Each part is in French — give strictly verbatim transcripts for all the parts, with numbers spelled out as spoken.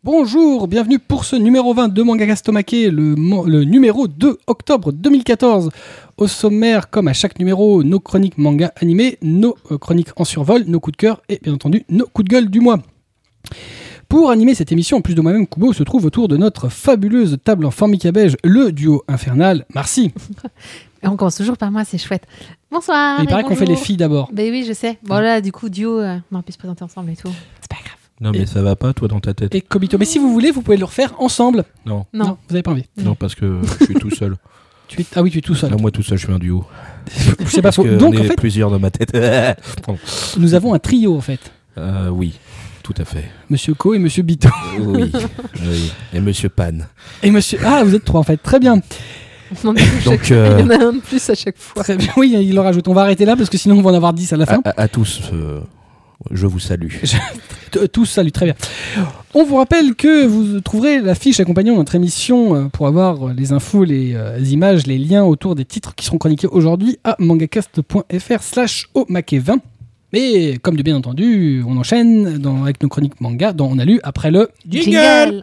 Bonjour, bienvenue pour ce numéro vingt de Mangaka Stomake, le, le numéro deux octobre deux mille quatorze. Au sommaire, comme à chaque numéro, nos chroniques manga animés, nos euh, chroniques en survol, nos coups de cœur et bien entendu nos coups de gueule du mois. Pour animer cette émission, en plus de moi-même, Kubo se trouve autour de notre fabuleuse table en formica beige, le duo infernal, Marcy. Et on commence toujours par moi, c'est chouette. Bonsoir. Il paraît bonjour. qu'on fait les filles d'abord. Ben oui, je sais. Bon là, du coup, duo, euh, on aurait pu se présenter ensemble et tout. C'est pas grave. Non mais et... ça va pas toi dans ta tête. Et Kobito, mais si vous voulez, vous pouvez le refaire ensemble. Non. Non. Non, vous avez pas envie. Non parce que je suis tout seul. Tu es... Ah oui, tu es tout seul. Là, moi tout seul, je suis un duo. Je sais pas. Parce que Donc on en est fait, plusieurs dans ma tête. nous avons un trio en fait. euh, oui, tout à fait. Monsieur Ko et Monsieur Bito. Oui, oui. Et Monsieur Pan. Et Monsieur. Ah, vous êtes trois en fait. Très bien. On en a chaque... Donc, euh... il y en a un de plus à chaque fois. Très bien. Oui, il le rajoute. On va arrêter là parce que sinon on va en avoir dix à la fin. à, à, à tous, euh, je vous salue. Tous salut, très bien. On vous rappelle que vous trouverez la fiche accompagnant notre émission pour avoir les infos, les euh, images, les liens autour des titres qui seront chroniqués aujourd'hui à mangacast.fr slash omake vingt. Mais comme de bien entendu, on enchaîne dans, avec nos chroniques manga dont on a lu après le Jingle, Jingle.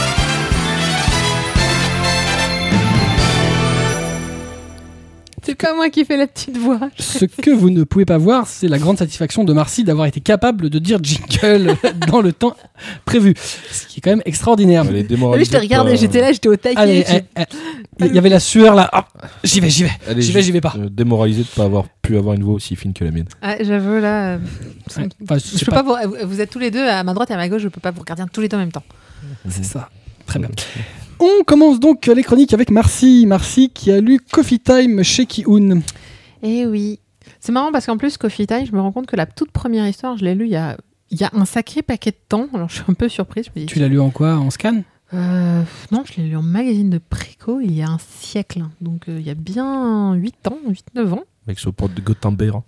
C'est pas moi qui fais la petite voix. Ce que vous ne pouvez pas voir, c'est la grande satisfaction de Marcy d'avoir été capable de dire jingle dans le temps prévu. Ce qui est quand même extraordinaire. Oui, je t'ai regardé, par... j'étais là, j'étais au taquet. Allez, eh, eh, il y avait la sueur là. Oh, j'y vais, j'y vais. Allez, j'y vais, j'y vais pas. Euh, démoralisé de ne pas avoir pu avoir une voix aussi fine que la mienne. Ah, j'avoue, là. Euh, ouais, enfin, je peux pas, pas vous, vous êtes tous les deux à ma droite et à ma gauche, je peux pas vous regarder tous les deux en même temps. C'est ça. Très bien. On commence donc les chroniques avec Marcy. Marcy qui a lu Coffee Time chez Ki-un. Eh oui. C'est marrant parce qu'en plus, Coffee Time, je me rends compte que la toute première histoire, je l'ai lue il y a, il y a un sacré paquet de temps. Alors je suis un peu surprise. Je me dis, tu l'as lu en quoi? En scan? euh, Non, je l'ai lu en magazine de préco il y a un siècle. Donc euh, il y a bien huit ans, huit neuf ans. Avec ce porte de Gutenberg.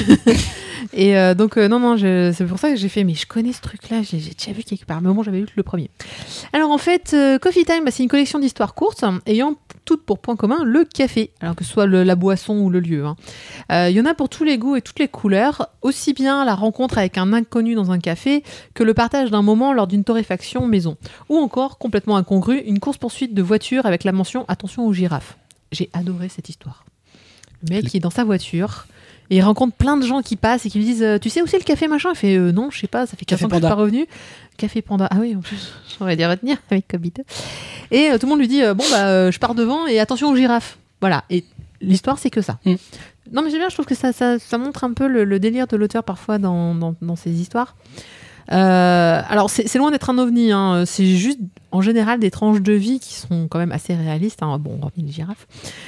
Et euh, donc, euh, non, non, je, c'est pour ça que j'ai fait, mais je connais ce truc-là, j'ai, j'ai déjà vu quelque part. Mais bon, j'avais lu le premier. Alors, en fait, euh, Coffee Time, bah, c'est une collection d'histoires courtes ayant toutes pour point commun le café, alors que ce soit le, la boisson ou le lieu. Hein. Euh, il y en a pour tous les goûts et toutes les couleurs, aussi bien la rencontre avec un inconnu dans un café que le partage d'un moment lors d'une torréfaction maison. Ou encore, complètement incongru, une course-poursuite de voiture avec la mention « Attention aux girafes ». J'ai adoré cette histoire. Le mec, il est dans sa voiture et il rencontre plein de gens qui passent et qui lui disent « Tu sais où c'est le café machin ?» Il fait euh, « Non, je sais pas, ça fait quinze ans que je suis pas revenu. » Café Panda. Ah oui, en plus, j'aurais dû retenir avec Kobito. Et euh, tout le monde lui dit euh, « Bon, bah, euh, je pars devant et attention aux girafes. » Voilà. Et l'histoire, c'est que ça. Mm. Non, mais j'aime bien, je trouve que ça, ça, ça montre un peu le, le délire de l'auteur parfois dans, dans, dans ses histoires. Euh, alors, c'est, c'est loin d'être un ovni. Hein. C'est juste, en général, des tranches de vie qui sont quand même assez réalistes. Hein. Bon, hormis les girafes.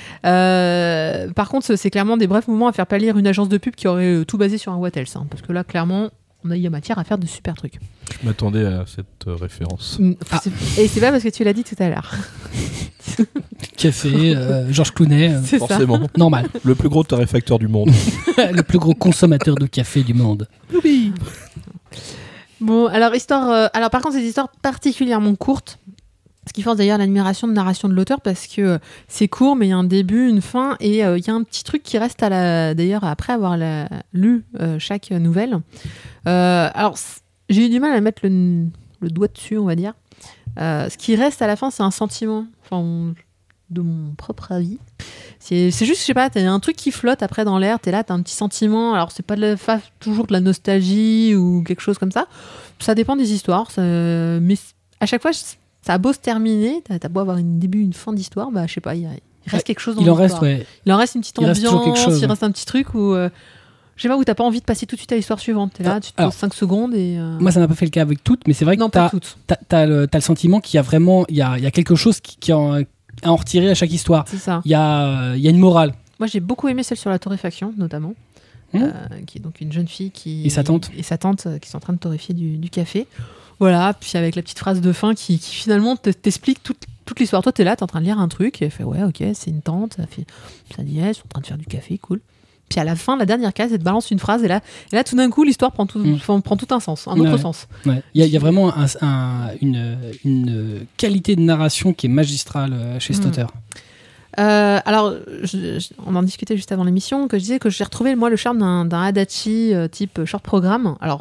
Euh, par contre, c'est clairement des brefs moments à faire pâlir une agence de pub qui aurait tout basé sur un What Else. Hein, parce que là, clairement, on a, il y a matière à faire de super trucs. Je m'attendais à cette euh, référence. Ah. C'est, et c'est pas parce que tu l'as dit tout à l'heure. Café, euh, Georges Clooney. Euh, c'est forcément. Ça. Normal. Le plus gros torréfacteur du monde. Le plus gros consommateur de café du monde. Youpi. Bon, alors, histoire, euh, alors par contre, c'est une histoire particulièrement courte. Ce qui force d'ailleurs l'admiration de narration de l'auteur parce que euh, c'est court, mais il y a un début, une fin, et il euh, y a un petit truc qui reste à la. D'ailleurs, après avoir la... lu euh, chaque nouvelle. Euh, alors, j'ai eu du mal à mettre le, le doigt dessus, on va dire. Euh, ce qui reste à la fin, c'est un sentiment, enfin, on... de mon propre avis. C'est, c'est juste, je sais pas, t'as un truc qui flotte après dans l'air, t'es là, t'as un petit sentiment. Alors, c'est pas de la, fa... toujours de la nostalgie ou quelque chose comme ça. Ça dépend des histoires, ça... mais à chaque fois, je... ça a beau se terminer, t'as, t'as beau avoir un début, une fin d'histoire, bah je sais pas, il, y a, il reste quelque chose dans il l'histoire. En reste, ouais. Il en reste une petite il ambiance, reste quelque chose, il reste un petit truc où, euh, je sais pas, où t'as pas envie de passer tout de suite à l'histoire suivante. T'es là, tu te Alors, poses cinq secondes et... Euh... Moi, ça n'a pas fait le cas avec toutes, mais c'est vrai que non, t'as, pas toutes. T'as, t'as, le, t'as le sentiment qu'il y a vraiment, il y a, il y a quelque chose qui, qui en, à en retirer à chaque histoire. C'est ça. Il y a, il y a une morale. Moi, j'ai beaucoup aimé celle sur la torréfaction, notamment. Mmh. Euh, qui est donc une jeune fille qui... Et sa tante. Et sa tante euh, qui sont en train de torréfier du, du café. Voilà, puis avec la petite phrase de fin qui, qui finalement te, t'explique toute, toute l'histoire. Toi, t'es là, t'es en train de lire un truc, et elle fait ouais, ok, c'est une tante, ça fait sa nièce, ils sont en train de faire du café, cool. Puis à la fin, la dernière case, elle te balance une phrase, et là, et là tout d'un coup, l'histoire prend tout, mmh. prend tout un sens, un autre ouais. sens. Il ouais. y, y a vraiment un, un, une, une qualité de narration qui est magistrale chez cet mmh. auteur. Euh, alors, je, je, on en discutait juste avant l'émission, que je disais que j'ai retrouvé, moi, le charme d'un, d'un Adachi euh, type short programme. Alors,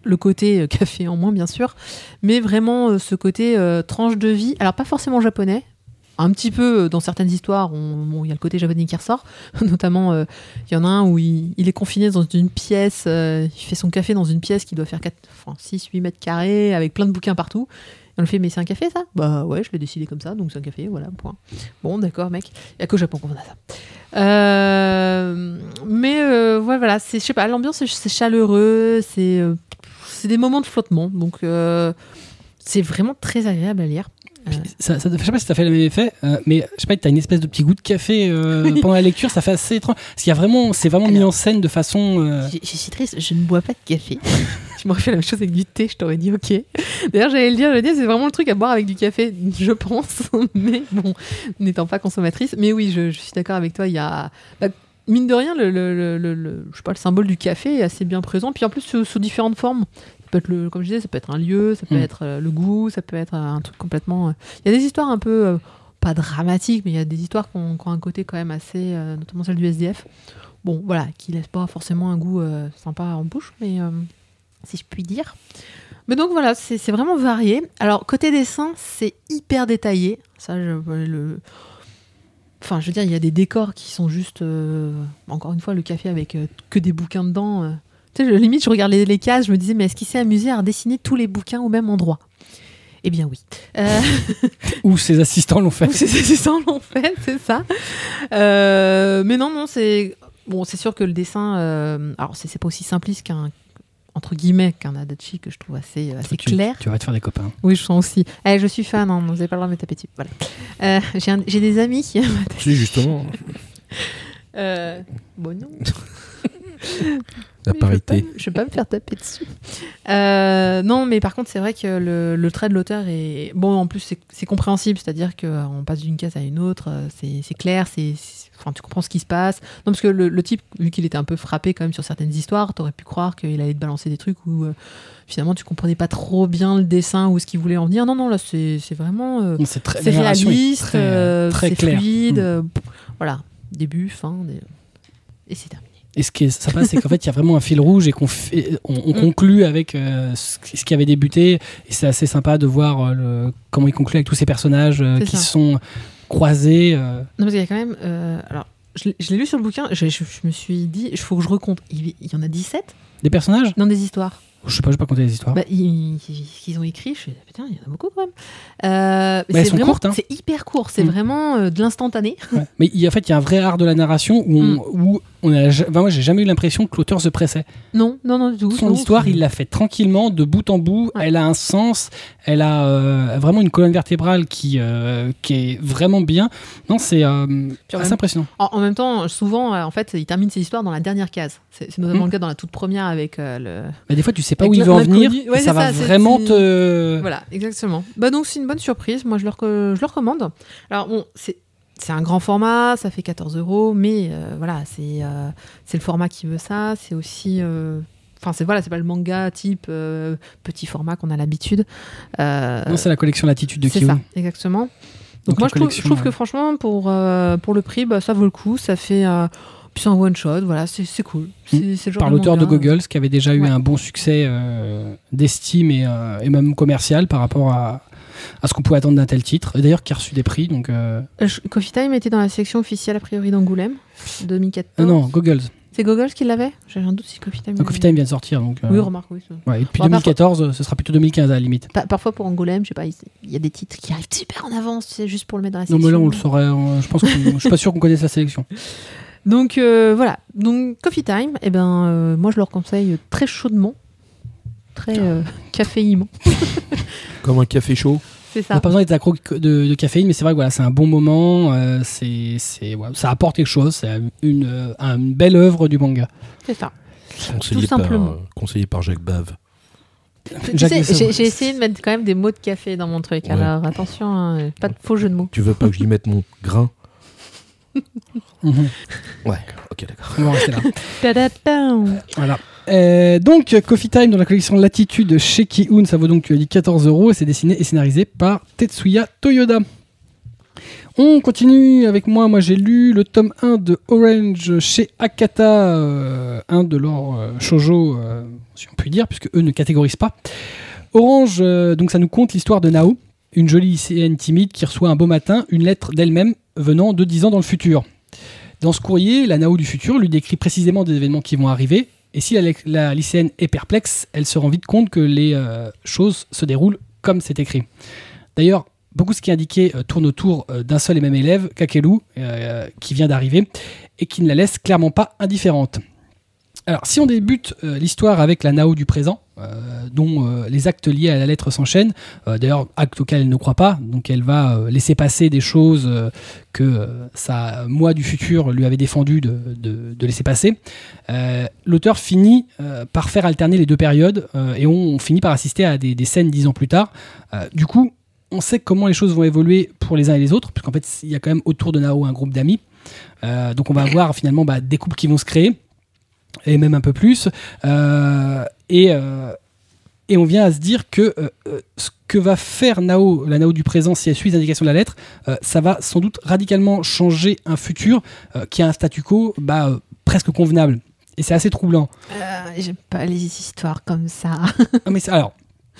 le côté euh, café en moins, bien sûr, mais vraiment euh, ce côté euh, tranche de vie. Alors, pas forcément japonais. Un petit peu, euh, dans certaines histoires, il bon, y a le côté japonais qui ressort. Notamment, il euh, y en a un où il, il est confiné dans une pièce, euh, il fait son café dans une pièce qui doit faire quatre, enfin, six huit mètres carrés, avec plein de bouquins partout. Et on le fait, mais c'est un café, ça ? Bah ouais, je l'ai décidé comme ça, donc c'est un café, voilà, point. Bon, d'accord, mec. Il n'y a qu'au Japon qu'on a ça. Euh, mais euh, ouais, voilà, c'est, je sais pas, l'ambiance, c'est, c'est chaleureux, c'est, euh, c'est des moments de flottement, donc euh, c'est vraiment très agréable à lire. Puis, ça, ça, je sais pas si ça fait le même effet, euh, mais je sais pas, t'as une espèce de petit goût de café euh, pendant la lecture, ça fait assez étrange. Parce qu'il y a vraiment, c'est vraiment Alors, mis en scène de façon. Euh... Je, je suis triste, je ne bois pas de café. Je m'aurais fait la même chose avec du thé, je t'aurais dit ok. D'ailleurs, j'allais le dire, j'allais dire, c'est vraiment le truc à boire avec du café, je pense. Mais bon, n'étant pas consommatrice. Mais oui, je, je suis d'accord avec toi, il y a. Bah, mine de rien, le, le, le, le, le, je sais pas, le symbole du café est assez bien présent. Puis en plus, sous, sous différentes formes. Ça peut être le, comme je disais, ça peut être un lieu, ça peut mmh. être euh, le goût, ça peut être euh, un truc complètement. Il euh... y a des histoires un peu euh, pas dramatiques, mais il y a des histoires qui ont, qui ont un côté quand même assez, euh, notamment celle du S D F. Bon, voilà, qui laisse pas forcément un goût euh, sympa en bouche, mais euh, si je puis dire. Mais donc voilà, c'est, c'est vraiment varié. Alors côté dessin, c'est hyper détaillé. Ça, je, le. Enfin, je veux dire, il y a des décors qui sont juste, euh, encore une fois, le café avec euh, que des bouquins dedans. Euh. Tu sais, je, limite, je regardais les cases, je me disais, mais est-ce qu'il s'est amusé à redessiner tous les bouquins au même endroit ? Eh bien oui. Euh... Ou ses assistants l'ont fait. Ou ses assistants l'ont fait, c'est ça. Euh... Mais non, non, c'est bon, c'est sûr que le dessin, euh... alors c'est, c'est pas aussi simpliste qu'un entre guillemets qu'un Adachi que je trouve assez assez tu, clair. Tu vas te faire des copains. Oui, je sens aussi. Eh, je suis fan, hein, vous n'avez pas le droit de me taper dessus. Voilà. Euh, j'ai, un... j'ai des amis qui. Si, justement. euh... Bon non. La parité. Je ne vais pas me faire taper dessus. Euh, non, mais par contre, c'est vrai que le, le trait de l'auteur est... Bon, en plus, c'est, c'est compréhensible, c'est-à-dire qu'on passe d'une case à une autre, c'est, c'est clair, c'est, c'est... Enfin, tu comprends ce qui se passe. Non, parce que le, le type, vu qu'il était un peu frappé quand même sur certaines histoires, t'aurais pu croire qu'il allait te balancer des trucs où euh, finalement tu comprenais pas trop bien le dessin ou ce qu'il voulait en venir. Non, non, là, c'est, c'est vraiment... Euh, c'est très, c'est réaliste, très, euh, très c'est clair. fluide. Mmh. Euh, voilà, début, fin, des... et c'est terminé. Et ce qui est sympa, c'est qu'en fait, il y a vraiment un fil rouge et qu'on fait, on, on conclut avec euh, ce, ce qui avait débuté. Et c'est assez sympa de voir euh, le, comment il conclut avec tous ces personnages euh, qui ça. sont croisés. Euh. Non, parce qu'il y a quand même... Euh, alors, je l'ai, je l'ai lu sur le bouquin, je, je, je me suis dit, il faut que je recompte. Il, il y en a dix-sept ? Des personnages ? Non, des histoires. Je sais pas, je vais pas compter les histoires. Bah, ils, qu'ils ont écrit, je suis putain, il y en a beaucoup quand même. Euh, bah, elles sont vraiment, courtes, hein. C'est hyper court, c'est mmh. vraiment euh, de l'instantané. Ouais. Mais il, en fait, il y a un vrai art de la narration où, on, mmh. où on a, enfin, moi, j'ai jamais eu l'impression que l'auteur se pressait. Non, non, non du tout. Son non, histoire, c'est... il l'a fait tranquillement, de bout en bout. Ouais. Elle a un sens, elle a euh, vraiment une colonne vertébrale qui, euh, qui est vraiment bien. Non, c'est euh, assez même, impressionnant. En, en même temps, souvent, euh, en fait, il termine ses histoires dans la dernière case. C'est, c'est notamment mmh. le cas dans la toute première avec euh, le. Bah, des fois, tu sais pas où il veut en venir. Ouais, ça va ça, vraiment c'est... te. Voilà, exactement. Bah donc c'est une bonne surprise. Moi, je le, rec- je le recommande. Alors bon, c'est c'est un grand format, ça fait quatorze euros, mais euh, voilà, c'est euh, c'est le format qui veut ça. C'est aussi, enfin, euh, c'est voilà, c'est pas le manga type euh, petit format qu'on a l'habitude. Euh, non, c'est la collection Latitude de C'est Kiun. ça, exactement. Donc, Donc moi, je trouve, je trouve que franchement, pour euh, pour le prix, bah, ça vaut le coup. Ça fait euh, Puis c'est un one shot, voilà, c'est, c'est cool. C'est, mmh. c'est le genre Par de l'auteur manga. de Goggles, qui avait déjà eu Ouais. un bon succès euh, d'estime et, euh, et même commercial par rapport à, à ce qu'on pouvait attendre d'un tel titre. Et d'ailleurs, qui a reçu des prix. Donc, euh... Euh, Coffee Time était dans la sélection officielle a priori d'Angoulême, deux mille quatorze. Euh, non, Goggles. C'est Goggles qui l'avait ? J'ai un doute si Coffee Time. Non, Coffee Time vient de sortir. Donc, euh... Oui, remarque, oui. Ça. Ouais, et depuis Bon, deux mille quatorze, parfois... ce sera plutôt deux mille quinze à la limite. Pa- parfois pour Angoulême, je sais pas, il y a des titres qui arrivent super en avance, tu sais, juste pour le mettre dans la Non, sélection. mais là, on le saurait. On... Je pense que je suis pas sûr qu'on connaisse la sélection. Donc euh, voilà, donc Coffee Time, eh ben, euh, moi je leur conseille très chaudement, très euh, caféinement. Comme un café chaud. C'est ça. On n'a pas besoin d'être accro de, de caféine, mais c'est vrai que voilà, c'est un bon moment, euh, c'est, c'est, ouais, ça apporte quelque chose, c'est une, euh, une belle œuvre du manga. C'est ça. Conseillé Tout par, simplement. euh, conseillé par Jacques Bave. Tu sais, j'ai, j'ai essayé de mettre quand même des mots de café dans mon truc, ouais. Alors attention, hein, pas de faux jeux de mots. Tu veux pas que j'y mette mon grain? Mmh. Ouais, ok, d'accord. On va rester là. Ta-da-pam. Voilà. Euh, donc, Coffee Time dans la collection Latitude chez Kiun, ça vaut donc, tu as dit, quatorze euros et c'est dessiné et scénarisé par Tetsuya Toyoda. On continue avec moi. Moi, j'ai lu le tome un de Orange chez Akata, euh, un de leurs euh, shoujo euh, si on peut dire, puisque eux ne catégorisent pas. Orange, euh, donc ça nous conte l'histoire de Nao, une jolie lycéenne timide qui reçoit un beau matin une lettre d'elle-même venant de dix ans dans le futur. Dans ce courrier, la Nao du futur lui décrit précisément des événements qui vont arriver, et si la, la lycéenne est perplexe, elle se rend vite compte que les euh, choses se déroulent comme c'est écrit. D'ailleurs, beaucoup de ce qui est indiqué euh, tourne autour euh, d'un seul et même élève, Kakelu, euh, qui vient d'arriver, et qui ne la laisse clairement pas indifférente. Alors, si on débute euh, l'histoire avec la Nao du présent, euh, dont euh, les actes liés à la lettre s'enchaînent, euh, d'ailleurs, actes auxquels elle ne croit pas, donc elle va euh, laisser passer des choses euh, que euh, sa moi du futur lui avait défendu de, de, de laisser passer, euh, l'auteur finit euh, par faire alterner les deux périodes, euh, et on, on finit par assister à des, des scènes dix ans plus tard. Euh, du coup, on sait comment les choses vont évoluer pour les uns et les autres, puisqu'en fait, il y a quand même autour de Nao un groupe d'amis. Euh, donc on va avoir finalement bah, des couples qui vont se créer, et même un peu plus, euh, et, euh, et on vient à se dire que euh, ce que va faire Nao, la Nao du présent, si elle suit les indications de la lettre, euh, ça va sans doute radicalement changer un futur euh, qui a un statu quo bah, euh, presque convenable. Et c'est assez troublant. Euh, j'aime pas les histoires comme ça. Ah, mais c'est, alors,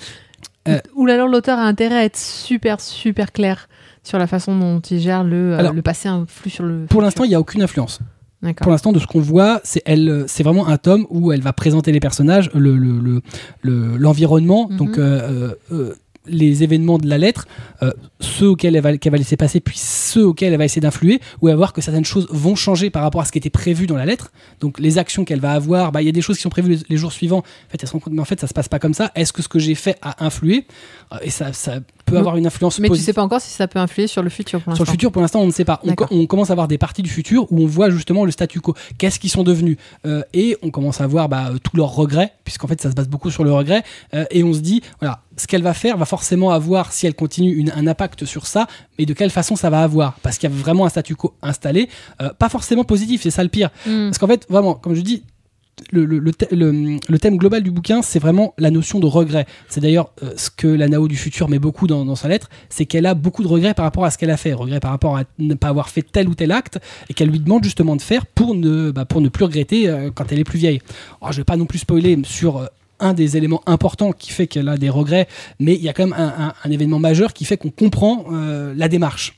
euh, Ou alors l'auteur a intérêt à être super, super clair sur la façon dont il gère le, euh, alors, le passé influe sur le pour futur. l'instant, il n'y a aucune influence. D'accord. Pour l'instant, de ce qu'on voit, c'est, elle, c'est vraiment un tome où elle va présenter les personnages, le, le, le, le, l'environnement, Mm-hmm. donc euh, euh, les événements de la lettre, euh, ceux auxquels elle va, qu'elle va laisser passer, puis ceux auxquels elle va essayer d'influer, où elle va voir que certaines choses vont changer par rapport à ce qui était prévu dans la lettre. Donc les actions qu'elle va avoir, bah, il y a des choses qui sont prévues les, les jours suivants. En fait, elle se rend compte, mais en fait, ça se passe pas comme ça. Est-ce que ce que j'ai fait a influé ? Et ça, ça peut Non. avoir une influence Mais positive. tu sais pas encore si ça peut influer sur le futur pour l'instant. Sur le futur, pour l'instant, on ne sait pas. On, D'accord. on commence à voir des parties du futur où on voit justement le statu quo. Qu'est-ce qu'ils sont devenus euh, Et on commence à voir bah, tous leurs regrets, puisqu'en fait, ça se base beaucoup sur le regret. Euh, et on se dit, voilà, ce qu'elle va faire va forcément avoir, si elle continue, une, un impact sur ça, mais de quelle façon ça va avoir ? Parce qu'il y a vraiment un statu quo installé, euh, pas forcément positif, c'est ça le pire. Mm. Parce qu'en fait, vraiment, comme je dis, Le, le, le, le, le thème global du bouquin, c'est vraiment la notion de regret. C'est d'ailleurs euh, ce que la Nao du futur met beaucoup dans, dans sa lettre, c'est qu'elle a beaucoup de regrets par rapport à ce qu'elle a fait, regrets par rapport à ne pas avoir fait tel ou tel acte, et qu'elle lui demande justement de faire pour ne, bah, pour ne plus regretter euh, quand elle est plus vieille. Alors, je vais pas non plus spoiler sur euh, un des éléments importants qui fait qu'elle a des regrets, mais il y a quand même un, un, un événement majeur qui fait qu'on comprend euh, la démarche.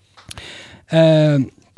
Euh,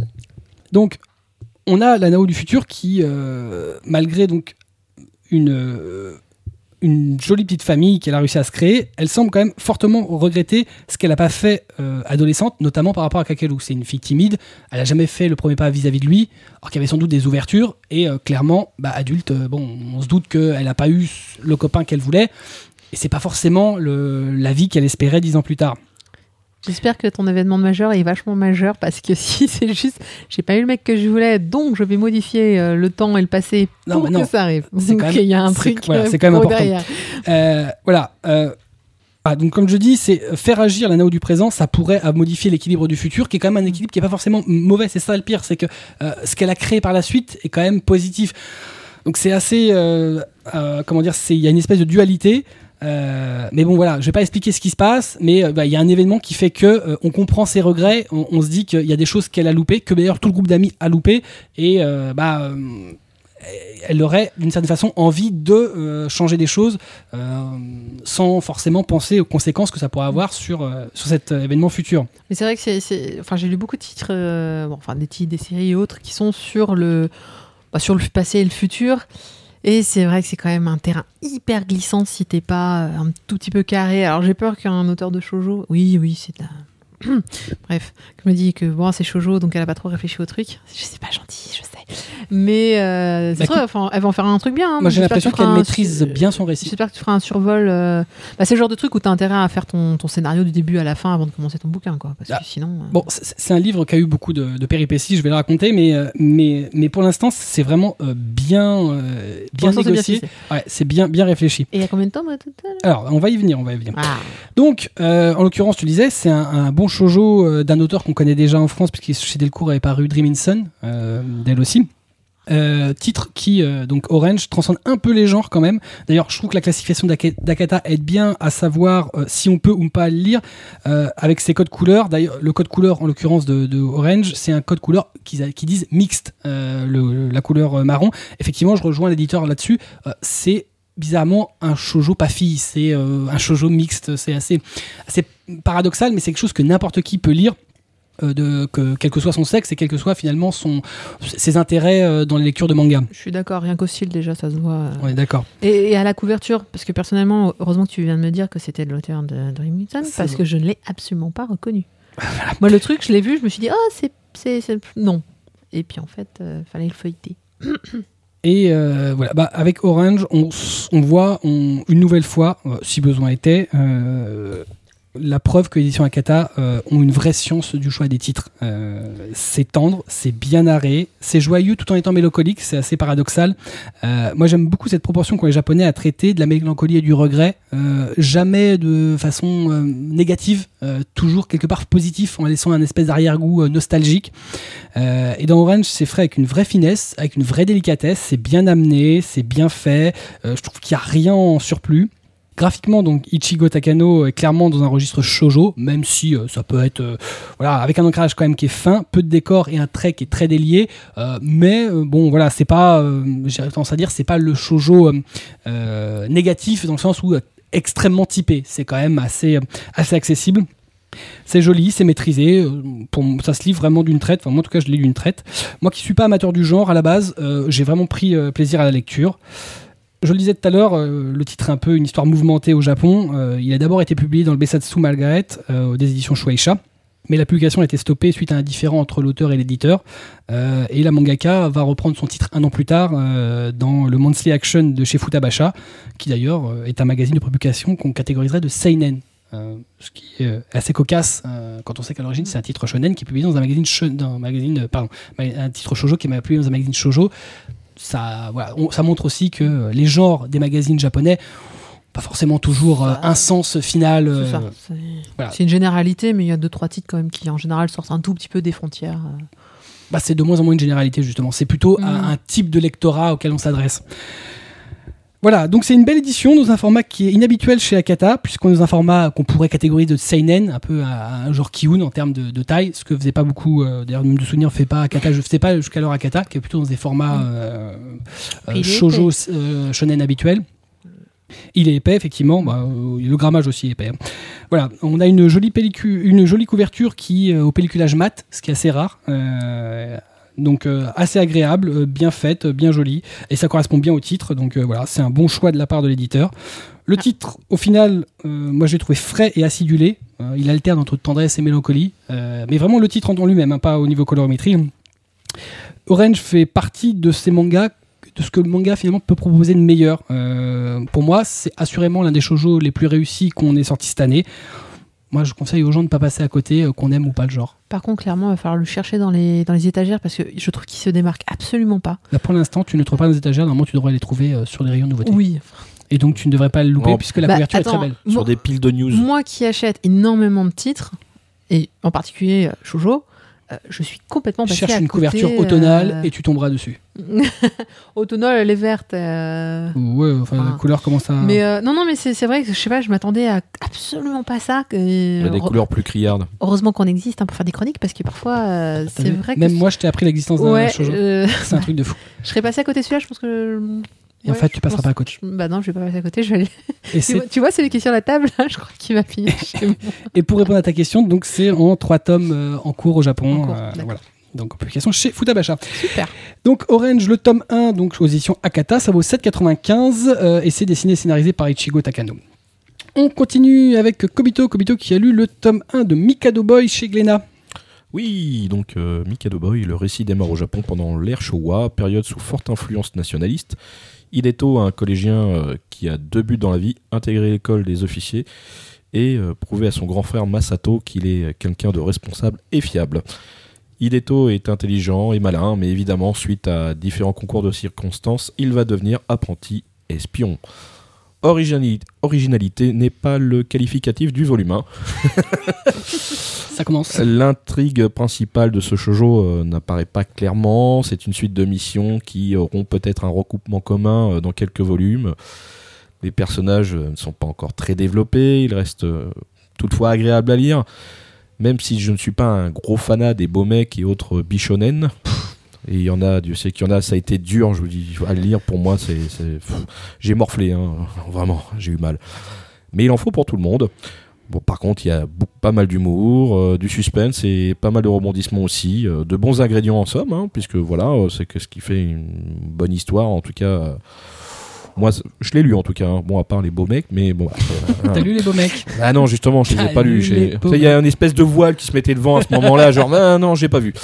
donc, on a la Nao du futur qui, euh, malgré donc une, euh, une jolie petite famille qu'elle a réussi à se créer, elle semble quand même fortement regretter ce qu'elle n'a pas fait euh, adolescente, notamment par rapport à Kakelu. C'est une fille timide, elle n'a jamais fait le premier pas vis-à-vis de lui, alors qu'il y avait sans doute des ouvertures, et euh, clairement, bah, adulte, euh, bon, on se doute qu'elle n'a pas eu le copain qu'elle voulait, et c'est pas forcément le, la vie qu'elle espérait dix ans plus tard. J'espère que ton événement majeur est vachement majeur parce que si c'est juste j'ai pas eu le mec que je voulais donc je vais modifier euh, le temps et le passé Non, pour mais non. que ça arrive. C'est Donc quand même- il y a un c'est- truc voilà, euh, c'est quand même pro important. derrière. Euh, voilà. Euh, ah, donc comme je dis, c'est faire agir la Nao du présent, ça pourrait euh, modifier l'équilibre du futur, qui est quand même un équilibre qui est pas forcément mauvais. C'est ça le pire, c'est que euh, ce qu'elle a créé par la suite est quand même positif. Donc c'est assez, euh, euh, comment dire, c'est il y a une espèce de dualité. Euh, mais bon voilà, je vais pas expliquer ce qui se passe, mais il euh, bah, y a un événement qui fait que euh, on comprend ses regrets, on, on se dit qu'il y a des choses qu'elle a loupées, que d'ailleurs tout le groupe d'amis a loupé, et euh, bah euh, elle aurait d'une certaine façon envie de euh, changer des choses euh, sans forcément penser aux conséquences que ça pourrait avoir sur, euh, sur cet euh, événement futur. Mais c'est vrai que c'est, c'est... Enfin, j'ai lu beaucoup de titres, euh, bon, enfin des titres, des séries et autres qui sont sur le, bah, sur le passé et le futur. Et c'est vrai que c'est quand même un terrain hyper glissant si t'es pas un tout petit peu carré. Alors j'ai peur qu'un auteur de shoujo, oui, oui, c'est de la... Bref, je me dis que bon, c'est shoujo, donc elle a pas trop réfléchi au truc. Je sais pas gentil, je sais. Mais euh, c'est Bah, vrai, enfin, elle va en faire un truc bien. Hein. Moi j'ai J'espère l'impression que tu feras qu'elle un- maîtrise bien son récit. J'espère que tu feras un survol. euh, Bah, c'est le genre de truc où t'as intérêt à faire ton, ton scénario du début à la fin avant de commencer ton bouquin, quoi. Parce Ah. que sinon. euh, Bon, c'est c'est un livre qui a eu beaucoup de, de péripéties, je vais le raconter, mais, euh, mais, mais pour l'instant, c'est vraiment euh, bien, euh, pour bien l'instant, c'est bien négocié. ficelé. Ouais, c'est bien, bien réfléchi. Et il y a combien de tomes au total ? Alors, on va y venir, on va y venir. Ah. Donc, euh, en l'occurrence, tu disais, c'est un, un bon shoujo euh, d'un auteur qu'on connaît déjà en France, puisqu'il chez Delcourt avait paru Dream in Sun, euh, d'elle aussi. Euh, titre qui, euh, donc Orange, transcende un peu les genres quand même. D'ailleurs, je trouve que la classification d'Aka- d'Akata aide bien à savoir euh, si on peut ou pas le lire euh, avec ses codes couleurs. D'ailleurs, le code couleur, en l'occurrence de, de Orange, c'est un code couleur qui, qui disent mixte, euh, le, la couleur euh, marron. Effectivement, je rejoins l'éditeur là-dessus. Euh, c'est bizarrement un shoujo pas fille, c'est euh, un shoujo mixte, c'est assez, assez paradoxal, mais c'est quelque chose que n'importe qui peut lire. Euh, de, que, quel que soit son sexe et quel que soit finalement son, ses intérêts euh, dans les lectures de manga. Je suis d'accord, rien qu'au style déjà, ça se voit. euh. On est d'accord. Et, et à la couverture, parce que personnellement, heureusement que tu viens de me dire que c'était de l'auteur de Dream Mutant, C'est parce vrai. que je ne l'ai absolument pas reconnu. Moi, le truc, je l'ai vu, je me suis dit, ah, c'est, c'est, c'est. Non. Et puis en fait, il euh, fallait le feuilleter. Et euh, voilà, bah, avec Orange, on, on voit on, une nouvelle fois, euh, si besoin était, euh, la preuve que l'édition Akata euh, ont une vraie science du choix des titres. Euh, c'est tendre, c'est bien narré, c'est joyeux tout en étant mélancolique, c'est assez paradoxal. Euh, moi j'aime beaucoup cette proportion qu'ont les Japonais à traiter de la mélancolie et du regret, euh, jamais de façon euh, négative, euh, toujours quelque part positif en laissant un espèce d'arrière-goût euh, nostalgique. Euh, et dans Orange, c'est fait avec une vraie finesse, avec une vraie délicatesse, c'est bien amené, c'est bien fait, euh, je trouve qu'il n'y a rien en surplus. Graphiquement, donc Ichigo Takano est clairement dans un registre shoujo, même si euh, ça peut être euh, voilà, avec un ancrage quand même qui est fin, peu de décor et un trait qui est très délié, euh, mais euh, bon voilà, c'est pas, euh, j'ai tendance à dire, c'est pas le shoujo euh, euh, négatif dans le sens où euh, extrêmement typé, c'est quand même assez, euh, assez accessible. C'est joli, c'est maîtrisé, euh, pour, ça se lit vraiment d'une traite, enfin moi en tout cas je l'ai lu d'une traite. Moi qui suis pas amateur du genre à la base, euh, j'ai vraiment pris euh, plaisir à la lecture. Je le disais tout à l'heure, euh, le titre est un peu une histoire mouvementée au Japon. Euh, il a d'abord été publié dans le Besatsu Margaret euh, des éditions Shueisha, mais la publication a été stoppée suite à un différend entre l'auteur et l'éditeur. Euh, et la mangaka va reprendre son titre un an plus tard euh, dans le Monthly Action de chez Futabasha, qui d'ailleurs euh, est un magazine de publication qu'on catégoriserait de seinen. Euh, ce qui est euh, assez cocasse euh, quand on sait qu'à l'origine c'est un titre shonen qui est publié dans un magazine, sh- dans un, magazine euh, pardon, un titre shoujo qui est publié dans un magazine shoujo. Ça, voilà, on, ça montre aussi que les genres des magazines japonais pas forcément toujours euh, un sens final. Euh, c'est ça. C'est... Voilà. c'est une généralité, mais il y a deux trois titres quand même qui en général sortent un tout petit peu des frontières. Bah, c'est de moins en moins une généralité justement. C'est plutôt mmh. un, un type de lectorat auquel on s'adresse. Voilà, donc c'est une belle édition dans un format qui est inhabituel chez Akata, puisqu'on est dans un format qu'on pourrait catégoriser de seinen, un peu un, un genre Kiun en termes de, de taille, ce que faisait pas beaucoup, euh, d'ailleurs même de souvenir, fait pas Akata, je faisais pas jusqu'alors Akata, qui est plutôt dans des formats euh, euh, shoujo euh, shonen habituels. Il est épais, effectivement, bah, euh, le grammage aussi est épais. Voilà, on a une jolie, pellicule, une jolie couverture qui euh, au pelliculage mat, ce qui est assez rare. Euh, Donc euh, assez agréable, euh, bien faite, euh, bien jolie, et ça correspond bien au titre, donc euh, voilà, c'est un bon choix de la part de l'éditeur. Le titre, au final, euh, moi j'ai trouvé frais et acidulé, euh, il alterne entre tendresse et mélancolie, euh, mais vraiment le titre en lui-même, hein, pas au niveau colorimétrie. Orange fait partie de ces mangas, de ce que le manga finalement peut proposer de meilleur. Euh, pour moi, c'est assurément l'un des shoujo les plus réussis qu'on ait sorti cette année. Moi, je conseille aux gens de ne pas passer à côté, euh, qu'on aime ou pas le genre. Par contre, clairement, il va falloir le chercher dans les, dans les étagères parce que je trouve qu'il se démarque absolument pas. Là, pour l'instant, tu ne le trouves pas dans les étagères. Normalement, tu devrais les trouver euh, sur les rayons nouveautés. Oui. Et donc, tu ne devrais pas le louper Oh. puisque la Bah, couverture attends, est très belle. Sur moi, des piles de news. moi qui achète énormément de titres, et en particulier euh, shoujo, euh, je suis complètement passée Cherche à une côté, couverture automnale euh, et tu tomberas dessus. automnale, elle est verte. euh, Ouais, enfin, Ah. la couleur commence à... Mais euh, non, non, mais c'est, c'est vrai que je sais pas, je m'attendais à absolument pas ça. Que, Il y a des heure- couleurs plus criardes. Heureusement qu'on existe hein, pour faire des chroniques parce que parfois euh, T'as c'est vu vrai que Même moi, je t'ai appris l'existence d'un ouais, shoujo. euh, C'est un truc de fou. je serais passée à côté de celui-là, je pense que. Et en Ouais, fait, je tu passeras pense- pas à côté. Bah non, je vais pas passer à côté, je vais aller. Et, Tu c'est- vois, tu vois celui qui est sur la table, là, je crois qu'il va finir chez moi. et pour répondre à ta question, donc c'est en trois tomes euh, en cours au Japon. En cours, euh, d'accord. voilà. Donc, publication chez Futabasha. Super. Donc Orange, le tome un, donc aux éditions Akata, ça vaut sept virgule quatre-vingt-quinze euh, et c'est dessiné et scénarisé par Ichigo Takano. On continue avec Kobito, Kobito qui a lu le tome un de Mikado Boy chez Glénat. Oui, donc euh, Mikado Boy, le récit démarre au Japon pendant l'ère Showa, période sous forte influence nationaliste. Hideto, un collégien euh, qui a deux buts dans la vie, intégrer l'école des officiers et euh, prouver à son grand frère Masato qu'il est quelqu'un de responsable et fiable. Hideto est intelligent et malin, mais évidemment, suite à différents concours de circonstances, il va devenir apprenti espion. Originali- originalité n'est pas le qualificatif du volume un. Ça commence. L'intrigue principale de ce shoujo euh, n'apparaît pas clairement. C'est une suite de missions qui auront peut-être un recoupement commun euh, dans quelques volumes. Les personnages euh, ne sont pas encore très développés. Ils restent euh, toutefois agréables à lire. Même si je ne suis pas un gros fanat des beaux mecs et autres bishonen. Pff, Et il y en a, Dieu sait qu'il y en a, ça a été dur, je vous dis, à le lire, pour moi, c'est, c'est... Pff, j'ai morflé, hein, vraiment, j'ai eu mal. Mais il en faut pour tout le monde. Bon, par contre, il y a beaucoup, pas mal d'humour, euh, du suspense et pas mal de rebondissements aussi, euh, de bons ingrédients en somme, hein, puisque voilà, euh, c'est que ce qui fait une bonne histoire, en tout cas... Euh, moi, je l'ai lu en tout cas, hein. Bon, à part les beaux mecs, mais bon... Euh, T'as lu les beaux mecs? Ah non, justement, je les ai T'as pas lus. lu Il y a une espèce de voile qui se mettait devant à ce moment-là, genre, ah non, j'ai pas vu.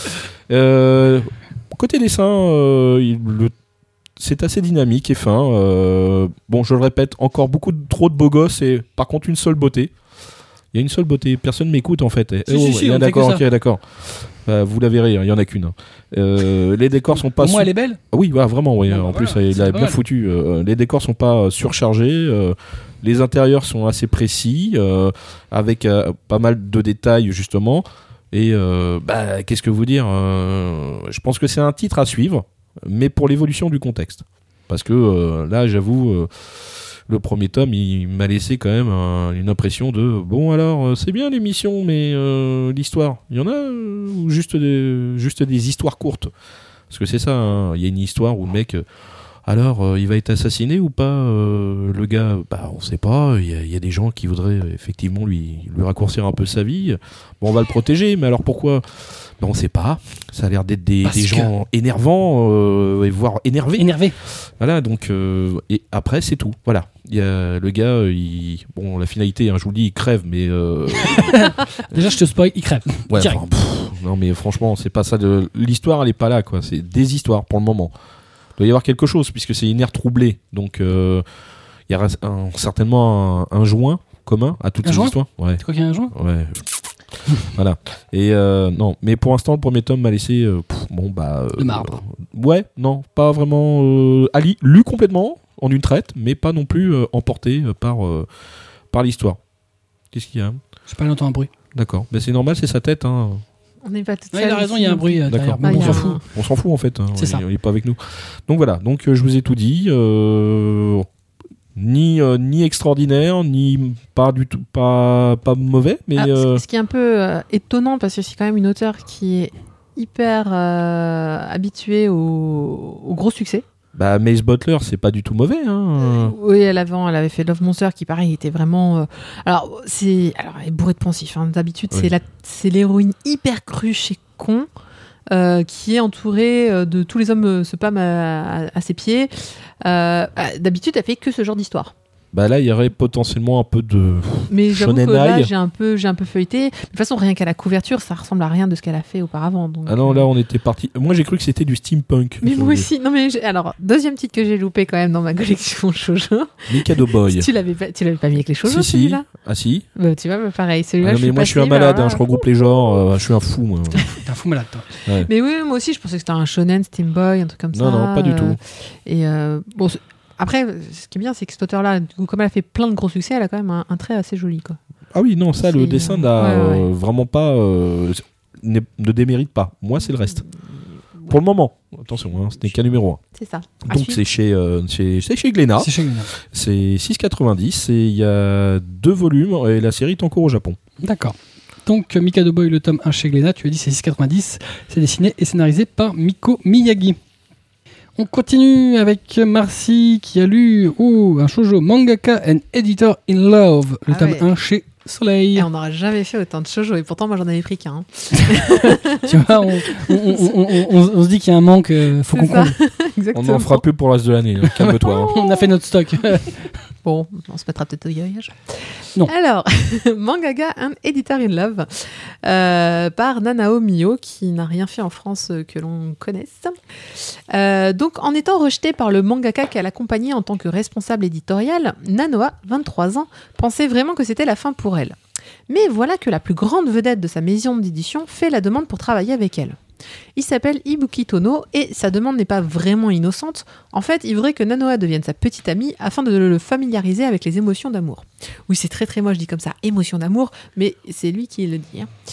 Euh... Côté dessin, euh, il, le, c'est assez dynamique et fin. Euh, bon, je le répète, encore beaucoup de, trop de beaux gosses et par contre une seule beauté. Il y a une seule beauté, personne m'écoute en fait. Si, eh, si, oh, si, il y a on d'accord, fait que ok, d'accord. Euh, vous la verrez, il y en a qu'une. Hein. Euh, les décors sont pas. Pour moi, su- elle est belle. Ah oui, ouais, vraiment, oui. Bon, en bah, plus, voilà, il c'est a pas bien mal. foutu. Euh, les décors sont pas euh, surchargés. Euh, les intérieurs sont assez précis, euh, avec euh, pas mal de détails justement. Et euh, bah, qu'est-ce que vous dire euh, je pense que c'est un titre à suivre, mais pour l'évolution du contexte. Parce que euh, là, j'avoue, euh, le premier tome, il m'a laissé quand même un- une impression de bon, alors, euh, c'est bien l'émission, mais euh, l'histoire, il y en a euh, ou juste des, juste des histoires courtes. Parce que c'est ça, hein, il y a une histoire où le mec. euh, alors, euh, il va être assassiné ou pas euh, le gars, bah, on sait pas. Il y, a- il y a des gens qui voudraient euh, effectivement lui, lui raccourcir un peu sa vie. Bon, on va le protéger, mais alors pourquoi ben, on sait pas. Ça a l'air d'être des, Parce des que- gens énervants, euh, et voire énervés. Énervé. Voilà, donc euh, et après c'est tout. Voilà, il y a le gars, euh, il, bon, la finalité, hein, je vous le dis, il crève, mais euh, Déjà, je te spoil, il crève. ouais, Direct. enfin, pff, non, mais franchement, c'est pas ça. De l'histoire, elle est pas là, quoi. C'est des histoires pour le moment. Il doit y avoir quelque chose puisque c'est une ère troublée, donc euh, il y a un- certainement un, un joint commun à toutes Un ces joint histoires. Ouais, Tu crois qu'il y a un joint? ouais. Voilà. Et euh, non, mais pour l'instant, le premier tome m'a laissé euh, pff, bon bah. euh, De marbre. euh, ouais, non, pas vraiment. Euh, Ali, lu complètement en une traite, mais pas non plus euh, emporté euh, par euh, par l'histoire. Qu'est-ce qu'il y a? J'ai pas longtemps un bruit. D'accord. Ben c'est normal, c'est sa tête. Hein. On n'est pas tout Ouais, seul. il a raison, ici il y a un non bruit plus. euh, derrière. D'accord. Mais Ah, bon, il on y a s'en un- fout. On s'en fout en fait. Hein. C'est il, ça. il est pas avec nous. Donc voilà. Donc euh, je vous ai tout dit. Euh, ni euh, ni extraordinaire, ni pas du tout, pas pas mauvais, mais Ah, ce- euh, Ce qui est un peu euh, étonnant parce que c'est quand même une auteure qui est hyper euh, habituée au, au gros succès. bah Mace Butler, c'est pas du tout mauvais. Hein. Oui, elle avait, elle avait fait Love Monster qui, pareil, était vraiment. euh, Alors, c'est, alors, elle est bourrée de poncifs. Hein. D'habitude, Oui. c'est, la, c'est l'héroïne hyper cruche et con euh, qui est entourée euh, de tous les hommes euh, se pâment à, à- à ses pieds. Euh, euh, d'habitude, elle fait que ce genre d'histoire. Bah là, il y aurait potentiellement un peu de. Mais j'avoue que Shonen là, Ai. j'ai un peu, j'ai un peu feuilleté. De toute façon, rien qu'à la couverture, ça ressemble à rien de ce qu'elle a fait auparavant. Donc, Ah non, euh, là, on était parti. Moi, j'ai cru que c'était du steampunk. Mais sur moi le- aussi. Non, mais j'ai- alors, deuxième titre que j'ai loupé quand même dans ma collection shoujo. Mikado Boy. Tu l'avais pas, tu l'avais pas mis avec les shoujo, Si, si. celui-là Ah si. Bah, tu vois, bah, pareil. Ah Celui-là, non, je mais suis moi, je suis un passive, malade. alors hein, là- je regroupe les genres. euh, je suis un fou, moi. T'es un fou malade, toi. Ouais. Mais oui, moi aussi, je pensais que c'était un shonen, Steam Boy, un truc comme ça. Non, non, pas du euh, tout. Et euh, bon, c'est- après, ce qui est bien, c'est que cet auteur-là, du coup, comme elle a fait plein de gros succès, elle a quand même un, un trait assez joli, quoi. Ah oui, non, ça, le C'est- dessin n'a ouais, ouais. euh, vraiment pas. euh, n'est- ne démérite pas. Moi, c'est le reste. Pour le moment. Attention, hein, ce n'est qu'un numéro un. C'est ça. À Donc, suivre. c'est chez, euh, chez, c'est chez Glénat. C'est chez Glénat. C'est six quatre-vingt-dix et il y a deux volumes et la série est encore au Japon. D'accord. Donc, euh, Mikado Boy, le tome un chez Glénat, tu as dit c'est six quatre-vingt-dix. C'est dessiné et scénarisé par Miko Miyagi. On continue avec Marcy qui a lu oh, un shoujo Mangaka and Editor in Love, le Ah tome ouais. un chez Soleil. Et on n'aurait jamais fait autant de shoujo, et pourtant, moi, j'en avais pris qu'un. hein. Tu vois, on, on- on- on- on- on se dit qu'il y a un manque, euh, faut C'est qu'on ça. comble. On Exactement. en fera plus pour le reste de l'année. hein. Calme-toi. hein. On a fait notre stock. Bon, on se mettra peut-être au voyage. Non. Alors, Mangaka and Editor in Love, euh, par Nanao Mio, qui n'a rien fait en France euh, que l'on connaisse. Euh, donc, en étant rejetée par le mangaka qu'elle accompagnait en tant que responsable éditorial, Nanoa, vingt-trois ans, pensait vraiment que c'était la fin pour elle. Mais voilà que la plus grande vedette de sa maison d'édition fait la demande pour travailler avec elle. Il s'appelle Ibuki Tono et sa demande n'est pas vraiment innocente. En fait, il voudrait que Nanoa devienne sa petite amie afin de le familiariser avec les émotions d'amour. Oui, c'est très très moche dit comme ça, émotion d'amour, mais c'est lui qui le dit. hein.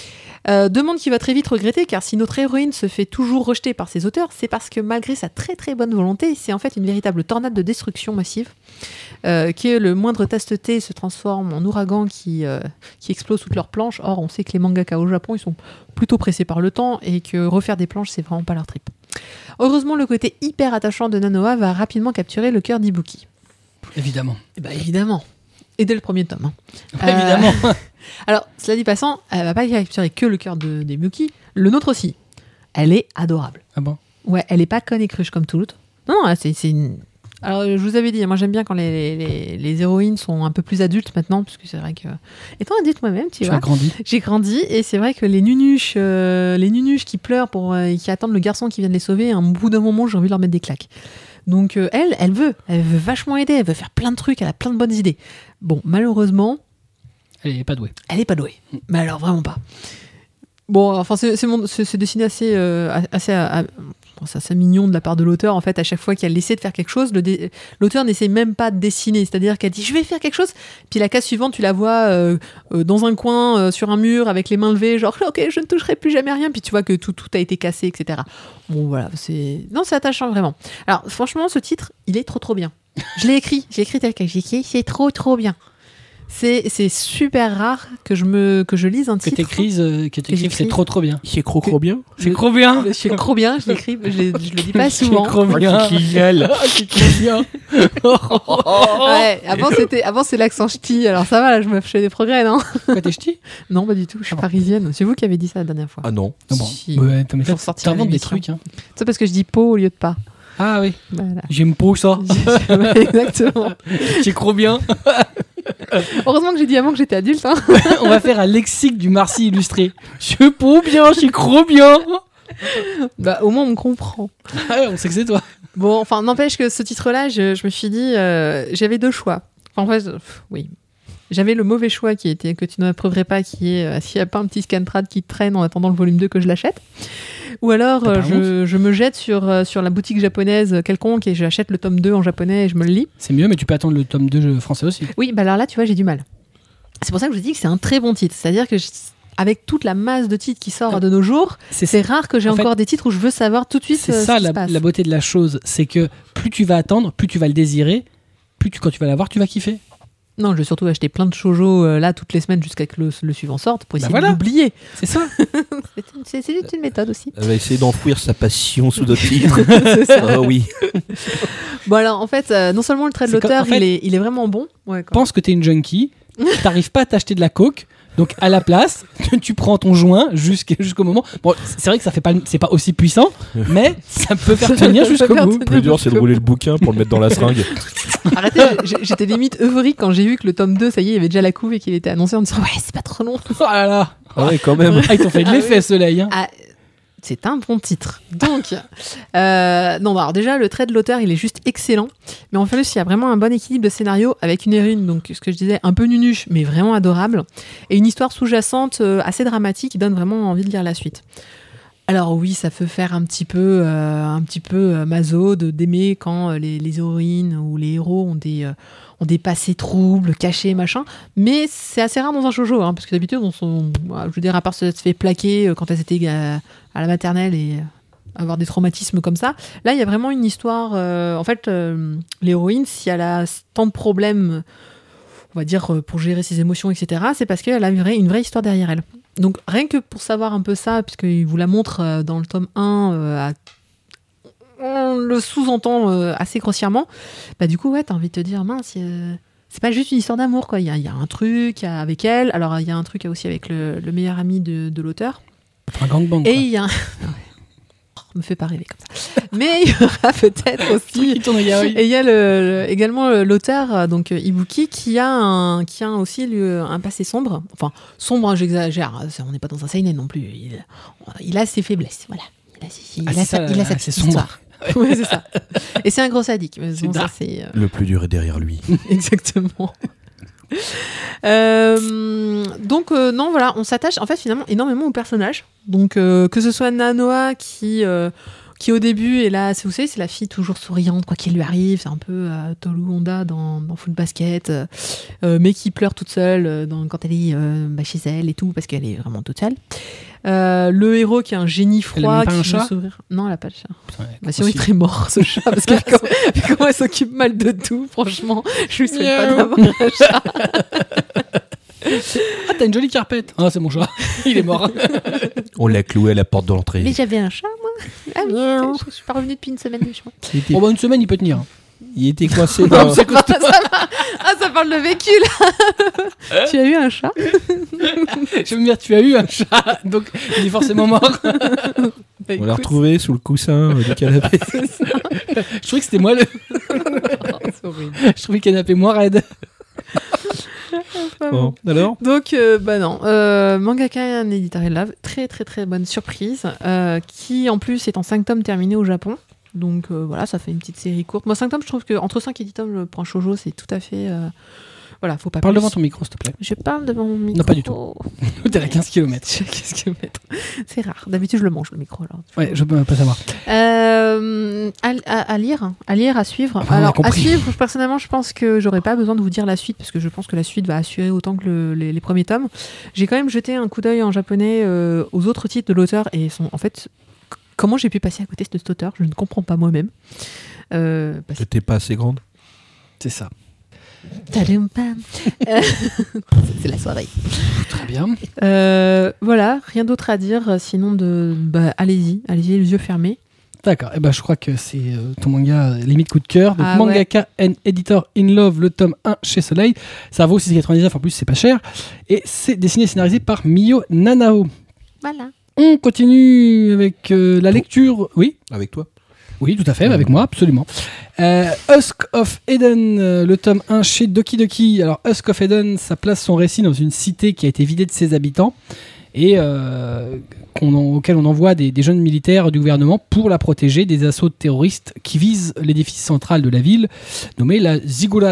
Euh, demande qui va très vite regretter, car si notre héroïne se fait toujours rejeter par ses auteurs, c'est parce que malgré sa très très bonne volonté, c'est en fait une véritable tornade de destruction massive, euh, qui est le moindre tasse-thé se transforme en ouragan qui, euh, qui explose toutes leurs planches. Or, on sait que les mangaka au Japon, ils sont plutôt pressés par le temps et que refaire des planches, c'est vraiment pas leur trip. Heureusement, le côté hyper attachant de Nanoha va rapidement capturer le cœur d'Ibuki. Évidemment. Et bah évidemment. Et dès le premier tome. Hein. Euh... Évidemment. Alors, cela dit passant, elle va pas capturer que le cœur de, d'Ibuki, le nôtre aussi. Elle est adorable. Ah bon? Ouais, elle est pas conne et cruche comme tout l'autre. Non, non, c'est, c'est une... Alors, je vous avais dit, moi j'aime bien quand les, les, les héroïnes sont un peu plus adultes maintenant, parce que c'est vrai que... Étant adulte moi-même, tu, tu vois. as grandi. J'ai grandi, et c'est vrai que les nunuches, euh, les nunuches qui pleurent pour, euh, qui attendent le garçon qui vient de les sauver, à un bout d'un moment, j'ai envie de leur mettre des claques. Donc euh, elle, elle veut, elle veut vachement aider, elle veut faire plein de trucs, elle a plein de bonnes idées. Bon, malheureusement... Elle est pas douée. Elle est pas douée, mais alors vraiment pas. Bon, enfin, c'est, c'est, mon, c'est, c'est dessiné assez, euh, assez, à, à, c'est assez mignon de la part de l'auteur. En fait, à chaque fois qu'elle essaie de faire quelque chose, le dé, l'auteur n'essaie même pas de dessiner. C'est-à-dire qu'elle dit « je vais faire quelque chose », puis la case suivante, tu la vois euh, euh, dans un coin, euh, sur un mur, avec les mains levées, genre « ok, je ne toucherai plus jamais rien », puis tu vois que tout, tout a été cassé, et cetera. Bon, voilà, c'est... Non, c'est attachant, vraiment. Alors, franchement, ce titre, il est trop, trop bien. Je l'ai écrit, j'ai écrit tel quel, j'ai écrit « c'est trop, trop bien ». C'est, c'est super rare que je, me, que je lise un que titre. T'écrives, euh, que t'écrives, c'est trop trop bien. C'est trop trop bien. C'est trop bien. C'est trop bien, je l'écris, je, je le dis pas souvent. C'est trop bien. C'est génial. C'est trop bien. Ouais, avant, c'était, avant c'est l'accent ch'ti, alors ça va, là je me fais des progrès, non? Quoi, t'es ch'ti? Non, pas du tout, je suis Ah bon. parisienne. C'est vous qui avez dit ça la dernière fois. Ah non. Ah bon. Si. Ouais, t'as, mais Pour t'as, sortir t'inventes des l'émission. trucs. Hein. C'est parce que je dis pot au lieu de pas. Ah oui. Voilà. J'aime pas ça. Exactement. C'est trop bien. Heureusement que j'ai dit avant que j'étais adulte. Hein. On va faire un lexique du Marcy illustré. C'est pas bien, c'est trop bien. Bah, au moins on me comprend. Ah, on sait que c'est toi. Bon, enfin, n'empêche que ce titre-là, je, je me suis dit, euh, j'avais deux choix. Enfin, en fait, euh, oui. J'avais le mauvais choix qui était que tu n'approuverais pas, qui est euh, s'il n'y a pas un petit scantrad qui traîne en attendant le volume deux que je l'achète. Ou alors euh, je, je me jette sur, euh, sur la boutique japonaise quelconque et j'achète le tome deux en japonais et je me le lis. C'est mieux, mais tu peux attendre le tome deux français aussi. Oui, bah alors là, tu vois, j'ai du mal. C'est pour ça que je vous dis que c'est un très bon titre. C'est-à-dire que je, avec toute la masse de titres qui sort de nos jours, c'est, c'est rare que j'ai encore fait, des titres où je veux savoir tout de suite c'est euh, ça ce qui la, se passe. La beauté de la chose, c'est que plus tu vas attendre, plus tu vas le désirer, plus tu, quand tu vas l'avoir, tu vas kiffer. Non, je vais surtout acheter plein de shoujo euh, là toutes les semaines jusqu'à ce que le, le suivant sorte pour essayer bah voilà. de l'oublier. C'est ça. c'est, une, c'est, c'est une méthode aussi. Elle va essayer d'enfouir sa passion sous d'autres titres. C'est ça. Oh oui. Bon alors en fait, euh, non seulement le trait de c'est l'auteur, en fait, il, est, il est vraiment bon. Ouais, pense que t'es une junkie, t'arrives pas à t'acheter de la coke. Donc à la place, tu prends ton joint jusqu'au moment. Bon, c'est vrai que ça fait pas, c'est pas aussi puissant, mais ça peut faire tenir jusqu'au bout. Le plus dur, c'est de rouler le bouquin pour le mettre dans la seringue. Arrêtez, j'étais limite euphorique quand j'ai vu que le tome deux, ça y est, il y avait déjà la couve et qu'il était annoncé en disant ouais, c'est pas trop long. Oh là là. Ah ouais, quand même. Ah, ils t'ont fait de l'effet, soleil. Hein. Ah, c'est un bon titre. Donc, euh, non, alors déjà, le trait de l'auteur, il est juste excellent. Mais en plus, il y a vraiment un bon équilibre de scénario avec une héroïne, donc ce que je disais, un peu nunuche, mais vraiment adorable. Et une histoire sous-jacente euh, assez dramatique qui donne vraiment envie de lire la suite. Alors oui, ça peut faire un petit peu, euh, un petit peu euh, maso de, d'aimer quand euh, les, les héroïnes ou les héros ont des, euh, ont des passés troubles, cachés, machin. Mais c'est assez rare dans un shoujo, hein, parce que d'habitude, on sont, je veux dire, à part se fait plaquer quand elles étaient à, à la maternelle et avoir des traumatismes comme ça. Là, il y a vraiment une histoire. Euh, en fait, euh, l'héroïne, si elle a tant de problèmes, on va dire, pour gérer ses émotions, et cetera, c'est parce qu'elle a une vraie, une vraie histoire derrière elle. Donc rien que pour savoir un peu ça, puisqu'il vous la montre euh, dans le tome un, euh, à... on le sous-entend euh, assez grossièrement, bah du coup ouais, t'as envie de te dire mince, euh... c'est pas juste une histoire d'amour quoi, il y a, y a un truc y a avec elle, alors il y a un truc aussi avec le, le meilleur ami de, de l'auteur. Un gangbang. Et il y a un... me fait pas rêver comme ça. Mais il y aura peut-être aussi. Et il y a le, le, également l'auteur, donc Ibuki, qui a un, qui a aussi le, un passé sombre. Enfin, sombre, hein, j'exagère. On n'est pas dans un seinen non plus. Il, il a ses faiblesses. Voilà. Il a, il ah, a, sa, ça, il a sa petite histoire. Oui, c'est ça. Et c'est un gros sadique. Mais bon, ça, c'est, euh... Le plus dur est derrière lui. Exactement. Euh, donc euh, non voilà, on s'attache en fait finalement énormément au personnage. Donc euh, que ce soit Nanoha qui euh, qui au début est là, vous savez, c'est la fille toujours souriante, quoi qu'il lui arrive, c'est un peu euh, Tolu Honda dans, dans Full Basket, euh, euh, mais qui pleure toute seule euh, dans, quand elle est euh, bah, chez elle et tout, parce qu'elle est vraiment toute seule. Euh, le héros qui est un génie froid. Elle a même pas qui un veut chat s'ouvrir. Non, elle a pas de chat. Putain, Bah, sinon, il serait mort, ce chat, parce que comment, comment elle s'occupe mal de tout, franchement, je lui souhaite pas d'avoir un chat. Ah, t'as une jolie carpette. Ah, c'est mon chat. Il est mort. On l'a cloué à la porte de l'entrée. Mais j'avais un chat, moi. Ah oui, je, je suis pas revenue depuis une semaine de chez était... Oh, bah, une semaine, il peut tenir. Il était coincé dans... Non, c'est moi. Ah, ça parle de vécu, là. Tu as eu un chat? Je veux me dire, tu as eu un chat, donc il est forcément mort. Bah, on l'a retrouvé sous le coussin du canapé. Je trouvais que c'était moi le... Oh, c'est horrible. Je trouvais le canapé moins raide. Bon, alors Donc, euh, bah non. Euh, Mangaka and Editorial Love, très très très bonne surprise, euh, qui en plus est en cinq tomes terminés au Japon. Donc euh, voilà, ça fait une petite série courte. Moi, cinq tomes, je trouve qu'entre cinq et dix tomes, pour un shoujo, c'est tout à fait... Euh... Voilà, faut pas Parle plus. devant ton micro, s'il te plaît. Je parle devant mon micro. Non, pas du tout. T'es à quinze kilomètres. Je suis à quinze kilomètres. C'est rare. D'habitude, je le mange, le micro. Alors. Ouais, je peux pas savoir. Euh, à, à, à lire, à lire, à suivre. Enfin, alors, à suivre, personnellement, je pense que j'aurais pas besoin de vous dire la suite, parce que je pense que la suite va assurer autant que le, les, les premiers tomes. J'ai quand même jeté un coup d'œil en japonais euh, aux autres titres de l'auteur, et sont, en fait, comment j'ai pu passer à côté de cet auteur, je ne comprends pas moi-même. Euh, parce... Que t'es pas assez grande. C'est ça. euh, c'est la soirée. Très bien. Euh, voilà, rien d'autre à dire, sinon de bah, allez-y, allez-y les yeux fermés. D'accord, et ben je crois que c'est euh, ton manga euh, limite coup de cœur. Donc Ah, Mangaka and Editor in Love, le tome un chez Soleil. Ça vaut six quatre-vingt-dix-neuf, en plus c'est pas cher. Et c'est dessiné et scénarisé par Mio Nanao. Voilà. On continue avec euh, la lecture. Oui. Avec toi Oui, tout à fait, avec moi, absolument. Euh, Husk of Eden, euh, le tome un chez Doki Doki. Alors, Husk of Eden, ça place son récit dans une cité qui a été vidée de ses habitants et euh, qu'on en, auquel on envoie des, des jeunes militaires du gouvernement pour la protéger des assauts de terroristes qui visent l'édifice central de la ville, nommé la Ziggurat.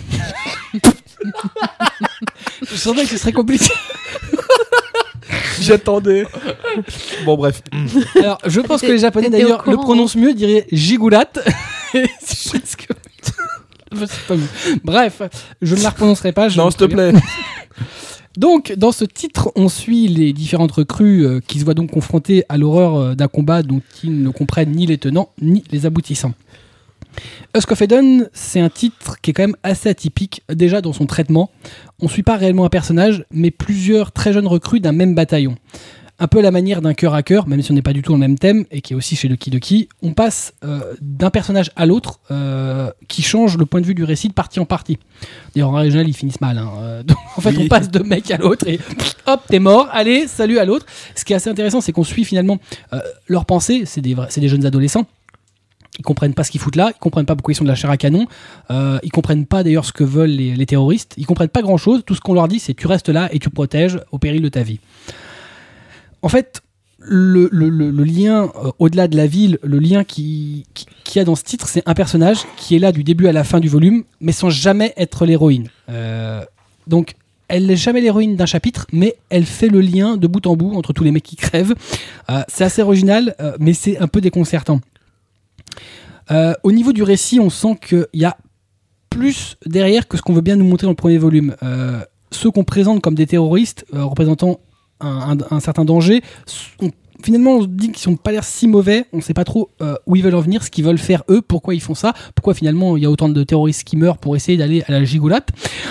Je savais que ce serait compliqué. J'attendais. Bon, bref. Alors, je pense que les Japonais, T'étais au d'ailleurs, le courant, prononcent mieux, diraient Gigoulat. C'est presque... C'est pas mieux. Bref, je ne la reprononcerai pas. Je Non, me s'il te préviens. plaît. Donc, dans ce titre, on suit les différentes recrues euh, qui se voient donc confrontées à l'horreur euh, d'un combat dont ils ne comprennent ni les tenants ni les aboutissants. Husk of Eden, c'est un titre qui est quand même assez atypique, déjà dans son traitement. On ne suit pas réellement un personnage, mais plusieurs très jeunes recrues d'un même bataillon. Un peu à la manière d'un cœur à cœur, même si on n'est pas du tout dans le même thème, et qui est aussi chez Doki Doki, on passe euh, d'un personnage à l'autre, euh, qui change le point de vue du récit de partie en partie. D'ailleurs, en régional, ils finissent mal. Hein. Euh, donc, en fait, Oui. on passe de mec à l'autre, et hop, t'es mort, allez, salut à l'autre. Ce qui est assez intéressant, c'est qu'on suit finalement euh, leurs pensées, c'est des, vrais, c'est des jeunes adolescents. Ils comprennent pas ce qu'ils foutent là, ils comprennent pas pourquoi ils sont de la chair à canon, euh, ils comprennent pas d'ailleurs ce que veulent les, les terroristes, ils comprennent pas grand chose, tout ce qu'on leur dit c'est tu restes là et tu protèges au péril de ta vie. En fait, le, le, le, le lien euh, au-delà de la ville, le lien qui, qui, qu'il y a dans ce titre, c'est un personnage qui est là du début à la fin du volume, mais sans jamais être l'héroïne. Euh, donc, elle n'est jamais l'héroïne d'un chapitre, mais elle fait le lien de bout en bout entre tous les mecs qui crèvent. Euh, c'est assez original, euh, mais c'est un peu déconcertant. Euh, au niveau du récit, on sent qu'il y a plus derrière que ce qu'on veut bien nous montrer dans le premier volume. Euh, ceux qu'on présente comme des terroristes euh, représentant un, un, un certain danger, on, finalement on se dit qu'ils n'ont pas l'air si mauvais, on ne sait pas trop euh, où ils veulent en venir, ce qu'ils veulent faire eux, pourquoi ils font ça, pourquoi finalement il y a autant de terroristes qui meurent pour essayer d'aller à la gigoulate.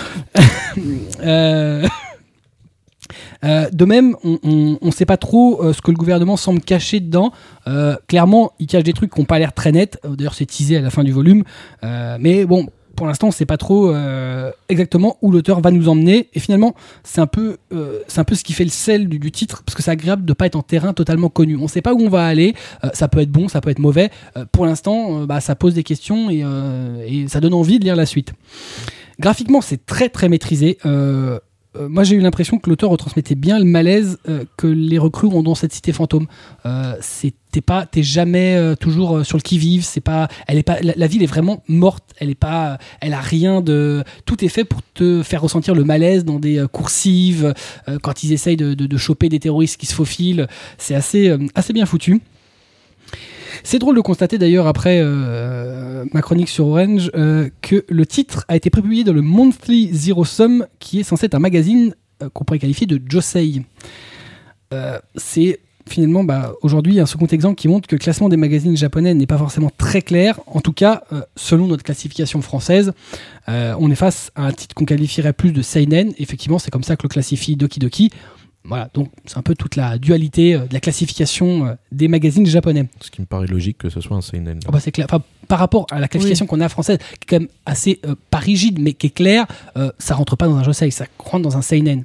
euh... Euh, de même, on ne sait pas trop euh, ce que le gouvernement semble cacher dedans. Euh, clairement, il cache des trucs qui n'ont pas l'air très nets. Euh, d'ailleurs, c'est teasé à la fin du volume. Euh, mais bon, pour l'instant, on ne sait pas trop euh, exactement où l'auteur va nous emmener. Et finalement, c'est un peu, euh, c'est un peu ce qui fait le sel du, du titre, parce que c'est agréable de ne pas être en terrain totalement connu. On ne sait pas où on va aller. Euh, ça peut être bon, ça peut être mauvais. Euh, pour l'instant, euh, bah, ça pose des questions et, euh, et ça donne envie de lire la suite. Graphiquement, c'est très très maîtrisé. Euh, Moi, j'ai eu l'impression que l'auteur retransmettait bien le malaise euh, que les recrues ont dans cette cité fantôme. Euh, c'est, t'es pas, t'es jamais euh, toujours euh, sur le qui-vive. C'est pas, elle est pas, la, la ville est vraiment morte. Elle est pas, elle a rien de. Tout est fait pour te faire ressentir le malaise dans des euh, coursives euh, quand ils essayent de, de, de choper des terroristes qui se faufilent. C'est assez, euh, assez bien foutu. C'est drôle de constater d'ailleurs après euh, ma chronique sur Orange euh, que le titre a été prépublié dans le Monthly Zero Sum, qui est censé être un magazine euh, qu'on pourrait qualifier de josei. Euh, c'est finalement bah, aujourd'hui un second exemple qui montre que le classement des magazines japonais n'est pas forcément très clair. En tout cas, euh, selon notre classification française, euh, on est face à un titre qu'on qualifierait plus de seinen. Effectivement, c'est comme ça que le classifie Doki Doki. Voilà, donc c'est un peu toute la dualité euh, de la classification euh, des magazines japonais. Ce qui me paraît logique que ce soit un seinen. Oh bah c'est clair. Enfin, par rapport à la classification oui. qu'on a française, qui est quand même assez euh, pas rigide, mais qui est claire, euh, ça rentre pas dans un josei, ça rentre dans un seinen.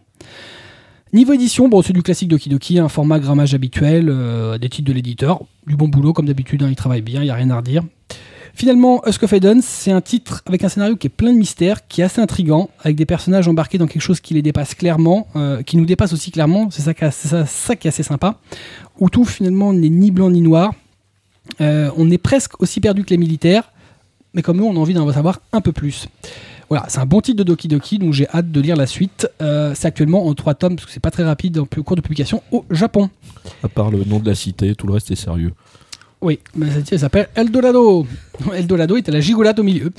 Niveau édition, bon, c'est du classique Doki Doki, un format grammage habituel, euh, des titres de l'éditeur, du bon boulot comme d'habitude, hein, il travaille bien, il n'y a rien à redire. Finalement, Husk of Eden, c'est un titre avec un scénario qui est plein de mystères, qui est assez intriguant, avec des personnages embarqués dans quelque chose qui les dépasse clairement, euh, qui nous dépasse aussi clairement, c'est ça, c'est ça, ça qui est assez sympa, où tout finalement n'est ni blanc ni noir. Euh, on est presque aussi perdu que les militaires, mais comme eux, on a envie d'en savoir un peu plus. Voilà, c'est un bon titre de Doki Doki, donc j'ai hâte de lire la suite. Euh, c'est actuellement en trois tomes, parce que c'est pas très rapide, en cours de publication au Japon. À part le nom de la cité, tout le reste est sérieux. Oui, mais ça s'appelle Eldorado. Eldorado est à la gigolade au milieu.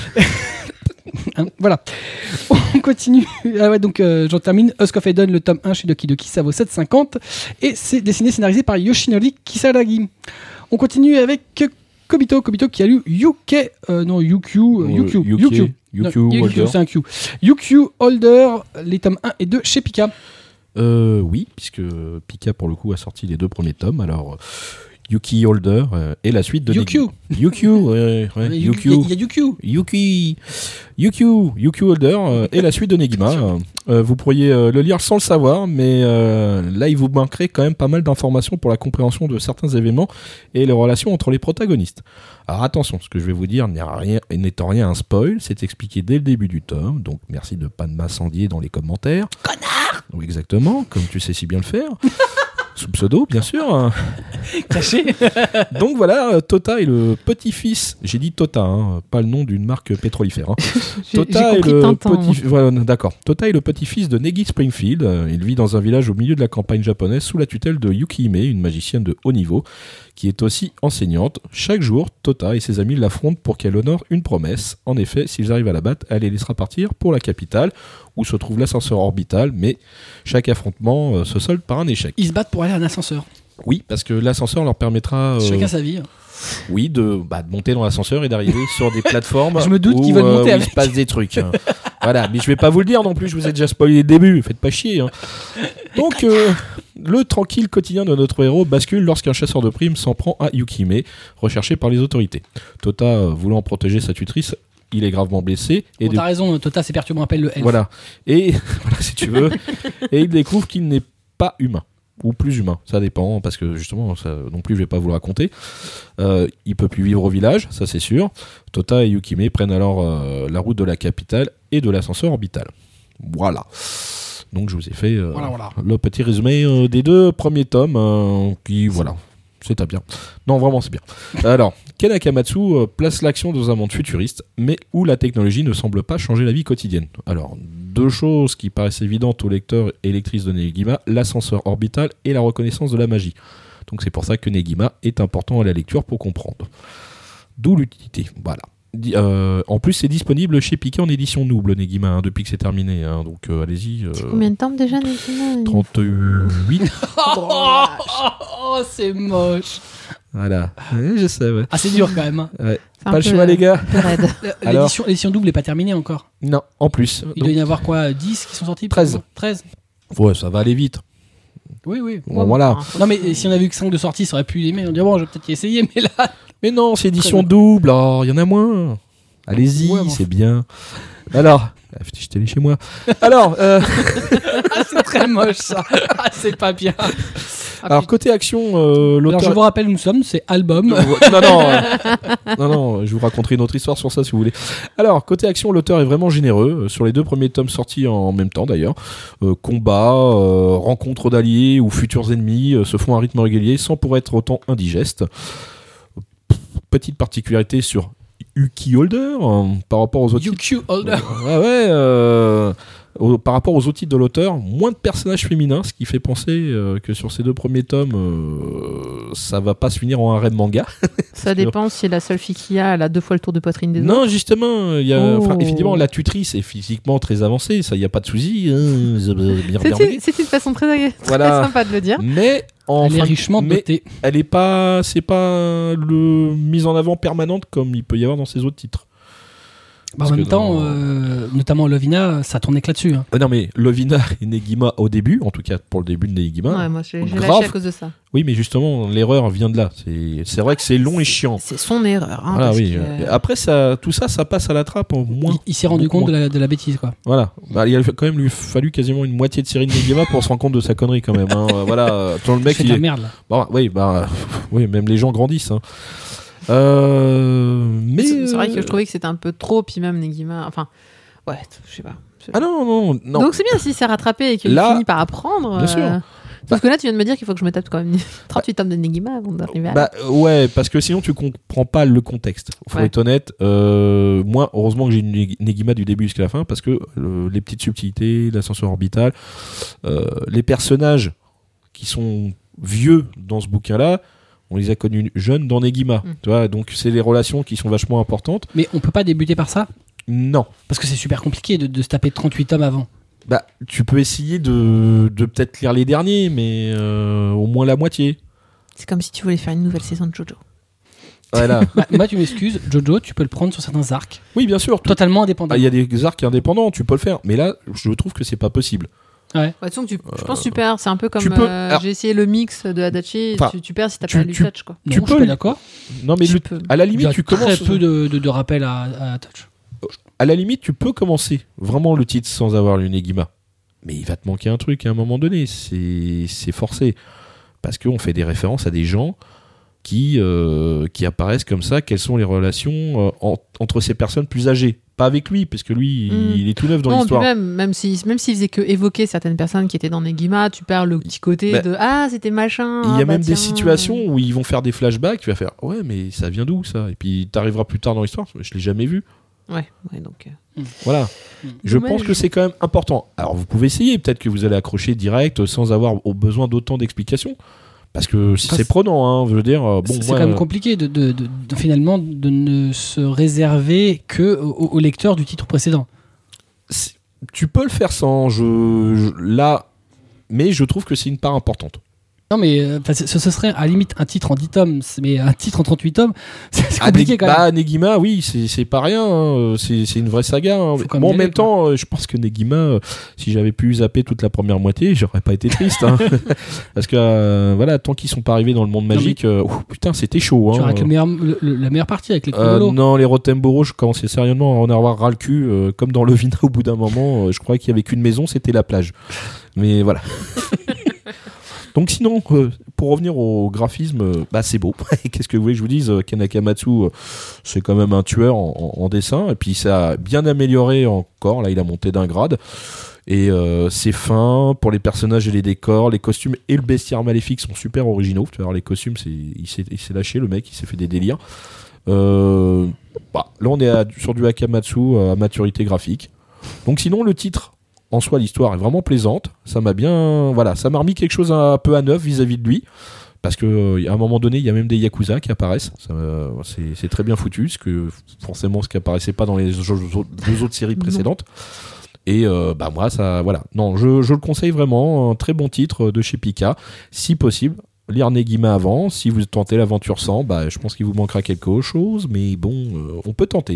Hein, voilà. On continue. Ah ouais, donc euh, j'en termine. Husk of Eden, le tome un chez Doki Doki, ça vaut sept euros cinquante. Et c'est dessiné, scénarisé par Yoshinori Kisaragi. On continue avec Kobito. Kobito qui a lu Yuke. Euh, non, Yukyu. Euh, Yukyu. Euh, Yukyu. Yukyu. Non, Yukyu, c'est un Q. Yukyu Holder, les tomes un et deux chez Pika. Euh, oui, puisque Pika, pour le coup, a sorti les deux premiers tomes. Alors. Yuki Holder euh, et la suite de Yukyu. Yukyu, ouais, ouais. Yukyu. Il y a Yukyu. Yuki. Yukyu. Yukyu Holder euh, et la suite de Negima. Euh, vous pourriez euh, le lire sans le savoir, mais euh, là, il vous manquerait quand même pas mal d'informations pour la compréhension de certains événements et les relations entre les protagonistes. Alors attention, ce que je vais vous dire n'est rien, n'étant rien un spoil, c'est expliqué dès le début du tome, donc merci de pas m'incendier dans les commentaires. Connard. Oui, exactement, comme tu sais si bien le faire. Sous pseudo, bien sûr. Caché. Donc voilà, Tota est le petit-fils. J'ai dit Tota, hein, pas le nom d'une marque pétrolifère. Hein. j'ai, Tota j'ai est le Tintin, petit. Voilà, d'accord. Tota est le petit-fils de Negi Springfield. Il vit dans un village au milieu de la campagne japonaise sous la tutelle de Yukihime, une magicienne de haut niveau, qui est aussi enseignante. Chaque jour, Tota et ses amis l'affrontent pour qu'elle honore une promesse. En effet, s'ils arrivent à la battre, elle les laissera partir pour la capitale, où se trouve l'ascenseur orbital, mais chaque affrontement euh, se solde par un échec. Ils se battent pour aller à un ascenseur. Oui, parce que l'ascenseur leur permettra... Euh, Chacun sa vie. Oui, de, bah, de monter dans l'ascenseur et d'arriver sur des plateformes. Je me doute où, qu'ils veulent monter euh, où avec. il se passe des trucs. Hein. Voilà, mais je vais pas vous le dire non plus, je vous ai déjà spoilé le début, faites pas chier. Hein. Donc, euh, le tranquille quotidien de notre héros bascule lorsqu'un chasseur de primes s'en prend à Yukihime, recherché par les autorités. Tota, euh, voulant protéger sa tutrice, il est gravement blessé. Et Bon, de... T'as raison, Tota, c'est perturbant, appelle le elfe. Voilà. Et, voilà, si tu veux. Et il découvre qu'il n'est pas humain. Ou plus humain, ça dépend, parce que justement, ça non plus je vais pas vous le raconter. Euh, il peut plus vivre au village, ça c'est sûr. Tota et Yukihime prennent alors euh, la route de la capitale et de l'ascenseur orbital. Voilà. Donc je vous ai fait euh, voilà, voilà. le petit résumé euh, des deux premiers tomes, euh, qui voilà, c'est à bien. Non, vraiment c'est bien. Alors, Ken Akamatsu euh, place l'action dans un monde futuriste, mais où la technologie ne semble pas changer la vie quotidienne. Alors, deux choses qui paraissent évidentes aux lecteurs et lectrices de Negima, l'ascenseur orbital et la reconnaissance de la magie. Donc c'est pour ça que Negima est important à la lecture pour comprendre. D'où l'utilité. Voilà. Euh, en plus, c'est disponible chez Pika en édition double, Negima, hein, depuis que c'est terminé. Hein, donc euh, allez-y. Euh, c'est combien de temps déjà, Negima? trente-huit. Oh, oh, c'est moche. Voilà. Oui, je sais, ouais. Ah, c'est dur quand même. Hein. Ouais. Pas le chemin, les gars. L'édition, l'édition double n'est pas terminée encore. Non, en plus. Il donc... doit y en avoir quoi, dix qui sont sortis? treize. treize. Ouais, ça va aller vite. Oui, oui. Bon, voilà. Non, mais si on avait eu que cinq de sortie, ça aurait pu l'aimer. On dirait, bon, je vais peut-être y essayer, mais là. Mais non, c'est édition double. Il y en a moins. Allez-y, ouais, bon. C'est bien. Alors. Je t'ai chez moi. Alors. Euh... ah, c'est très moche, ça. Ah, c'est pas bien. Alors, côté action, euh, l'auteur... Alors, je vous rappelle où nous sommes, c'est Album. Non, non, euh... non, non, je vous raconterai une autre histoire sur ça si vous voulez. Alors, côté action, l'auteur est vraiment généreux. Sur les deux premiers tomes sortis en même temps d'ailleurs, euh, combats, euh, rencontres d'alliés ou futurs ennemis euh, se font à un rythme régulier sans pour être autant indigeste. Petite particularité sur Yuki Holder euh, par rapport aux autres. Yuki Holder. Ouais, ouais. Euh... au, par rapport aux autres titres de l'auteur, moins de personnages féminins, ce qui fait penser euh, que sur ces deux premiers tomes, euh, ça va pas se finir en harem manga. Ça dépend si la seule fille qu'il y a, elle a deux fois le tour de poitrine des autres. Non, justement, il y a, Oh. enfin, évidemment, la tutrice est physiquement très avancée, ça, il n'y a pas de souci. Hein, ça va bien C'est regarder. une, c'est une façon très, très Voilà. sympa de le dire. Mais en Elle est fin- richement mais dotée. elle est pas, c'est pas le mise en avant permanente comme il peut y avoir dans ces autres titres. Bah, en Parce même que temps, dans- euh, notamment Lovina, ça tournait que là-dessus. Hein. Euh, non mais Lovina et Negima au début, en tout cas pour le début de Negima. Ouais, moi j'ai j'ai grave. lâché à cause de ça. Oui, mais justement l'erreur vient de là. C'est, c'est vrai que c'est long et chiant. C'est son erreur. Hein, Voilà, parce oui. que- Après ça, tout ça, ça passe à la trappe en moins. Il, il s'est rendu beaucoup compte de moins. la, de la bêtise, quoi. Voilà. Bah, il a quand même lui fallu quasiment une moitié de série de Negima pour se rendre compte de sa connerie quand même. Hein. Euh, voilà. euh, Tant le Il mec, fait il de la est... merde, là. Bon, oui, bah, oui, même les gens grandissent. Hein. Euh, mais C'est c'est vrai que euh, je trouvais que c'était un peu trop, puis même Negima. Enfin, ouais, je sais pas. Ah non, non, non. Donc c'est bien si c'est rattrapé et qu'il Là- finit par apprendre. Bien sûr. Parce que là, tu viens de me dire qu'il faut que je me tape quand même trente-huit tomes de Negima avant d'arriver à. Bah euh, ouais, parce que sinon tu comprends pas le contexte. Faut Ouais. être honnête. Euh, moi, heureusement que j'ai une Neg- Negima du début jusqu'à la fin, parce que euh, les petites subtilités, l'ascenseur orbital, euh, les personnages qui sont vieux dans ce bouquin-là, on les a connus jeunes dans Negima. Mm. Tu vois, donc c'est les relations qui sont vachement importantes. Mais on peut pas débuter par ça Non. parce que c'est super compliqué de, de se taper trente-huit tomes avant. Bah, tu peux essayer de, de peut-être lire les derniers, mais euh, au moins la moitié. C'est comme si tu voulais faire une nouvelle saison de JoJo. Voilà. Bah, moi, tu m'excuses, Jojo, tu peux le prendre sur certains arcs, Oui, bien sûr. tout- totalement indépendant. Ah, il y a des arcs indépendants, tu peux le faire. Mais là, je trouve que c'est pas possible. Ouais, de toute façon, tu, je pense que tu perds. C'est un peu comme tu peux- euh, alors- j'ai essayé le mix de Adachi. Enfin, tu, tu perds si t'as tu- pas lu tu- Touch, quoi. Non, tu je peux suis pas le- d'accord. Non, mais Tu le- peux. à la Il y limite, a tu très commences. peu de, de, de rappels à, à Touch. À la limite, tu peux commencer vraiment le titre sans avoir lu Negima. Mais il va te manquer un truc à un moment donné. C'est, c'est forcé. Parce qu'on fait des références à des gens qui, euh, qui apparaissent comme ça. Quelles sont les relations euh, en- entre ces personnes plus âgées? Pas avec lui, parce que lui, Mm. il, il est tout neuf dans Non, puis l'histoire. même, même s'il même s'il faisait que évoquer certaines personnes qui étaient dans Negima, tu perds le petit côté Bah, de ah, c'était machin. Il y ah, a bah même des tiens. situations où ils vont faire des flashbacks. Tu vas faire ouais, mais ça vient d'où ça? Et puis t'arriveras plus tard dans l'histoire. Je l'ai jamais vu. Ouais, ouais, donc. euh, Voilà. Mm. Je Dommage. pense que c'est quand même important. Alors vous pouvez essayer, peut-être que vous allez accrocher direct sans avoir au besoin d'autant d'explications. Parce que si Parce- c'est prenant, hein, je veux dire, euh, bon, c'est moi, quand même euh, compliqué de, de, de- de- finalement de ne se réserver que au, au lecteur du titre précédent. c'est- tu peux le faire sans, je, je- là, mais je trouve que c'est une part importante. Non, mais euh, enfin, ce, ce serait à la limite un titre en dix tomes, c'est- mais un titre en trente-huit tomes, c'est c'est Ah, compliqué Neg- quand même. bah, Negima, oui, c'est c'est pas rien, hein, c'est c'est une vraie saga. hein. Faut quand même Bon, y en aller, même temps, euh, je pense que Negima, euh, si j'avais pu zapper toute la première moitié, j'aurais pas été triste. hein. Parce que, euh, voilà, tant qu'ils sont pas arrivés dans le monde mais- magique, euh, ouf, putain, c'était chaud. Tu hein. auras avec le meilleur, le- le- la meilleure partie avec les Euh, Cololos. non, les Rotenboro, je commençais sérieusement à en avoir ras le cul. euh, comme dans Lovina, au bout d'un moment, euh, je croyais qu'il y avait qu'une maison, c'était la plage. Mais voilà. Donc sinon, euh, pour revenir au graphisme, euh, bah c'est beau. Qu'est-ce que vous voulez que je vous dise? euh, Ken Akamatsu, euh, c'est quand même un tueur en, en- en dessin. Et puis ça a bien amélioré encore. Là, il a monté d'un grade. Et euh, c'est fin pour les personnages et les décors. Les costumes et le bestiaire maléfique sont super originaux. Tu vas voir, les costumes, c'est, il, s'est, il s'est lâché, le mec, il s'est fait des délires. Euh, bah, là, on est à- sur du Akamatsu euh, à maturité graphique. Donc sinon, le titre, en soi, l'histoire est vraiment plaisante. Ça m'a bien, voilà, ça m'a remis quelque chose un peu à neuf vis-à-vis de lui. Parce que euh, à un moment donné, il y a même des Yakuza qui apparaissent. Ça, euh, c'est, c'est très bien foutu, ce que forcément ce qui apparaissait pas dans les jo- jo- deux autres séries précédentes. Et euh, bah moi, ça, voilà. Non, je, je le conseille vraiment. Un très bon titre de chez Pika, si possible. Lire Negima avant. Si vous tentez l'aventure sans, bah je pense qu'il vous manquera quelque chose, mais bon, euh, on peut tenter.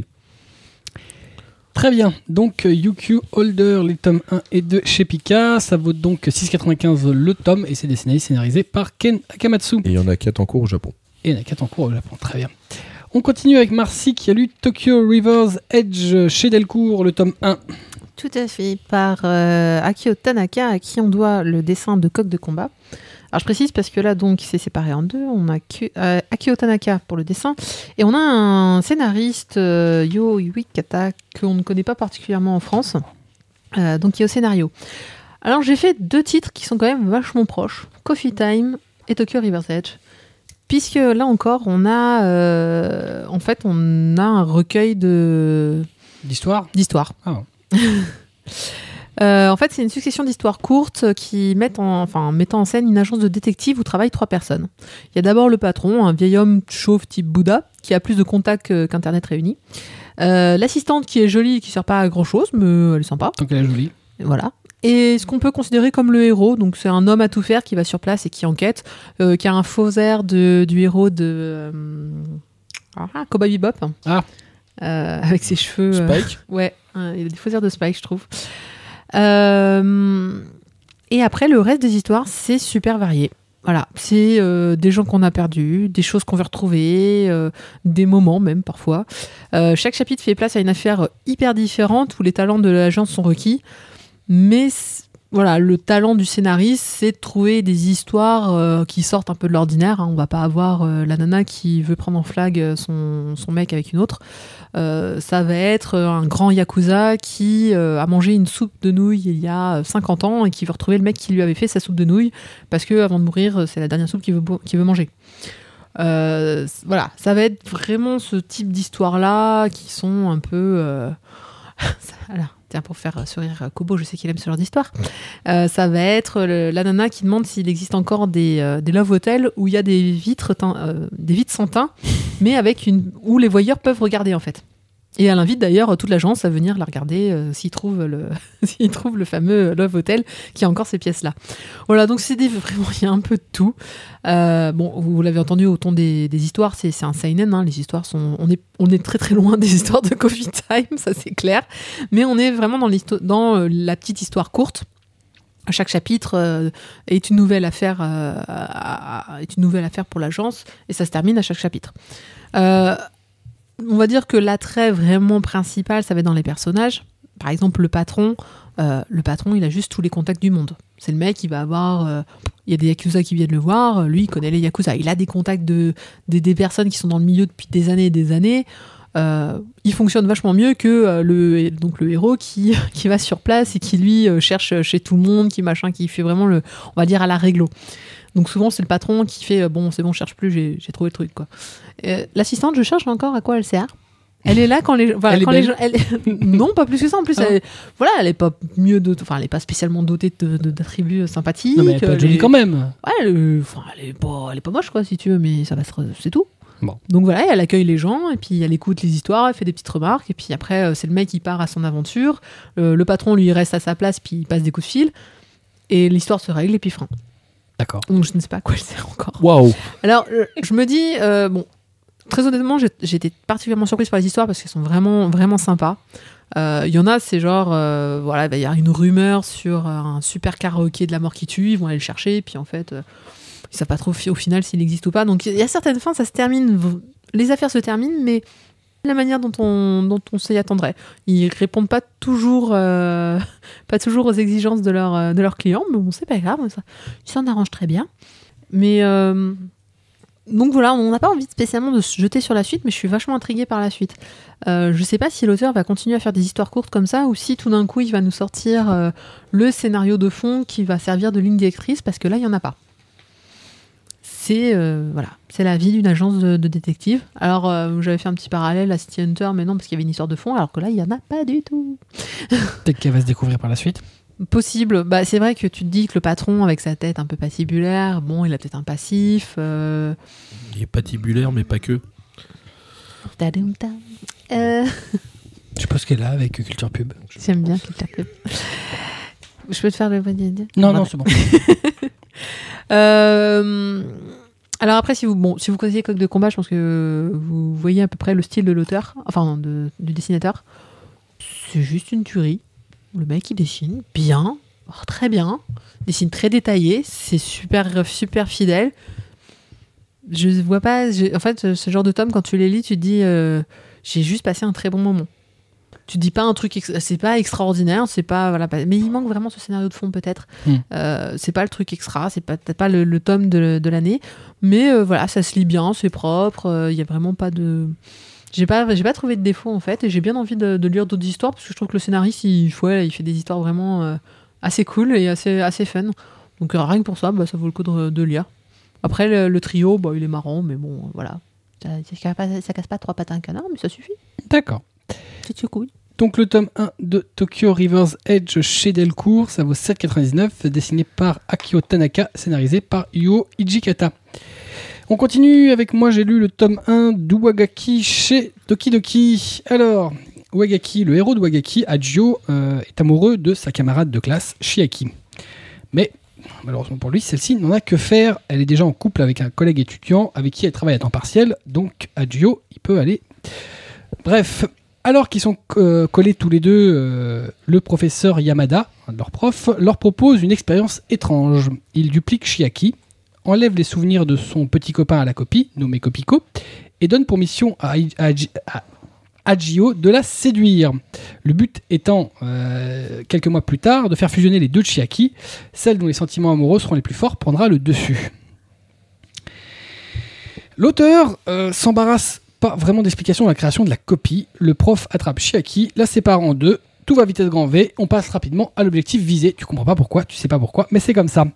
Très bien. Donc, euh, U Q Holder, les tomes un et deux chez Pika. Ça vaut donc six quatre-vingt-quinze le tome et c'est dessiné et scénarisé par Ken Akamatsu. Et il y en a quatre en cours au Japon. Et il y en a quatre en cours au Japon. Très bien. On continue avec Marcy qui a lu Tokyo River's Edge chez Delcourt, le tome un. Tout à fait, par euh, Akio Tanaka, à qui on doit le dessin de Coq de combat. Alors je précise parce que là, donc, il s'est séparé en deux. On a Ki- euh, Akio Tanaka pour le dessin et on a un scénariste, euh, Yo Uikata, qu'on ne connaît pas particulièrement en France, euh, donc qui est au scénario. Alors j'ai fait deux titres qui sont quand même vachement proches, Coffee Time et Tokyo River's Edge. Puisque là encore, on a, euh, en fait, on a un recueil de D'histoire d'histoires. Ah. Euh, en fait, c'est une succession d'histoires courtes qui mettent en, enfin, mettant en scène une agence de détectives où travaillent trois personnes. Il y a d'abord le patron, un vieil homme chauve type Bouddha, qui a plus de contacts qu'Internet réuni. Euh, l'assistante qui est jolie et qui sert pas à grand chose, mais elle est sympa. Tant qu'elle est jolie. Voilà. Et ce qu'on peut considérer comme le héros, donc c'est un homme à tout faire qui va sur place et qui enquête, euh, qui a un faux air de, du héros de euh, ah, Cowboy Bebop, Ah. euh, avec ses cheveux. Spike euh, Ouais, hein, il a des faux airs de Spike, je trouve. Euh, et après, le reste des histoires, c'est super varié. Voilà, c'est euh, des gens qu'on a perdus, des choses qu'on veut retrouver, euh, des moments même parfois. Euh, chaque chapitre fait place à une affaire hyper différente où les talents de l'agence sont requis. Mais voilà, le talent du scénariste, c'est de trouver des histoires euh, qui sortent un peu de l'ordinaire. Hein. On va pas avoir euh, la nana qui veut prendre en flag son, son mec avec une autre. Euh, ça va être un grand yakuza qui euh, a mangé une soupe de nouilles il y a cinquante ans et qui veut retrouver le mec qui lui avait fait sa soupe de nouilles parce que avant de mourir, c'est la dernière soupe qu'il veut, qu'il veut manger. Euh, voilà, ça va être vraiment ce type d'histoire-là qui sont un peu... Euh... voilà. Tiens, pour faire sourire Kobo, je sais qu'il aime ce genre d'histoire. Euh, ça va être le, la nana qui demande s'il existe encore des, euh, des love hotels où il y a des vitres, teint, euh, des vitres sans teint, mais avec une, où les voyeurs peuvent regarder en fait. Et elle invite d'ailleurs toute l'agence à venir la regarder euh, s'ils trouvent le, s'ils trouvent le fameux Love Hotel qui a encore ces pièces-là. Voilà, donc c'est des, vraiment, il y a un peu de tout. Euh, bon, vous l'avez entendu au ton des, des histoires, c'est, c'est un seinen, hein, les histoires sont, on est, on est très très loin des histoires de Coffee Time, ça c'est clair, mais on est vraiment dans, dans euh, la petite histoire courte. Chaque chapitre euh, est une nouvelle affaire, euh, est une nouvelle affaire pour l'agence et ça se termine à chaque chapitre. Euh, On va dire que l'attrait vraiment principal, ça va être dans les personnages. Par exemple, le patron, euh, le patron, il a juste tous les contacts du monde. C'est le mec qui va avoir... Euh, il y a des yakuza qui viennent le voir, lui, il connaît les yakuza. Il a des contacts de, de, des personnes qui sont dans le milieu depuis des années et des années. Euh, il fonctionne vachement mieux que euh, le, donc le héros qui, qui va sur place et qui, lui, euh, cherche chez tout le monde, qui machin, qui fait vraiment, le, on va dire, à la réglo. Donc souvent, c'est le patron qui fait « Bon, c'est bon, je cherche plus, j'ai, j'ai trouvé le truc. » quoi. Euh, l'assistante, je cherche encore à quoi elle sert. Elle est là quand les, voilà, elle quand est les gens... Elle... non, pas plus que ça. En plus, ah. elle, voilà, elle est pas mieux dotée, enfin, elle est pas spécialement dotée de, de, d'attributs sympathiques. Non, mais elle peut être jolie est... quand même. Ouais, elle, enfin, elle est pas, elle est pas moche, quoi, si tu veux, mais ça va être, c'est tout. Bon. Donc voilà, elle accueille les gens, et puis elle écoute les histoires, elle fait des petites remarques, et puis après, c'est le mec qui part à son aventure. Euh, le patron, lui, reste à sa place, puis il passe des coups de fil, et l'histoire se règle, et puis frein. D'accord. Donc je ne sais pas à quoi elle sert encore. Waouh. Alors, je me dis, euh, bon, très honnêtement, j'ai, j'ai été particulièrement surprise par les histoires parce qu'elles sont vraiment, vraiment sympas. Il euh, y en a, c'est genre, euh, voilà, il va y avoir une rumeur sur un super karaoké de la mort qui tue, ils vont aller le chercher, puis en fait, euh, ils savent pas trop au final s'il existe ou pas. Donc il y a certaines fins, ça se termine, les affaires se terminent, mais la manière dont on, dont on s'y attendrait. Ils répondent pas toujours, euh, pas toujours aux exigences de, leur, de leurs clients, mais bon, c'est pas grave, ça, ils s'en arrangent très bien. Mais euh, donc voilà, on n'a pas envie spécialement de se jeter sur la suite, mais je suis vachement intriguée par la suite. Euh, je sais pas si l'auteur va continuer à faire des histoires courtes comme ça, ou si tout d'un coup il va nous sortir euh, le scénario de fond qui va servir de ligne directrice, parce que là, il y en a pas. C'est, euh, voilà, c'est la vie d'une agence de, de détectives. Alors, euh, j'avais fait un petit parallèle à City Hunter, mais non, parce qu'il y avait une histoire de fond, alors que là, il n'y en a pas du tout. Peut-être qu'elle va se découvrir par la suite. Possible. Bah, c'est vrai que tu te dis que le patron, avec sa tête un peu patibulaire, bon, il a peut-être un passif. Euh... Il est patibulaire, mais pas que. Euh... Je sais pas ce qu'elle a avec Culture Pub. J'aime bien Culture Pub. Je peux te faire le... Non, non, c'est bon. Euh, alors après, si vous, bon, si vous connaissez Coq de combat, je pense que vous voyez à peu près le style de l'auteur, enfin de, du dessinateur. C'est juste une tuerie. Le mec, il dessine bien, très bien, il dessine très détaillé, c'est super, super fidèle. Je vois pas... En fait, ce genre de tome, quand tu les lis, tu te dis euh, j'ai juste passé un très bon moment. Tu dis pas un truc, ex- c'est pas extraordinaire, c'est pas, voilà, pas, mais il manque vraiment ce scénario de fond peut-être. Mm. Euh, c'est pas le truc extra, c'est pas, peut-être pas le, le tome de, de l'année, mais euh, voilà, ça se lit bien, c'est propre, il euh, y a vraiment pas de, j'ai pas, j'ai pas trouvé de défaut en fait, et j'ai bien envie de, de lire d'autres histoires parce que je trouve que le scénariste, il, ouais, il fait des histoires vraiment euh, assez cool et assez, assez fun. Donc euh, rien que pour ça, bah, ça vaut le coup de, de lire. Après le, le trio, bah, il est marrant, mais bon, voilà, ça, ça, ça, ça casse pas trois pattes à un canard, mais ça suffit. D'accord. C'est cool. Donc le tome un de Tokyo River's Edge chez Delcourt, ça vaut sept euros quatre-vingt-dix-neuf, dessiné par Akio Tanaka, scénarisé par Yuo Hijikata. On continue avec moi, j'ai lu le tome un d'Uwagaki chez Doki Doki. Alors, Uwagaki, le héros d'Uwagaki, Hajio, euh, est amoureux de sa camarade de classe, Chiaki. Mais, malheureusement pour lui, celle-ci n'en a que faire. Elle est déjà en couple avec un collègue étudiant avec qui elle travaille à temps partiel, donc Hajio, il peut aller. Bref, alors qu'ils sont euh, collés tous les deux, euh, le professeur Yamada, un de leurs profs, leur propose une expérience étrange. Il duplique Chiaki, enlève les souvenirs de son petit copain à la copie, nommé Kopiko, et donne pour mission à, à, à Hajio de la séduire. Le but étant, euh, quelques mois plus tard, de faire fusionner les deux Chiaki. Celle dont les sentiments amoureux seront les plus forts prendra le dessus. L'auteur euh, s'embarrasse pas vraiment d'explication de la création de la copie. Le prof attrape Chiaki, la sépare en deux, tout va à vitesse grand V, on passe rapidement à l'objectif visé. Tu comprends pas pourquoi, tu sais pas pourquoi, mais c'est comme ça.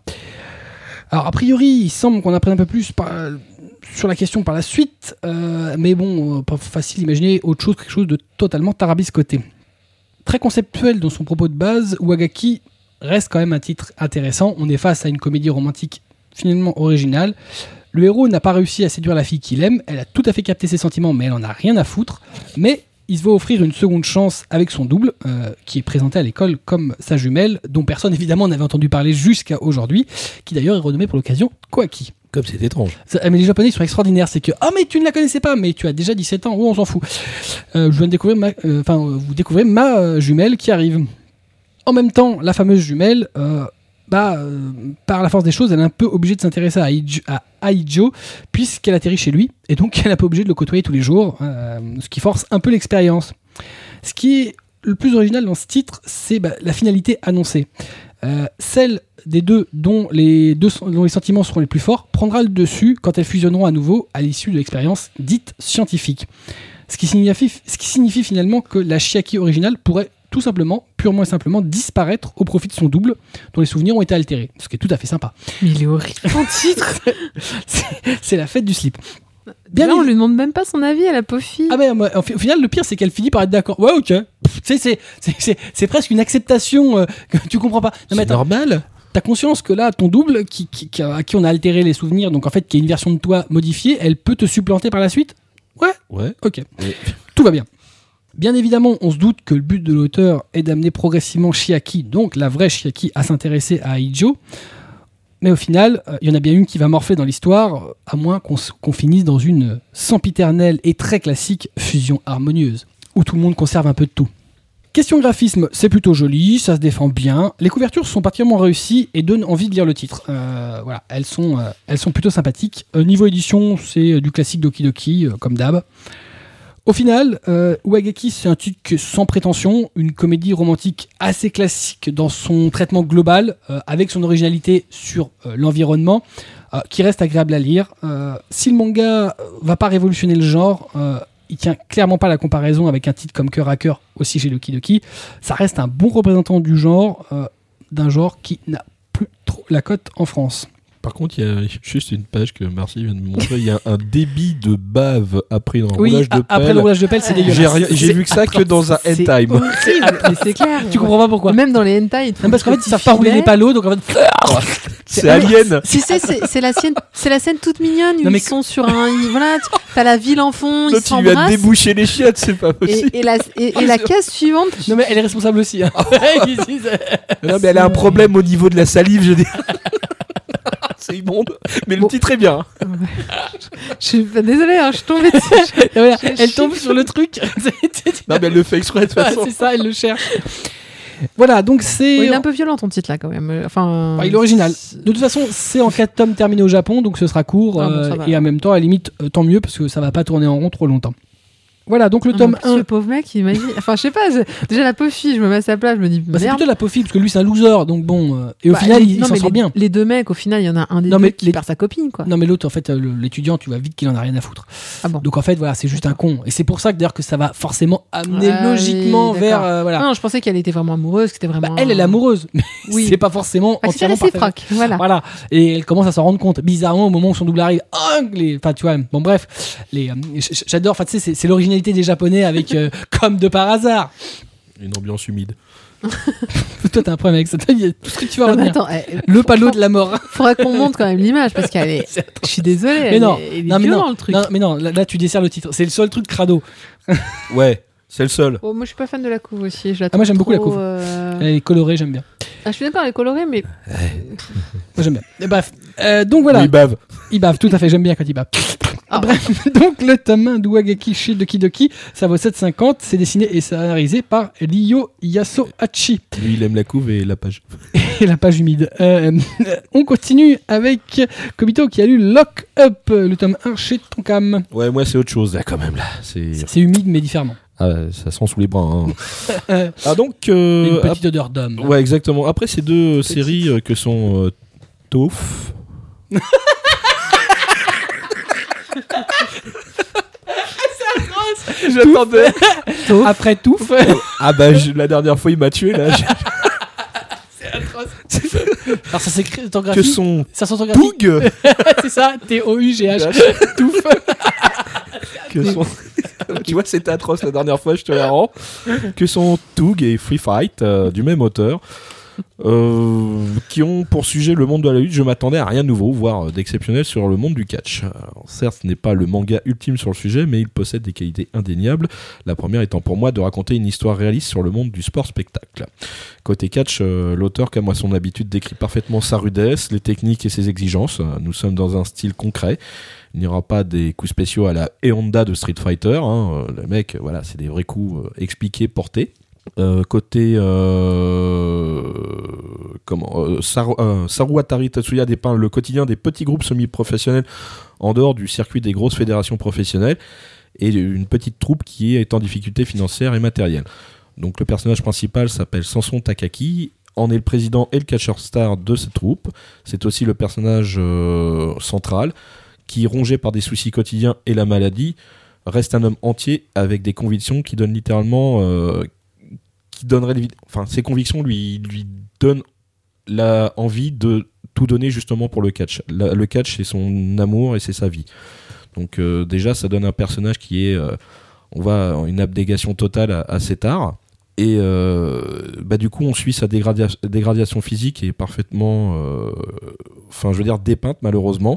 Alors a priori, il semble qu'on apprenne un peu plus par, sur la question par la suite, euh, mais bon, euh, pas facile d'imaginer autre chose, quelque chose de totalement tarabiscoté. Très conceptuel dans son propos de base, Uwagaki reste quand même un titre intéressant. On est face à une comédie romantique finalement originale. Le héros n'a pas réussi à séduire la fille qu'il aime, elle a tout à fait capté ses sentiments, mais elle en a rien à foutre. Mais il se va offrir une seconde chance avec son double, euh, qui est présenté à l'école comme sa jumelle, dont personne évidemment n'avait entendu parler jusqu'à aujourd'hui, qui d'ailleurs est renommée pour l'occasion Koaki. Comme c'est étrange. Ça, mais les Japonais ils sont extraordinaires, c'est que « Ah mais tu ne la connaissais pas, mais tu as déjà dix-sept ans, oh on s'en fout. Euh, » Je viens de découvrir ma, euh, enfin, vous découvrez ma euh, jumelle qui arrive. En même temps, la fameuse jumelle, euh, bah, euh, par la force des choses, elle est un peu obligée de s'intéresser à, Ijo, à Hajio, puisqu'elle atterrit chez lui, et donc elle est un peu obligée de le côtoyer tous les jours, euh, ce qui force un peu l'expérience. Ce qui est le plus original dans ce titre, c'est bah, la finalité annoncée. Euh, celle des deux dont les, deux dont les sentiments seront les plus forts prendra le dessus quand elles fusionneront à nouveau à l'issue de l'expérience dite scientifique. Ce qui signifie, ce qui signifie finalement que la Chiaki originale pourrait tout simplement, purement et simplement, disparaître au profit de son double, dont les souvenirs ont été altérés. Ce qui est tout à fait sympa. Mais il est horrible en titre. c'est, c'est la fête du slip. Bien Là, on lui demande même pas son avis à la pauvre fille. Ah ben, au final, le pire, c'est qu'elle finit par être d'accord. Ouais, ok. Tu sais, c'est, c'est, c'est, c'est presque une acceptation euh, que tu comprends pas. Non, mais c'est normal. T'as conscience que là, ton double, qui, qui, qui, à qui on a altéré les souvenirs, donc en fait, qui est une version de toi modifiée, elle peut te supplanter par la suite ? Ouais. Ouais. Ok. Ouais. Tout va bien. Bien évidemment, on se doute que le but de l'auteur est d'amener progressivement Chiaki, donc la vraie Chiaki, à s'intéresser à Hajio. Mais au final, il euh, y en a bien une qui va morfler dans l'histoire, à moins qu'on, qu'on finisse dans une sempiternelle et très classique fusion harmonieuse, où tout le monde conserve un peu de tout. Question graphisme, c'est plutôt joli, ça se défend bien. Les couvertures sont particulièrement réussies et donnent envie de lire le titre. Euh, voilà, elles sont, euh, elles sont plutôt sympathiques. Euh, niveau édition, c'est du classique Doki Doki, euh, comme d'hab. Au final, euh, Uwagaki, c'est un titre sans prétention, une comédie romantique assez classique dans son traitement global, euh, avec son originalité sur euh, l'environnement, euh, qui reste agréable à lire. Euh, si le manga va pas révolutionner le genre, euh, il tient clairement pas la comparaison avec un titre comme Cœur à Cœur, aussi chez Doki Doki. Ça reste un bon représentant du genre, euh, d'un genre qui n'a plus trop la cote en France. Par contre, il y a juste une page que Marcy vient de me montrer. Il y a un débit de bave après dans le oui, roulage de pelle. Après le roulage de pelle, c'est dégueulasse. J'ai, rien, j'ai vu que ça que dans un hentai. C'est, c'est, c'est clair. Tu comprends pas pourquoi. Même dans les hentai. Non, parce qu'en fait, ils savent pas rouler les palos, donc en fait. C'est, c'est Alien. Si c'est, c'est, c'est la scène, c'est la scène toute mignonne. Où non, mais ils sont sur un, ils, voilà, t'as la ville en fond, ils s'embrassent. Tu lui as débouché les chiottes, c'est pas possible. Et, et la, et, et la case suivante. Non mais elle est responsable aussi. Hein. Non mais elle a un problème au niveau de la salive, je dis. C'est immonde, mais bon. Le titre est bien. Je suis désolée, hein, je suis tombée dessus. Voilà, elle tombe sur le truc. Non, mais elle le fait exprès de toute façon. Ah, c'est ça, elle le cherche. Voilà, donc c'est. Oui, il est un peu violent ton titre là quand même. Enfin. Bah, il est original. De toute façon, c'est en quatre tomes terminé au Japon, donc ce sera court. Ah, bon, euh, et en même temps, à la limite, euh, tant mieux parce que ça va pas tourner en rond trop longtemps. Voilà, donc le non, tome un. un. Ce pauvre mec, imagine. Enfin, je sais pas, déjà la pauvre fille, je me mets à sa place, je me dis. Bah, c'est plutôt la pauvre fille, parce que lui, c'est un loser, donc bon. Euh, et au bah, final, les, il, non, il s'en sort les, bien. Les deux mecs, au final, il y en a un des non, deux qui les... perd sa copine, quoi. Non, mais l'autre, en fait, le, l'étudiant, tu vois vite qu'il en a rien à foutre. Ah bon. Donc en fait, voilà, c'est juste un con. Et c'est pour ça que d'ailleurs que ça va forcément amener ah, logiquement oui, vers. Euh, voilà. Non, je pensais qu'elle était vraiment amoureuse, que c'était vraiment. Bah, elle, elle est amoureuse, mais oui. C'est pas forcément. Bah, entièrement c'est réciproque, voilà. Voilà. Et elle commence à s'en rendre compte. Bizarrement, au moment où son double arrive, oh, les... enfin, tu vois. Bon, bref, les, euh, j'adore. Enfin, tu sais, c'est, c'est l'originalité des Japonais avec. Euh, comme de par hasard. Une ambiance humide. Toi, t'as un problème avec ça. Il y a tout ce que tu vas Non, mais retenir. attends, eh, Le faut- panneau faut- de la mort. Faudrait qu'on monte quand même l'image parce qu'elle est. C'est Je suis désolée. Mais elle non, est- il est non, mais violent, non, le truc. non, mais non, là, là, tu desserres le titre. C'est le seul truc crado. Ouais, c'est le seul. Oh, moi, je suis pas fan de la couve aussi. Je la Ah, moi, j'aime trouve beaucoup la trop, couve. euh, Elle est colorée, j'aime bien. Ah, je suis d'accord, elle est colorée, mais Moi, j'aime bien. Et bref, Euh, donc voilà. Oui, bave. Il bave, tout à fait, j'aime bien quand il bave. Ah. Bref, donc le tome un d'Uwagaki Shi de Kidoki, ça vaut sept cinquante, c'est dessiné et scénarisé par Ryo Yasuhachi. Lui, il aime la couve et la page. Et la page humide. Euh, on continue avec Kobito qui a lu Lock Up, le tome un chez Tonkam. Ouais, moi, c'est autre chose, là, quand même. Là. C'est... C'est c'est humide mais différemment. Ah, ça sent sous les bras. Hein. Euh, Ah, donc... euh, une petite odeur d'homme. ap- Ouais, exactement. Après ces deux séries euh, que sont euh, Tof... J'attendais. Après tout, Ah bah, je- la dernière fois, il m'a tué, là. Je- alors ça s'écrit que orthographie. son Ça s'orthographie. Toug C'est ça, T O U G H. Tout que son... Tu vois, c'était atroce la dernière fois, je te la rends. Que sont Toug et Free Fight, euh, du même auteur, euh, qui ont pour sujet le monde de la lutte. Je m'attendais à rien de nouveau, voire euh, d'exceptionnel sur le monde du catch. Alors, certes, ce n'est pas le manga ultime sur le sujet, mais il possède des qualités indéniables. La première étant pour moi de raconter une histoire réaliste sur le monde du sport-spectacle. Côté catch, euh, l'auteur, comme à son habitude, décrit parfaitement sa rudesse, les techniques et ses exigences. Nous sommes dans un style concret. Il n'y aura pas des coups spéciaux à la E-Honda de Street Fighter. Hein. Le mec, voilà, c'est des vrais coups euh, expliqués, portés. Euh, côté euh, comment euh, Saru, euh, Saruhatari Tatsuya dépeint le quotidien des petits groupes semi-professionnels en dehors du circuit des grosses fédérations professionnelles et une petite troupe qui est en difficulté financière et matérielle. Donc le personnage principal s'appelle Samson Takaki, en est le président et le catcheur star de cette troupe. C'est aussi le personnage euh, central qui, rongé par des soucis quotidiens et la maladie, reste un homme entier avec des convictions qui donnent littéralement euh, qui donnerait les... enfin ses convictions lui lui donnent la envie de tout donner justement pour le catch. La- le catch, c'est son amour et c'est sa vie. Donc euh, déjà, ça donne un personnage qui est euh, on va en une abnégation totale à, à cet art. Et euh, bah du coup, on suit sa dégradia- dégradation physique et parfaitement, euh, enfin, je veux dire, dépeinte malheureusement.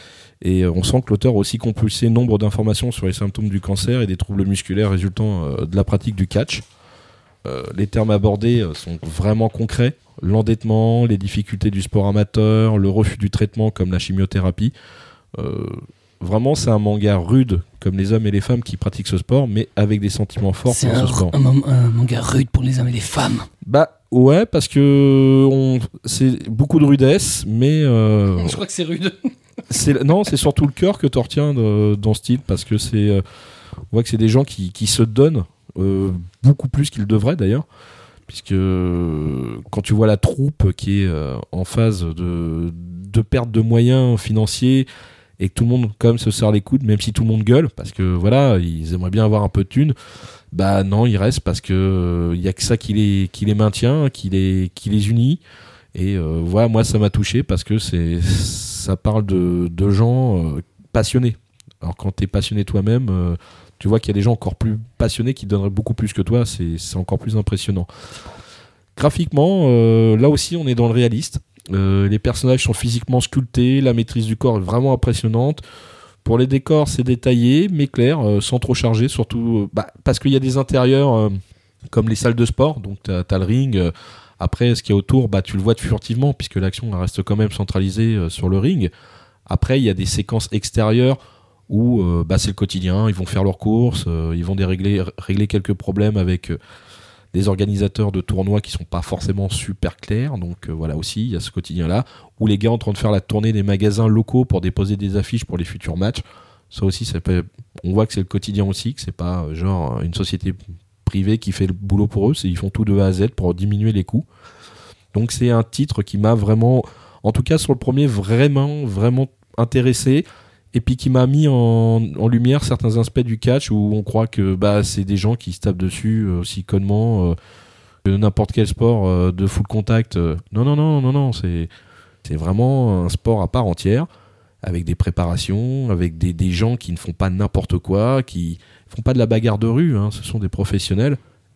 Et euh, on sent que l'auteur a aussi compulsé nombre d'informations sur les symptômes du cancer et des troubles musculaires résultant euh, de la pratique du catch. Euh, les termes abordés euh, sont vraiment concrets. L'endettement, les difficultés du sport amateur, le refus du traitement comme la chimiothérapie. Euh, vraiment, c'est un manga rude comme les hommes et les femmes qui pratiquent ce sport, mais avec des sentiments forts C'est pour un, ce sport. un, un manga rude pour les hommes et les femmes. Bah ouais, parce que on, c'est beaucoup de rudesse, mais euh, Je crois que c'est rude. c'est, non, c'est surtout le cœur que tu retiens de- dans ce titre, parce que c'est, euh, on voit que c'est des gens qui, qui se donnent euh, beaucoup plus qu'ils devraient d'ailleurs, puisque euh, quand tu vois la troupe qui est euh, en phase de, de perte de moyens financiers et que tout le monde quand même se serre les coudes, même si tout le monde gueule, parce que voilà, ils aimeraient bien avoir un peu de thunes, bah non, ils restent parce que il y a que ça qui les, qui les maintient, qui les, qui les unit. Et euh, voilà, moi ça m'a touché parce que c'est, ça parle de, de gens euh, passionnés. Alors quand t'es passionné toi-même, euh, tu vois qu'il y a des gens encore plus passionnés qui donneraient beaucoup plus que toi, c'est, c'est encore plus impressionnant. Graphiquement, euh, là aussi on est dans le réaliste. Euh, les personnages sont physiquement sculptés, la maîtrise du corps est vraiment impressionnante. Pour les décors, c'est détaillé, mais clair, euh, sans trop charger, surtout euh, bah, parce qu'il y a des intérieurs euh, comme les salles de sport, donc t'as, t'as le ring. Euh, après, ce qu'il y a autour, bah, tu le vois furtivement, puisque l'action elle reste quand même centralisée euh, sur le ring. Après, il y a des séquences extérieures où euh, bah, c'est le quotidien, ils vont faire leurs courses, euh, ils vont dérégler, régler quelques problèmes avec euh, des organisateurs de tournois qui sont pas forcément super clairs. Donc euh, voilà aussi, il y a ce quotidien-là, où les gars sont en train de faire la tournée des magasins locaux pour déposer des affiches pour les futurs matchs. Ça aussi, ça peut, on voit que c'est le quotidien aussi, que c'est pas euh, genre une société privée qui fait le boulot pour eux, c'est ils font tout de A à Z pour diminuer les coûts. Donc c'est un titre qui m'a vraiment, en tout cas sur le premier, vraiment, vraiment intéressé, et puis qui m'a mis en, en lumière certains aspects du catch où on croit que bah, c'est des gens qui se tapent dessus euh, aussi connement euh, que n'importe quel sport euh, de full contact. Euh. Non, non, non, non, non, c'est, c'est vraiment un sport à part entière, avec des préparations, avec des, des gens qui ne font pas n'importe quoi, qui font pas de la bagarre de rue, hein, ce sont des professionnels.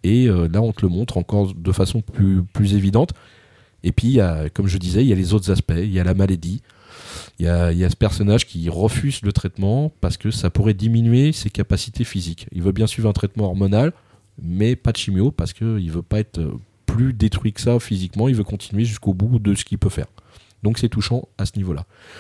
Et euh, là, on te le montre encore de façon plus, plus évidente. Et puis, il y a, comme je disais, il y a les autres aspects. Il y a la maladie. Il y a, il y a ce personnage qui refuse le traitement parce que ça pourrait diminuer ses capacités physiques. Il veut bien suivre un traitement hormonal, mais pas de chimio parce qu'il ne veut pas être plus détruit que ça physiquement. Il veut continuer jusqu'au bout de ce qu'il peut faire. Donc, c'est touchant à ce niveau-là.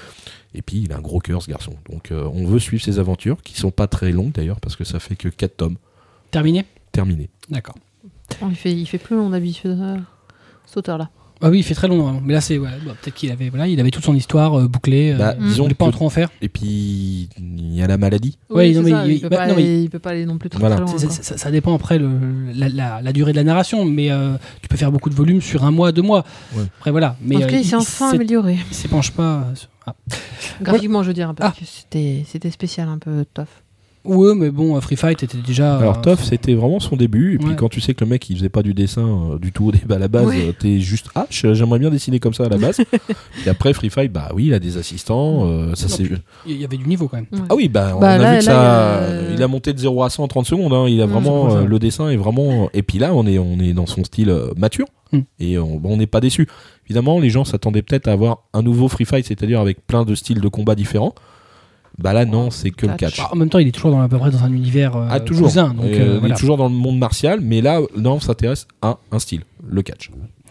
Et puis, il a un gros cœur, ce garçon. Donc, euh, on veut suivre ses aventures, qui ne sont pas très longues d'ailleurs, parce que ça fait que quatre tomes. Terminé ? Terminé. D'accord. Oh, il, fait, il fait plus long d'habitude, euh, cet auteur-là. Ah oui, il fait très long, normalement. Mais là, c'est ouais, bah, peut-être qu'il avait, voilà, il avait toute son histoire euh, bouclée. Euh, Bah, il disons voulait pas que- en trop en faire. Et puis, il y a la maladie. Ouais, Oui, non, c'est mais ça, il- il, peut bah, pas non, aller, mais- il peut pas aller non plus trop, Voilà. très loin. C'est- quoi. c'est- ça, ça dépend après le, la, la, la durée de la narration, mais euh, tu peux faire beaucoup de volumes sur un mois, deux mois. Ouais. Après, voilà. Mais en tout euh, cas, il s'est enfin s'é- amélioré. il s'épanche pas. euh, sur- ah. Graphiquement, je veux dire, parce Ah. que c'était, c'était spécial un peu, tough. Ouais, mais bon, Free Fight était déjà. Alors, euh, Toff, c'était vraiment son début. Et puis, Ouais. quand tu sais que le mec, il faisait pas du dessin euh, du tout au début à la base, Ouais. euh, t'es juste, ah, je- j'aimerais bien dessiner comme ça à la base. Et après, Free Fight, bah oui, il a des assistants. euh, ça, Non, c'est... puis- il y avait du niveau quand même. Ouais. Ah oui, bah, on Bah, a là- vu que là, ça. il y a- Il a monté de zéro à cent en trente secondes. Hein. Il a Mm. vraiment. C'est pour ça. euh, le dessin est vraiment. Et puis là, on est, on est dans son style euh, mature. Mm. Et on bon, on n'est pas déçu. Évidemment, les gens s'attendaient peut-être à avoir un nouveau Free Fight, c'est-à-dire avec plein de styles de combat différents. Bah là, non, c'est que le Catch. catch. Bah, en même temps, il est toujours dans, à peu près dans un univers euh, Ah, toujours. cousin, donc, Euh, euh, il voilà. est toujours dans le monde martial, mais là, non, on s'intéresse à un style, le catch.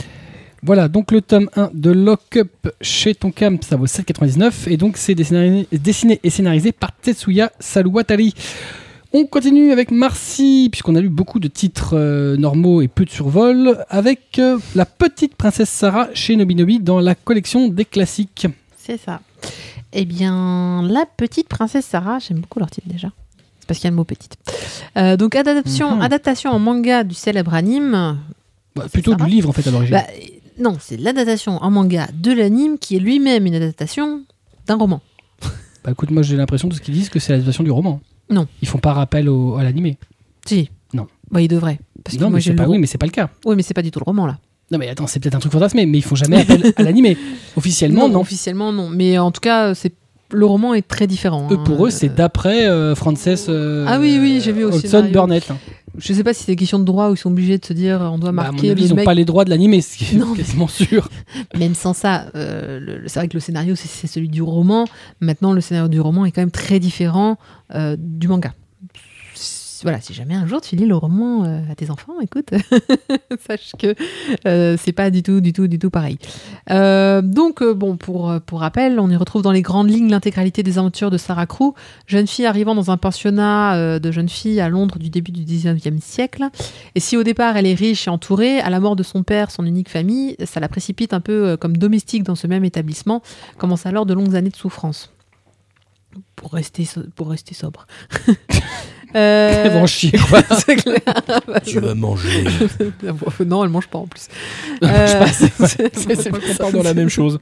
Voilà, donc le tome un de Lock Up chez Tonkam, ça vaut sept virgule quatre-vingt-dix-neuf et donc c'est dessiné, dessiné et scénarisé par Tetsuya Saluwatari. On continue avec Marcy, puisqu'on a lu beaucoup de titres euh, normaux et peu de survol, avec euh, La Petite Princesse Sarah chez Nobinobi dans la collection des classiques. C'est ça. Eh bien, La Petite Princesse Sarah, j'aime beaucoup leur titre déjà. C'est parce qu'il y a le mot petite. Euh, donc, adaptation, Mhm. adaptation en manga du célèbre anime. Bah, C'est plutôt Sarah. du livre en fait à l'origine. Bah, euh, non, c'est l'adaptation en manga de l'anime qui est lui-même une adaptation d'un roman. Bah, écoute, moi j'ai l'impression de ce qu'ils disent que c'est l'adaptation du roman. Non. Ils font pas rappel au, à l'animé. Si. Non. Bah, il devrait. Parce que Non, moi, mais j'ai c'est le pas, ro- oui, mais c'est pas le cas. Oui, mais c'est pas du tout le roman là. Non, mais attends, c'est peut-être un truc fantasmé, mais ils font jamais appel à l'animé. Officiellement, non. Officiellement, non. Mais en tout cas, c'est le roman est très différent. Eux, hein. pour eux, c'est Euh, d'après euh, Frances euh, Ah oui, oui, j'ai vu au Hodgson scénario. Burnett. hein. Je sais pas si c'est des questions de droit où ils sont obligés de se dire on doit Bah, à mon marquer avis, le ils n'ont mec. pas les droits de l'animé, ce qui est Non, mais- quasiment sûr. Même sans ça, euh, le- le- c'est vrai que le scénario c'est, c'est celui du roman. Maintenant, le scénario du roman est quand même très différent euh, du manga. Voilà, si jamais un jour tu lis le roman euh, à tes enfants, écoute, sache que euh, c'est pas du tout, du tout, du tout pareil. Euh, donc, euh, bon, pour, pour rappel, on y retrouve dans les grandes lignes l'intégralité des aventures de Sarah Crew, jeune fille arrivant dans un pensionnat euh, de jeunes filles à Londres du début du dix-neuvième siècle. Et si au départ elle est riche et entourée, à la mort de son père, son unique famille, ça la précipite un peu euh, comme domestique dans ce même établissement, commencent alors de longues années de souffrance. Pour rester, so- pour rester sobre. Euh, Ils vont chier, quoi. c'est clair. Tu vas manger. Non, elle mange pas en plus. Je Euh, passe. C'est c'est pas qu'on parle dans la même chose.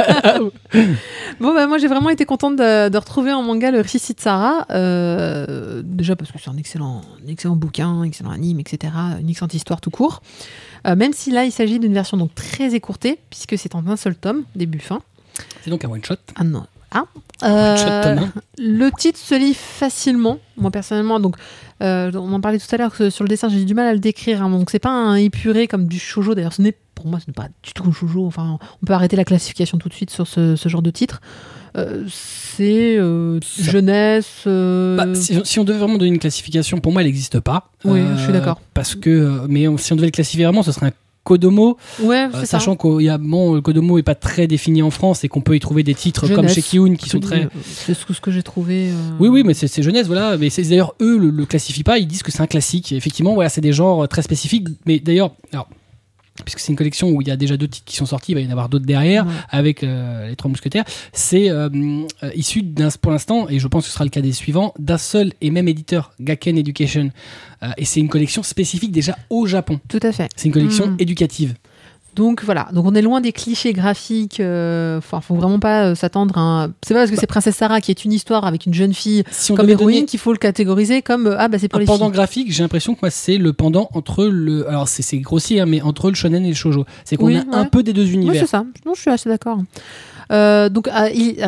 Bon, bah, moi j'ai vraiment été contente de, de retrouver en manga le récit de Sarah. Euh, déjà parce que c'est un excellent, un excellent bouquin, un excellent anime, et cetera. Une excellente histoire tout court. Euh, même si là il s'agit d'une version donc très écourtée, puisque c'est en un seul tome, début-fin. C'est donc un one-shot. Ah non. Ah. One-shot Euh, tome un. le titre se lit facilement, moi personnellement. Donc, euh, on en parlait tout à l'heure que sur le dessin, j'ai du mal à le décrire. Hein, donc, c'est pas un épuré comme du shoujo. D'ailleurs, ce n'est pour moi, ce n'est pas du tout un shoujo. Enfin, on peut arrêter la classification tout de suite sur ce, ce genre de titre. Euh, c'est euh, Ça- jeunesse. euh, Bah, si, si on devait vraiment donner une classification, pour moi, elle n'existe pas. Oui, je suis d'accord. Parce que, euh, mais on- si on devait le classifier vraiment, ce serait un Kodomo, ouais, euh, c'est ça. sachant que bon, le Kodomo est pas très défini en France et qu'on peut y trouver des titres comme Jeunesse. chez Kiun qui sont très. Euh, C'est ce que, ce que j'ai trouvé. euh, Oui, oui, mais c'est c'est jeunesse, voilà. Mais c'est d'ailleurs eux le, le classifient pas. Ils disent que c'est un classique. Et effectivement, voilà, c'est des genres euh, très spécifiques. Mais d'ailleurs, alors, puisque c'est une collection où il y a déjà deux titres qui sont sortis, il va y en avoir d'autres derrière Ouais. avec euh, les Trois Mousquetaires. C'est euh, euh, issu d'un, pour l'instant, et je pense que ce sera le cas des suivants, d'un seul et même éditeur, Gaken Education. Euh, et c'est une collection spécifique déjà au Japon. Tout à fait. C'est une collection Mm. éducative. Donc voilà, donc on est loin des clichés graphiques. euh, Enfin, faut vraiment pas euh, s'attendre à. Un... C'est pas parce que c'est Princesse Sarah qui est une histoire avec une jeune fille Si on comme devait héroïne donner qu'il faut le catégoriser comme euh, ah bah c'est pour un les pendant filles. graphique, j'ai l'impression que moi c'est le pendant entre le. Alors c'est c'est grossier, hein, mais entre le shonen et le shoujo. C'est qu'on Oui, a un ouais. peu des deux Moi univers. c'est ça. Non, je suis assez d'accord. Euh, donc ah, il- alors.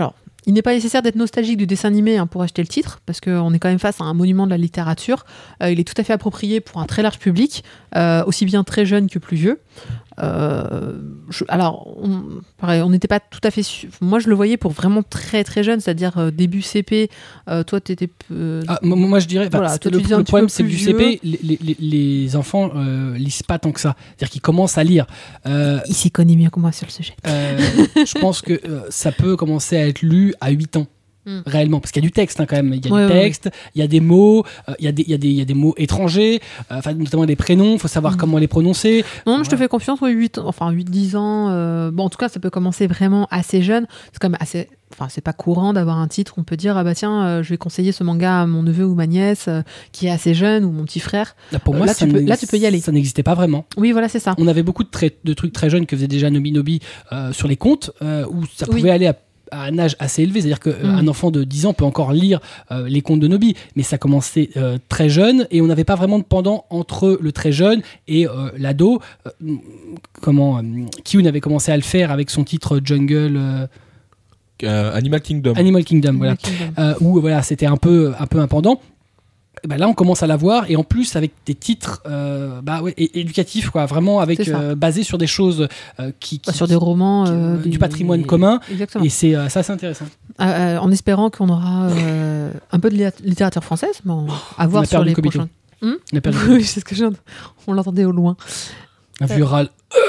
il n'est pas nécessaire d'être nostalgique du dessin animé hein, pour acheter le titre, parce qu'on est quand même face à un monument de la littérature. Euh, il est tout à fait approprié pour un très large public, euh, aussi bien très jeune que plus vieux. Euh, je, alors, on, pareil, on n'était pas tout à fait sûr. Moi, je le voyais pour vraiment très très jeune, c'est-à-dire euh, début C P. Euh, toi, t'étais. Euh, ah, moi, moi, je dirais. Voilà, toi, le, tu le problème, c'est que du vieux. C P, les, les, les enfants euh, lisent pas tant que ça. C'est-à-dire qu'ils commencent à lire. Euh, il s'y connaît mieux que moi sur le sujet. Euh, je pense que euh, ça peut commencer à être lu à huit ans. Mm. Réellement, parce qu'il y a du texte hein, quand même, il y a ouais, du ouais, texte, ouais. il y a des mots, euh, il, y a des, il, y a des, il y a des mots étrangers, euh, notamment des prénoms, il faut savoir mm. comment les prononcer. Non, ouais. je te fais confiance, ouais, huit, enfin huit dix ans, euh, bon en tout cas ça peut commencer vraiment assez jeune, c'est quand même assez, enfin c'est pas courant d'avoir un titre où on peut dire ah bah tiens euh, je vais conseiller ce manga à mon neveu ou ma nièce euh, qui est assez jeune ou mon petit frère. Là, pour moi, euh, là, ça tu peux, là tu peux y aller. Ça n'existait pas vraiment. Oui voilà c'est ça. On avait beaucoup de, tra- de trucs très jeunes que faisait déjà Nobi Nobi euh, sur les contes euh, où ça pouvait oui. aller à à un âge assez élevé, c'est-à-dire qu'un euh, mmh. enfant de dix ans peut encore lire euh, les contes de Nobi, mais ça commençait euh, très jeune et on n'avait pas vraiment de pendant entre le très jeune et euh, l'ado. Euh, comment euh, Kiyun avait commencé à le faire avec son titre Jungle euh, euh, Animal Kingdom. Animal Kingdom, Animal voilà, Kingdom. Euh, où voilà, c'était un peu un peu un pendant. Et ben là, on commence à la voir et en plus avec des titres euh, bah ouais, é- éducatifs, quoi, vraiment avec euh, basés sur des choses euh, qui, qui bah, sur des romans, qui, euh, du des, patrimoine des... commun. Exactement. Et c'est euh, ça, c'est intéressant. Euh, euh, en espérant qu'on aura euh, un peu de littérature française, bon, à voir sur les prochains. Hmm oui, c'est ce que j'ai. On l'entendait au loin. Un vieux râle.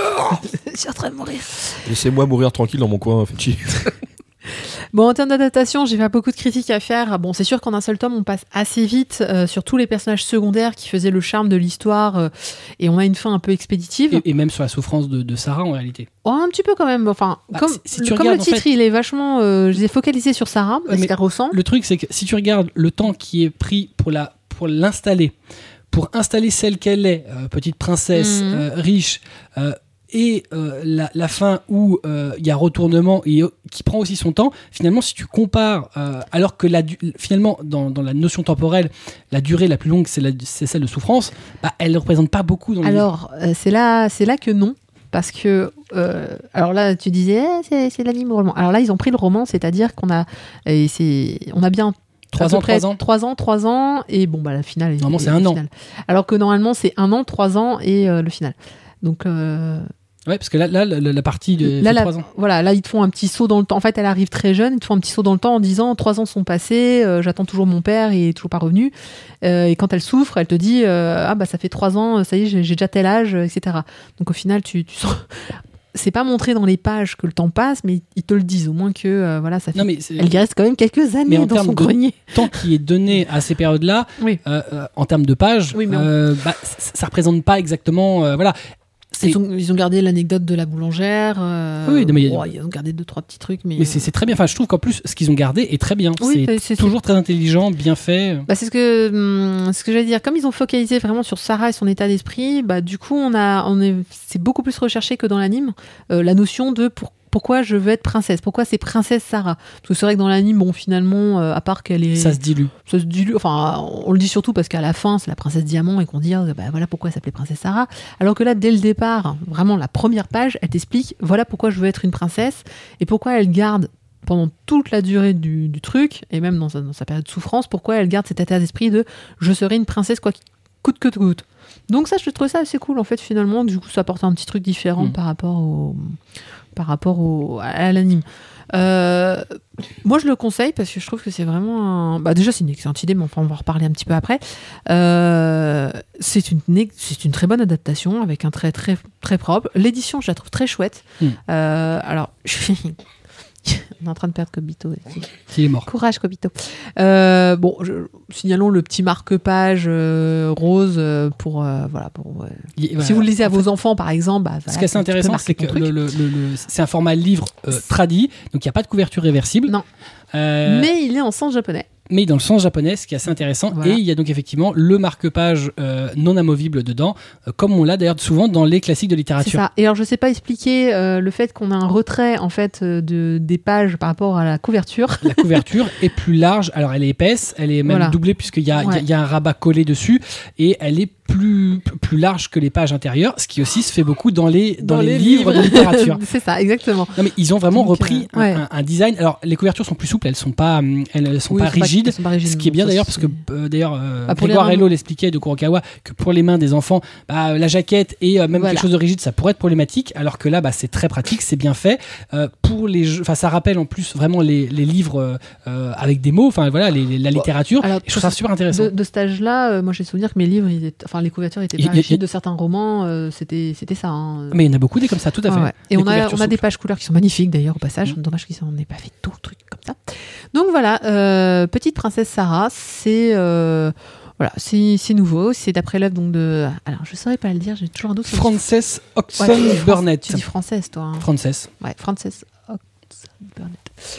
Je suis en train de mourir. Laissez-moi mourir tranquille dans mon coin, fait chier. Bon, en termes d'adaptation, j'ai pas beaucoup de critiques à faire. Bon, c'est sûr qu'en un seul tome, on passe assez vite euh, sur tous les personnages secondaires qui faisaient le charme de l'histoire euh, et on a une fin un peu expéditive. Et, et même sur la souffrance de, de Sarah, en réalité. Oh, un petit peu quand même. Enfin, bah, comme, si, si comme regardes, le titre, fait, il est vachement... Euh, je les ai focalisés sur Sarah, parce ouais, qu'elle ressent. Le truc, c'est que si tu regardes le temps qui est pris pour, la, pour l'installer, pour installer celle qu'elle est, euh, petite princesse, mmh. euh, riche... Euh, et euh, la, la fin où il euh, y a retournement et euh, qui prend aussi son temps, finalement si tu compares euh, alors que la, finalement dans, dans la notion temporelle la durée la plus longue c'est, la, c'est celle de souffrance, bah, elle ne représente pas beaucoup dans le alors euh, c'est, là, c'est là que non, parce que euh, alors là tu disais eh, c'est, c'est l'anime roman, alors là ils ont pris le roman, c'est-à-dire qu'on a, et c'est, on a bien trois ans, trois ans trois ans, trois ans et bon bah la finale normalement c'est un an, alors que normalement c'est un an, trois ans et euh, le final, donc euh, ouais, parce que là, là la, la partie de là, trois ans. Voilà, là, ils te font un petit saut dans le temps. En fait, elle arrive très jeune, ils te font un petit saut dans le temps en disant trois ans sont passés, euh, j'attends toujours mon père, il est toujours pas revenu. Euh, et quand elle souffre, elle te dit euh, ah bah ça fait trois ans, ça y est, j'ai, j'ai déjà tel âge, et cetera. Donc au final, tu, tu sens. C'est pas montré dans les pages que le temps passe, mais ils te le disent au moins que euh, voilà, ça fait. Non, mais elle y reste quand même quelques années dans son grenier. Le temps qui est donné à ces périodes-là, oui. euh, euh, en termes de pages, oui, euh, bah, ça, ça représente pas exactement, euh, voilà. Ils ont, ils ont gardé l'anecdote de la boulangère. Euh, oui, non, mais oh, ils ont gardé deux trois petits trucs, mais, mais c'est, c'est très bien. Enfin, je trouve qu'en plus, ce qu'ils ont gardé est très bien. Oui, c'est, c'est toujours c'est... très intelligent, bien fait. Bah, c'est ce que, hum, ce que j'allais dire. Comme ils ont focalisé vraiment sur Sarah et son état d'esprit, bah, du coup, on a, on est, c'est beaucoup plus recherché que dans l'anime. Euh, la notion de pour, pourquoi je veux être princesse, pourquoi c'est princesse Sarah. Parce que c'est vrai que dans l'anime, bon, finalement, euh, à part qu'elle est. Ça se dilue. Ça se dilue. Enfin, on le dit surtout parce qu'à la fin, c'est la princesse Diamant et qu'on dit, bah, voilà pourquoi elle s'appelait princesse Sarah. Alors que là, dès le départ, vraiment, la première page, elle t'explique, voilà pourquoi je veux être une princesse et pourquoi elle garde pendant toute la durée du, du truc, et même dans sa, dans sa période de souffrance, pourquoi elle garde cet état d'esprit de je serai une princesse quoi coûte que coûte. Donc ça, je trouve ça assez cool en fait finalement. Du coup, ça apporte un petit truc différent mmh. par rapport au, par rapport au, à l'anime. Euh, moi, je le conseille parce que je trouve que c'est vraiment un... bah, déjà, c'est une excellente idée, mais enfin, on va en reparler un petit peu après. Euh, c'est, une, c'est une très bonne adaptation avec un trait très, très propre. L'édition, je la trouve très chouette. Mmh. Euh, alors, je suis... On est en train de perdre Kobito. Il est mort. Courage, Kobito. Euh, bon, je, signalons le petit marque-page euh, rose euh, pour euh, voilà pour. Euh, Il, voilà. Si vous le lisez à vos fait, enfants, par exemple, bah, voilà, ce qui est assez intéressant, c'est que le, le, le, le, c'est un format livre euh, tradi, donc il n'y a pas de couverture réversible. Non. Euh, mais il est en sens japonais. Mais dans le sens japonais, ce qui est assez intéressant. Voilà. Et il y a donc effectivement le marque-page euh, non amovible dedans, euh, comme on l'a d'ailleurs souvent dans les classiques de littérature. C'est ça. Et alors, je ne sais pas expliquer euh, le fait qu'on a un retrait en fait de, des pages par rapport à la couverture. La couverture est plus large. Alors, elle est épaisse, elle est même voilà. doublée puisqu'il y a, ouais. y a, y a un rabat collé dessus et elle est plus, plus large que les pages intérieures, ce qui aussi se fait beaucoup dans les, dans Dans les, les livres, livres. de littérature. C'est ça, exactement. Non, mais ils ont vraiment Donc, repris euh, ouais. un, un, un design. Alors, les couvertures sont plus souples, elles sont pas, hum, elles sont Oui, pas elles sont pas- rigides. elles sont pas rigides, Ce qui est bien ça, d'ailleurs, parce c'est- que euh, d'ailleurs, euh, Ah, pour les Grégoire mains. Hello l'expliquait de Kurokawa que pour les mains des enfants, bah, la jaquette et euh, même Voilà. quelque chose de rigide, ça pourrait être problématique. Alors que là, bah, c'est très pratique, c'est bien fait. Euh, pour les, jeux- enfin, ça rappelle en plus vraiment les, les livres euh, avec des mots. Enfin, voilà, les, les- la littérature. Alors, Et je trouve ça super intéressant. De, de cet âge-là, euh, moi j'ai souvenir que mes livres, ils étaient- enfin les couvertures étaient Il y a- pas il y a- rigides, de certains romans, euh, c'était c'était ça. hein. Mais il y en a beaucoup des comme ça, tout à fait. Ouais, ouais. Et Des on a, couvertures on a des souples. pages couleurs qui sont magnifiques d'ailleurs au passage. Dommage qu'ils n'en aient pas fait tout le truc comme ça. Donc voilà, euh, Petite Princesse Sarah, c'est euh, voilà, c'est c'est nouveau. C'est d'après l'œuvre donc de. Alors je saurais pas le dire, j'ai toujours un doute. sur le- Frances Oxon Ouais, tu dis Fran- Burnett. Tu dis française toi. hein. Frances. Ouais, Frances Oxon Burnett.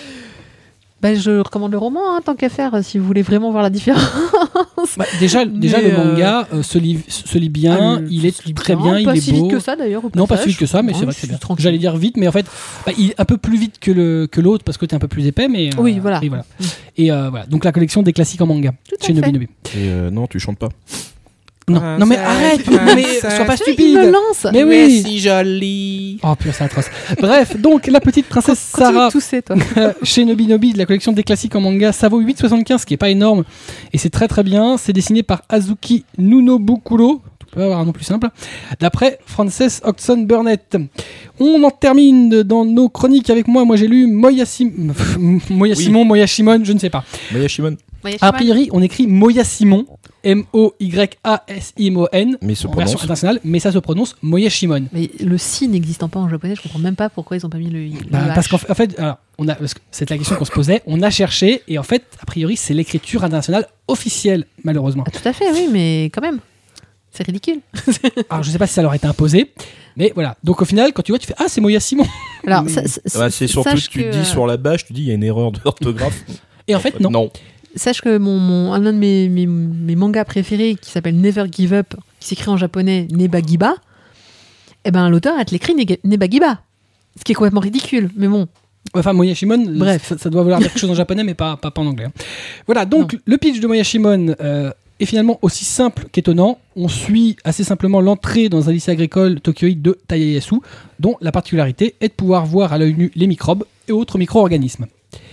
Bah, je recommande le roman, hein, tant qu'à faire, si vous voulez vraiment voir la différence. Bah, déjà, déjà Mais, le euh, manga euh, se, lit, se lit bien, Ah, le- il est se lit très bien, il pas est si beau. vite que ça d'ailleurs. au Non, pas passage. si vite que ça, mais Non, c'est vrai je que c'est suis bien. tranquille. J'allais dire vite, mais en fait, bah, il est un peu plus vite que le que l'autre parce que t'es un peu plus épais, mais euh, Oui, voilà. Et voilà. Mm. Et euh, voilà. Donc la collection des classiques en manga Tout à chez fait. Nobi Nobi. Et euh, non, tu chantes pas. Non, non mais arrête, non, mais sois pas Il stupide. me lance. Mais oui. si joli. Oh purée, c'est atroce. Bref, donc la petite princesse Continue Sarah de tousser, toi. chez Nobi Nobi de la collection des classiques en manga, ça vaut huit virgule soixante-quinze, ce qui est pas énorme, et c'est très très bien. C'est dessiné par Azuki Nunobukuro, tu peux avoir un nom plus simple, d'après Frances Oxon Burnett. On en termine dans nos chroniques avec moi. Moi j'ai lu Moya, Sim... Moya Oui. Simon, Moya Shimon, je ne sais pas. Maya Shimon. A priori, on écrit Moya Simon, M O Y A S I M O N, Mais se en version prononce. internationale, mais ça se prononce Moya Shimon. Mais le si n'existant pas en japonais, je comprends même pas pourquoi ils ont pas mis le, le Bah, H. parce qu'en fait, en fait, alors, on a, parce que c'est la question qu'on se posait, on a cherché, et en fait, a priori, c'est l'écriture internationale officielle, malheureusement. Ah, tout à fait, oui, mais quand même. C'est ridicule. Alors, je sais pas si ça leur a été imposé, mais voilà. Donc, au final, quand tu vois, tu fais Ah, c'est Moya Simon. Alors, Mais- ça- ça- Ouais, c'est surtout sache que tu que, dis sur la bâche, tu dis il y a une erreur d'orthographe. Et en fait, non. Non. Sache que mon, mon- un de mes, mes, mes mangas préférés, qui s'appelle Never Give Up, qui s'écrit en japonais Nebagiba, eh ben, l'auteur a l'écrit Nega- Nebagiba. Ce qui est complètement ridicule, mais bon. Enfin, Moya Shimon, Bref. ça, ça doit vouloir dire quelque chose en japonais, mais pas, pas, pas en anglais. hein. Voilà, donc, le pitch de Moya Shimon euh, est finalement aussi simple qu'étonnant. On suit assez simplement l'entrée dans un lycée agricole tokyoïde de Taiyasu, dont la particularité est de pouvoir voir à l'œil nu les microbes et autres micro-organismes.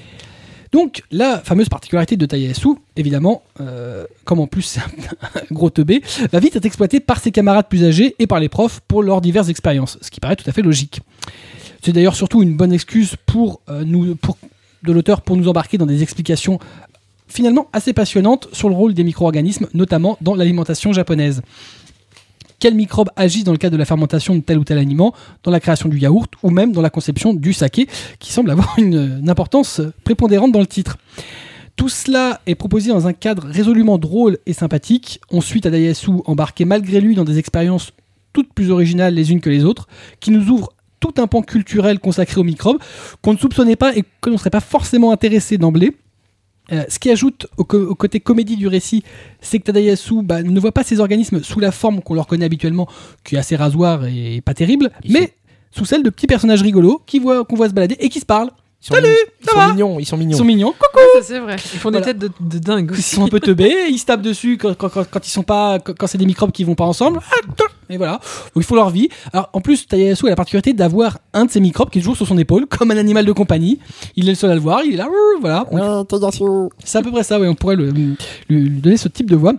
Donc, la fameuse particularité de Taiyasu, évidemment, euh, comme en plus c'est un gros teubé, va vite être exploitée par ses camarades plus âgés et par les profs pour leurs diverses expériences, ce qui paraît tout à fait logique. C'est d'ailleurs surtout une bonne excuse pour, euh, nous, pour, de l'auteur pour nous embarquer dans des explications finalement assez passionnantes sur le rôle des micro-organismes, notamment dans l'alimentation japonaise. Quels microbes agissent dans le cadre de la fermentation de tel ou tel aliment, dans la création du yaourt ou même dans la conception du saké, qui semble avoir une, une importance prépondérante dans le titre. Tout cela est proposé dans un cadre résolument drôle et sympathique. On suit Tadayasu embarqué malgré lui dans des expériences toutes plus originales les unes que les autres, qui nous ouvrent tout un pan culturel consacré aux microbes qu'on ne soupçonnait pas et que l'on ne serait pas forcément intéressé d'emblée. Euh, ce qui ajoute au, co- au côté comédie du récit, c'est que Tadayasu bah, ne voit pas ces organismes sous la forme qu'on leur connaît habituellement, qui est assez rasoir et pas terrible, Ils mais sont- sous celle de petits personnages rigolos qui voient, qu'on voit se balader et qui se parlent. Ils sont Salut, mi- ils ça sont va mignons, ils sont mignons. Ils sont mignons, Ça, c'est vrai. Ils font Voilà. des têtes de, de dingue ils aussi. sont un peu teubés, ils se tapent dessus quand, quand, quand, quand ils sont pas, quand, quand c'est des microbes qui vont pas ensemble. Et voilà, donc ils font leur vie. Alors en plus, Tadayasu a la particularité d'avoir un de ces microbes qui est toujours sur son épaule, comme un animal de compagnie. Il est le seul à le voir, il est là, voilà. C'est à peu près ça, oui, on pourrait le- lui, lui donner ce type de voix.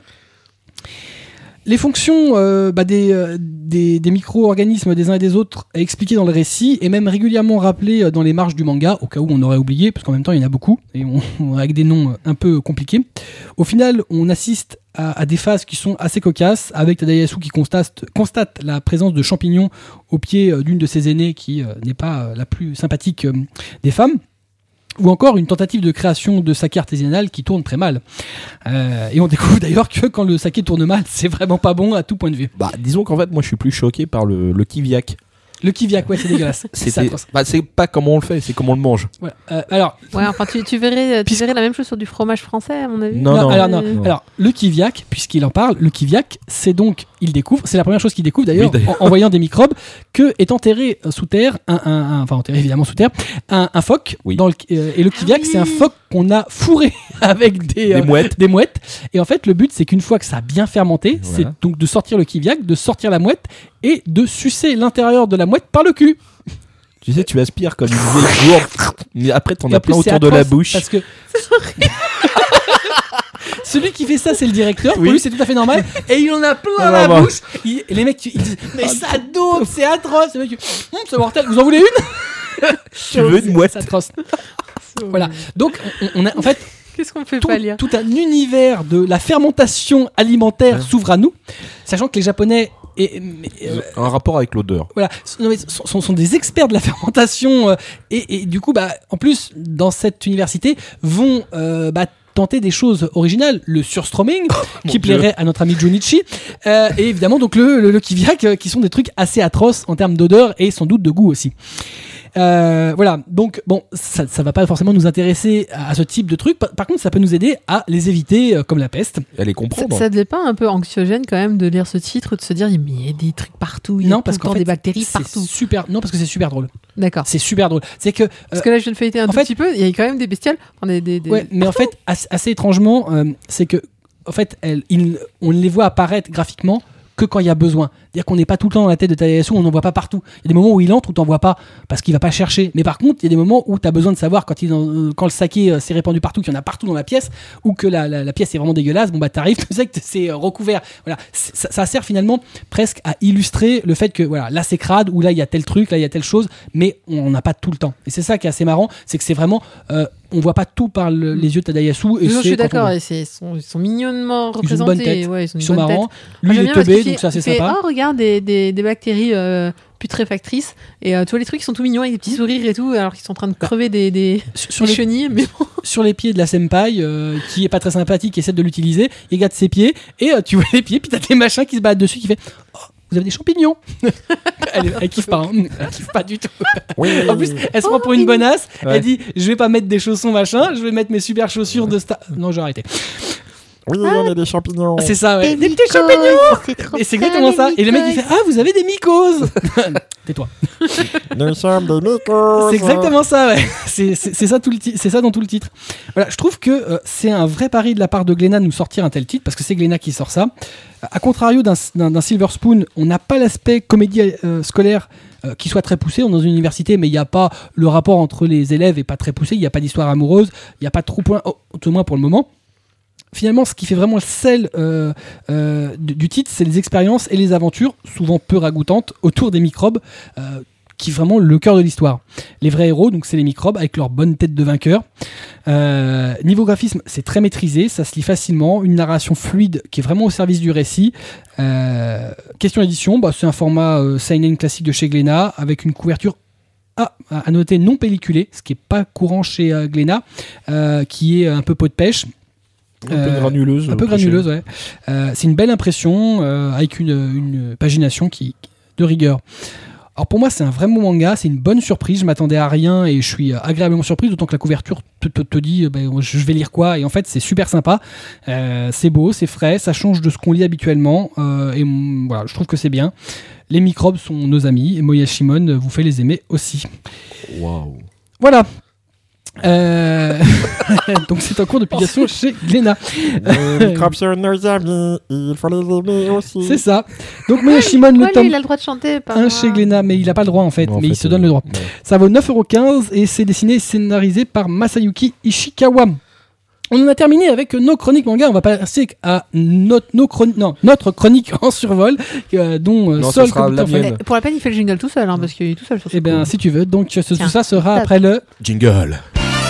Les fonctions euh, bah, des, euh, des, des micro-organismes des uns et des autres expliquées dans le récit et même régulièrement rappelées euh, dans les marges du manga, au cas où on aurait oublié, parce qu'en même temps il y en a beaucoup, et on, on- avec des noms euh, un peu compliqués. Au final, on assiste à, à des phases qui sont assez cocasses, avec Tadayasu qui constate, constate la présence de champignons au pied euh, d'une de ses aînées qui euh, n'est pas euh, la plus sympathique euh, des femmes. Ou encore une tentative de création de saké artisanal qui tourne très mal. Euh, et on découvre d'ailleurs que quand le saké tourne mal, c'est vraiment pas bon à tout point de vue. Bah, disons qu'en fait, moi, je suis plus choqué par le, le kiviak. Le kiviak, ouais, c'est dégueulasse. C'est C'était, atroce. bah, c'est pas comment on le fait, c'est comment on le mange. Voilà. Euh, alors, Ouais, enfin, tu, tu, verrais, tu Puisque- verrais la même chose sur du fromage français, à mon avis. Non, non. alors, non. Euh, alors, le kiviak, puisqu'il en parle, le kiviak, c'est donc, il découvre, c'est la première chose qu'il découvre d'ailleurs, Oui, d'ailleurs. en, en voyant des microbes, que est enterré euh, sous terre, un, un, un- enfin enterré évidemment sous terre, un, un phoque. Oui. Dans le, euh, et le kiviak, oui. c'est un phoque qu'on a fourré avec des, Des euh, mouettes. des mouettes. Et en fait, le but, c'est qu'une fois que ça a bien fermenté, Voilà. c'est donc de sortir le kiviak, de sortir la mouette et de sucer l'intérieur de la mouette par le cul. Tu sais, tu aspires comme une vieille gourde, mais après t'en Et as en plus, plein c'est autour de la atroce bouche. Parce que celui qui fait ça, c'est le directeur. Oui. Pour lui, c'est tout à fait normal. Et il en a plein Ah, la bah, bah. bouche. Il- et les mecs, ils disent mais ça dope, c'est atroce. Les mecs, hum, c'est mortel. Vous en voulez une? Tu veux une mouette? C'est atroce. Voilà. Donc, on, on a en fait Qu'est-ce qu'on fait tout, pas lire tout un univers de la fermentation alimentaire Ouais. s'ouvre à nous, sachant que les Japonais et, mais, euh, Un rapport avec l'odeur. voilà, non, mais sont, sont- sont des experts de la fermentation euh, et, et du coup, bah, en plus, dans cette université, vont euh, bah, tenter des choses originales, le surstroming qui Dieu. plairait à notre ami Junichi, euh, et évidemment donc le, le, le kiviak, euh, qui sont des trucs assez atroces en termes d'odeur et sans doute de goût aussi. Euh, voilà, donc bon, ça, ça va pas forcément nous intéresser à, à ce type de truc. Par, par contre, ça peut nous aider à les éviter euh, comme la peste. Elle est Ça, comprendre. ça devait pas un peu anxiogène quand même de lire ce titre, de se dire mais il y a des trucs partout, il y a Non, tout parce le qu'en temps fait, des bactéries c'est partout. super. Non, parce que c'est super drôle. D'accord. C'est super drôle. C'est que Parce que là je viens de feuilleter un en tout fait- petit peu, il y a quand même des bestioles. Enfin, des, des, des- ouais, mais en fait, assez, assez étrangement, euh, c'est que en fait, elles, ils- on les voit apparaître graphiquement que quand il y a besoin. C'est-à-dire qu'on n'est pas tout le temps dans la tête de Tadayasu, on n'en voit pas partout. Il y a des moments où il entre où t'en vois pas parce qu'il va pas chercher. Mais par contre, il y a des moments où tu as besoin de savoir quand, il est dans- euh, quand le saké euh, s'est répandu partout, qu'il y en a partout dans la pièce, ou que la, la, la pièce est vraiment dégueulasse. Bon bah t'arrives, tu sais que c'est euh, recouvert. Voilà, C'est- ça, ça sert finalement presque à illustrer le fait que voilà, là c'est crade, ou là il y a tel truc, là il y a telle chose, mais on n'a pas tout le temps. Et c'est ça qui est assez marrant, c'est que c'est vraiment, euh, on voit pas tout par le- les yeux de Tadayasu. Et Non, je c'est suis quand on d'accord, voit. et c'est- ils sont, ils sont mignonnement Ils ont une représentés. bonne tête. Ouais, ils ont une Ils sont bonne tête. marrants. Moi, Lui il j'aime est bien parce teubé, qu'il donc fait- ça c'est il fait, sympa. oh, regarde des, des, des bactéries euh, putréfactrices. Et euh, tu vois, les trucs qui sont tout mignons avec des petits sourires et tout, alors qu'ils sont en train de crever des, des, Sur, sur des les, chenilles. Mais bon. sur les pieds de la senpai, euh, qui est pas très sympathique, essaie de l'utiliser, il regarde ses pieds, et euh, tu vois les pieds, puis t'as des machins qui se baladent dessus, qui fait oh, vous avez des champignons. elle, elle kiffe pas, hein. Elle kiffe pas du tout. En plus, elle se prend pour une bonasse. Ouais. Elle dit je vais pas mettre des chaussons machin, je vais mettre mes super chaussures de star. Non, j'ai arrêté. Oui, on a des champignons. C'est ça, ouais. Des Des petits mycoses, champignons. c'est trop Et c'est fun, exactement les ça. Et le mec il mycoses. fait ah vous avez des mycoses. Tais-toi. Nous sommes des mycoses. C'est exactement ça, ouais. C'est, c'est, c'est ça tout le ti- c'est ça dans tout le titre. Voilà, je trouve que euh, c'est un vrai pari de la part de Glénat de nous sortir un tel titre parce que c'est Glénat qui sort ça. A contrario d'un, d'un, d'un Silver Spoon, on n'a pas l'aspect comédie euh, scolaire euh, qui soit très poussé. On est dans une université, mais il n'y a pas le rapport entre les élèves est pas très poussé. Il n'y a pas d'histoire amoureuse. Il n'y a pas trop point, oh, au moins pour le moment. Finalement, ce qui fait vraiment le sel euh, euh, du, du titre, c'est les expériences et les aventures, souvent peu ragoûtantes, autour des microbes, euh, qui est vraiment le cœur de l'histoire. Les vrais héros, donc c'est les microbes, avec leur bonne tête de vainqueur. Euh, niveau graphisme, c'est très maîtrisé, ça se lit facilement, une narration fluide qui est vraiment au service du récit. Euh, question édition, bah, c'est un format euh, seinen classique de chez Glénat, avec une couverture ah, à noter non pelliculée, ce qui n'est pas courant chez euh, Glénat, euh, qui est un peu peau de pêche. Un peu Euh, granuleuse. Un peu au granuleuse, ouais. Euh, c'est une belle impression euh, avec une, une pagination qui, de rigueur. Alors pour moi, c'est un vrai bon manga, c'est une bonne surprise. Je m'attendais à rien et je suis agréablement surpris, d'autant que la couverture te, te, te dit euh, ben, je vais lire quoi. Et en fait, c'est super sympa. Euh, c'est beau, c'est frais, ça change de ce qu'on lit habituellement. Euh, et mm, voilà, je trouve que c'est bien. Les microbes sont nos amis et Moyashimon vous fait les aimer aussi. final. Waouh. Voilà. Euh... Donc c'est en cours de publication chez Glénat. Les microbes sont nos amis, il faut les aimer aussi. C'est ça. Donc Moyashimon, le Ouais, lui, tome il a le droit de chanter. Pas un moi. chez Glénat, mais il n'a pas le droit en fait, Non, en mais fait, il se donne euh, le droit. ouais. Ça vaut neuf euros quinze et c'est dessiné et scénarisé par Masayuki Ishikawa. On en a terminé avec nos chroniques manga. On va passer à notre, nos chroni- non, notre chronique en survol, euh, dont euh, Non, ce Sol sera la Computer Fan- mienne. Eh, Pour la peine, il fait le jingle tout seul, hein, parce qu'il est tout seul sur ce Eh bien, coup. si tu veux. Donc, ce- Tiens, tout ça sera tape. après le. Jingle.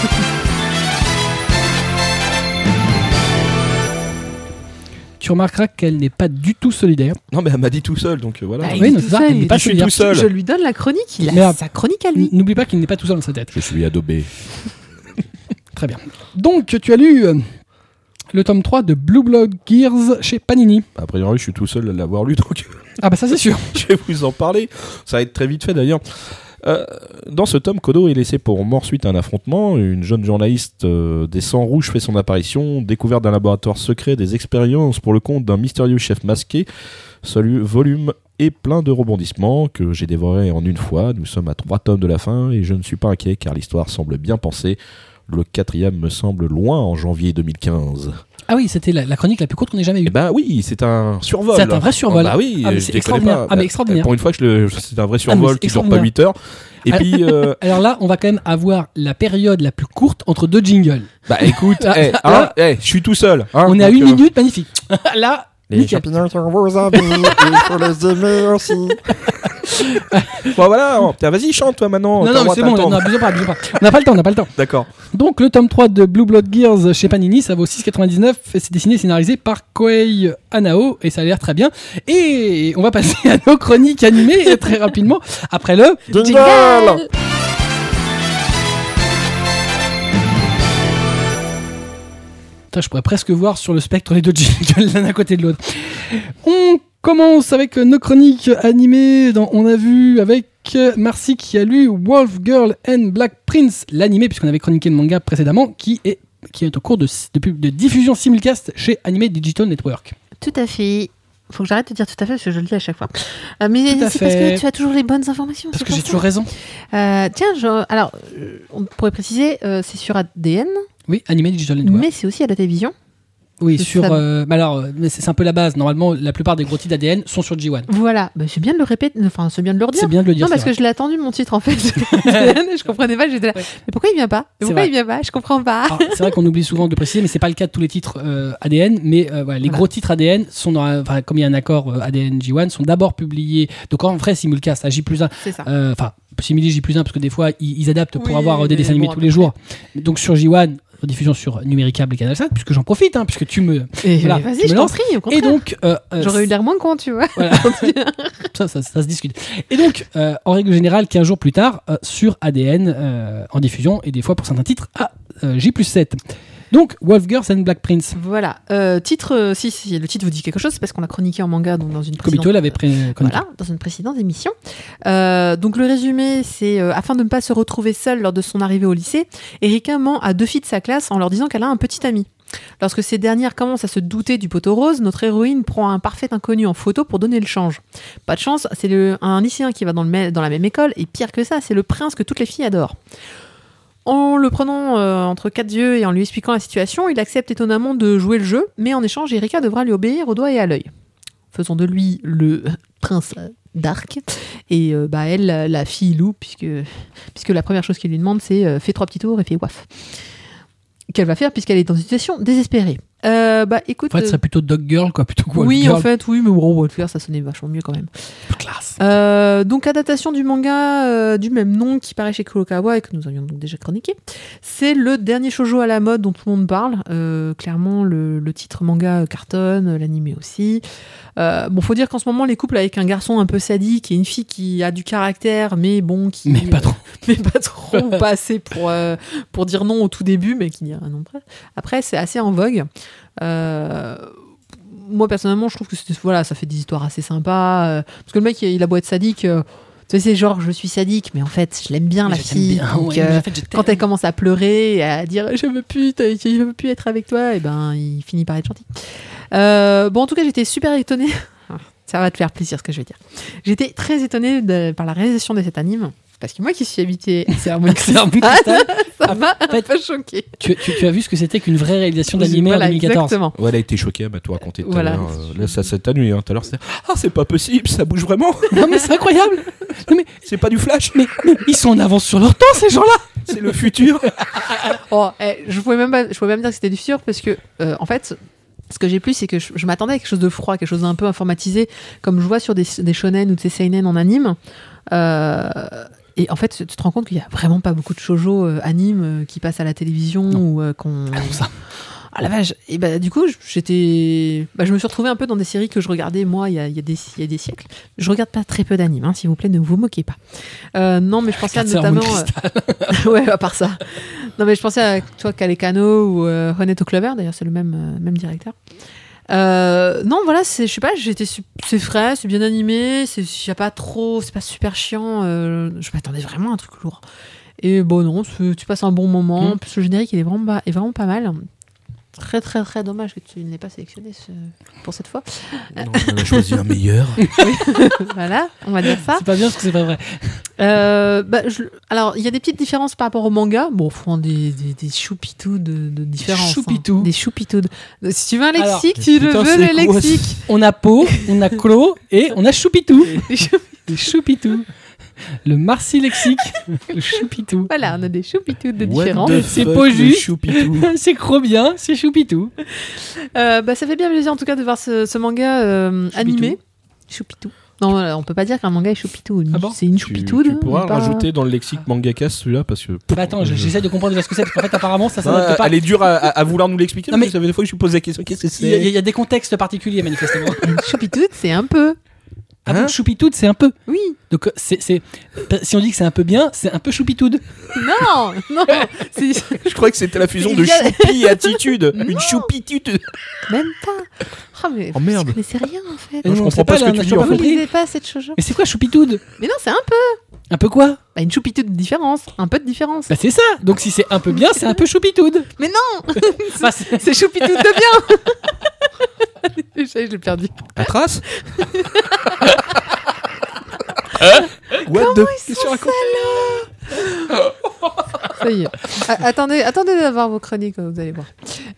Tu remarqueras qu'elle n'est pas du tout solidaire. Non, mais elle m'a dit tout seul, donc euh, voilà. Bah, oui, il est non, tout c'est ça, seul, elle n'est il pas je suis solidaire. tout seul. Je lui donne la chronique, il a Merde. sa chronique à lui. N'oublie pas qu'il n'est pas tout seul dans sa tête. Je suis adobé. Très bien. Donc, tu as lu euh, le tome trois de Blue Blood Gears chez Panini. A priori, je suis tout seul à l'avoir lu, donc Ah, bah ça, c'est sûr. je vais vous en parler. Ça va être très vite fait d'ailleurs. Euh, dans ce tome, Kodo est laissé pour mort suite à un affrontement. Une jeune journaliste euh, des Sangs Rouges fait son apparition, découverte d'un laboratoire secret, des expériences pour le compte d'un mystérieux chef masqué. Salut, volume et plein de rebondissements que j'ai dévoré en une fois. Nous sommes à trois tomes de la fin et je ne suis pas inquiet car l'histoire semble bien pensée. Le quatrième me semble loin en janvier deux mille quinze. Ah oui, c'était la, la chronique la plus courte qu'on ait jamais eue. Eh ben oui, c'est un survol. C'est un vrai survol. Ah bah oui, ah, mais je c'est déconne extraordinaire. pas. Ah mais extraordinaire. Pour une fois que je le, c'est un vrai survol ah, qui dure pas huit heures. Et alors, puis euh... alors là, on va quand même avoir la période la plus courte entre deux jingles. Bah écoute, Ah, hey, là, hein, hey, je suis tout seul. Hein, on est à donc, une euh, minute, magnifique. Là, Les nickel. champignons sont vos amis, il faut les aimer aussi. Bon voilà, oh, putain, vas-y chante toi maintenant. Non, T'as non, le mais droit, c'est t'as bon, le temps. non, abusons pas, abusons pas. On n'a pas le temps, on n'a pas le temps. D'accord. Donc, le tome trois de Blue Blood Gears chez Panini, ça vaut six quatre-vingt-dix-neuf et c'est dessiné et scénarisé par Koei Hanao et ça a l'air très bien. Et on va passer à nos chroniques animées très rapidement après le Jingle. Putain, je pourrais presque voir sur le spectre les deux jingles l'un à côté de l'autre. On commence avec nos chroniques animées. Dans, on a vu avec Marcy qui a lu Wolf Girl and Black Prince, l'animé, puisqu'on avait chroniqué le manga précédemment, qui est, qui est au cours de, de, de diffusion simulcast chez Anime Digital Network. Tout à fait. Faut que j'arrête de dire tout à fait parce que je le dis à chaque fois. Euh, mais Tout à c'est fait. parce que tu as toujours les bonnes informations. Parce c'est que pour j'ai ça. toujours raison. Euh, tiens, je- alors, euh, on pourrait préciser, euh, c'est sur A D N, Oui, Anime Digital Network. mais c'est aussi à la télévision. Oui, c'est sur. ça. Euh, bah alors, euh, mais c'est c'est un peu la base. Normalement, la plupart des gros titres A D N sont sur G un. Voilà, bah, c'est bien de le répéter, enfin, c'est bien de le redire. C'est bien de le dire. Non, parce c'est que je l'ai attendu mon titre en fait. Je comprenais pas, j'étais là. Ouais. Mais pourquoi il vient pas C'est Mais pourquoi vrai. il vient pas Je comprends pas. Alors, c'est vrai qu'on oublie souvent de le préciser, mais c'est pas le cas de tous les titres euh, A D N. Mais euh, voilà, les Voilà. gros titres A D N sont, dans, un- enfin, comme il y a un accord euh, A D N G un, sont d'abord publiés. Donc en vrai, simulcast à J plus un. C'est ça. euh, Enfin, simili J plus un parce que des fois ils, ils adaptent pour Oui, avoir euh, des mais dessins animés bon, à tous peu les jours. Donc sur J un, diffusion sur Numéricable et Canal sept, puisque j'en profite, hein, puisque tu me. Et voilà, vas-y, tu me je t'en lances. prie, au contraire. Et donc, euh, euh, J'aurais eu l'air moins con, tu vois. Voilà. ça, ça, ça se discute. Et donc, euh, en règle générale, quinze jours plus tard, euh, sur A D N euh, en diffusion, et des fois pour certains titres à euh, J plus sept. Donc, Wolf Girls and Black Prince. Voilà. Euh, titre, euh, si, si le titre vous dit quelque chose, c'est parce qu'on a chroniqué en manga donc dans une précédente, Kobito l'avait pré- chroniqué. voilà, dans une précédente émission. Euh, donc le résumé, c'est euh, afin de ne pas se retrouver seule lors de son arrivée au lycée, Erika ment à deux filles de sa classe en leur disant qu'elle a un petit ami. Lorsque ces dernières commencent à se douter du poteau rose, notre héroïne prend un parfait inconnu en photo pour donner le change. Pas de chance, c'est le, un lycéen qui va dans, le, mê- dans la même école, et pire que ça, c'est le prince que toutes les filles adorent. En le prenant euh, entre quatre yeux et en lui expliquant la situation, il accepte étonnamment de jouer le jeu, mais en échange, Erika devra lui obéir au doigt et à l'œil. Faisons de lui le prince d'Arc, et euh, bah, elle, la, la fille loup, puisque, puisque la première chose qu'il lui demande, c'est euh, fais trois petits tours et fais waf. Qu'elle va faire puisqu'elle est dans une situation désespérée. Euh, bah écoute. En fait, ce serait plutôt Dog Girl, quoi, plutôt que Wolf oui, Girl. en fait, oui, mais bon, on va le faire, ça sonnait vachement mieux quand même. Classe. Euh, donc, adaptation du manga euh, du même nom qui paraît chez Kurokawa et que nous avions donc déjà chroniqué. C'est le dernier shoujo à la mode dont tout le monde parle. Euh, clairement, le, le titre manga cartonne, l'animé aussi. Euh, bon, faut dire qu'en ce moment, les couples avec un garçon un peu sadique et une fille qui a du caractère, mais bon, qui. Mais pas trop. mais pas trop, ou pas assez pour, euh, pour dire non au tout début, mais qui dira non après. Après, c'est assez en vogue. Euh, moi, personnellement, je trouve que c'était, voilà, ça fait des histoires assez sympas. euh, parce que le mec, il a beau être sadique. euh, tu sais, c'est genre, je suis sadique, mais en fait, je l'aime bien, la Je t'aime fille. bien, donc, ouais, euh, mais en fait, je quand t'aime. elle commence à pleurer et à dire je veux plus, t'as- je veux plus être avec toi, et ben, il finit par être gentil. Euh, bon, en tout cas, j'étais super étonnée. Ça va te faire plaisir ce que je vais dire. J'étais très étonnée de- par la réalisation de cet anime. Parce que moi qui suis habituée à Sermon C'est un bon cristal. ça m'a En fait, un peu choquée. tu, tu, tu as vu ce que c'était qu'une vraie réalisation d'animé Voilà, en deux mille quatorze. exactement. Ouais, elle a été choquée, elle m'a tout raconté tout Voilà. à l'heure. Euh, là, ça s'est annulé. Hein. Tout à l'heure, c'était ah, c'est pas possible, ça bouge vraiment. Non, mais c'est incroyable. Non, mais, C'est pas du flash, mais, mais ils sont en avance sur leur temps, ces gens-là. c'est le futur. Oh, eh, je pouvais même pas, je pouvais même dire que c'était du sûr parce que, euh, en fait, ce que j'ai plu, c'est que je, je m'attendais à quelque chose de froid, quelque chose d'un peu informatisé, comme je vois sur des, des shonen ou des seinen en anime. Euh, et en fait, tu te rends compte qu'il y a vraiment pas beaucoup de shoujo euh, anime euh, qui passent à la télévision Non. ou euh, qu'on. Ah non, ça. Ah la vache. Et bah du coup, j'étais, bah, je me suis retrouvée un peu dans des séries que je regardais moi il y a, il y a, des, il y a des siècles. Je regarde pas très peu d'animes, hein, s'il vous plaît, ne vous moquez pas. Euh, non, mais je pensais à Regarde Sermon notamment. Cristal. euh, ouais, à part ça. Non, mais je pensais à toi, Calecano ou euh, René Clover, d'ailleurs, c'est le même, euh, même directeur. Euh, non, voilà, c'est, je sais pas, j'étais, su- c'est frais, c'est bien animé, c'est, y a pas trop, c'est pas super chiant. Euh, je m'attendais vraiment à un truc lourd. Et bon, non, c'est- tu passes un bon moment. Mm. En plus, le générique, il est vraiment, pas- est vraiment pas mal. très très très dommage que tu ne l'aies pas sélectionné ce... pour cette fois. Non, on a choisi un meilleur. Voilà, on va dire ça. C'est pas bien parce que c'est pas vrai. Euh, bah, je... Alors, il y a des petites différences par rapport au manga. Bon, font des, des, des choupitous de, de différence. Choupitous. Hein. Des choupitous. De... Si tu veux un lexique, Alors, tu le putain, veux, c'est le quoi, lexique. On a Po, on a Clo et on a Choupitou. Les Choupitou. Le Marcy lexique, le Choupitou. Voilà, on a des choupitous de What différence. the C'est fuck, pas le juste. choupitou. C'est trop bien, c'est Choupitou. Euh, bah, ça fait bien plaisir en tout cas de voir ce, ce manga euh, animé. Choupitou. Non, voilà, on peut pas dire qu'un manga est choupitou. Ah bon C'est une Tu, choupitou. tu pourras le pas... rajouter dans le lexique mangaka celui-là parce que. Bah attends, je- j'essaie de comprendre déjà ce que c'est parce qu'en fait apparemment ça Non, s'adapte pas. elle est dure à, à- à vouloir nous l'expliquer. Non, parce mais- que ça fait des fois que je lui pose la question. Qu'est-ce que Il y, a, c'est il y a des contextes particuliers manifestement. Une choupitou, c'est un peu. Ah bon, Hein Choupitoud, c'est un peu. Oui. Donc euh, c'est, c'est, si on dit que c'est un peu bien, c'est un peu Choupitoud. Non, non. C'est Je croyais que c'était la fusion de Il y a- choupi et attitude. Non. Une choupitude. même pas. Oh, mais Oh, merde. vous connaissez rien en fait. Et Moi, je on comprends sait pas ce là, que on a tu toujours dis, pas en Vous compris. lisez pas cette shoujo. Mais c'est quoi Choupitoud? Mais non, c'est un peu. Un peu quoi? Bah, une choupitoud de différence. Un peu de différence. Bah c'est ça. Donc si c'est un peu bien, c'est un peu Choupitoud. Mais non. Enfin, c'est- C'est choupitout de bien. Je l'ai perdu. La trace What the Ils sont Ça y est. A- attendez, attendez d'avoir vos chroniques, vous allez voir.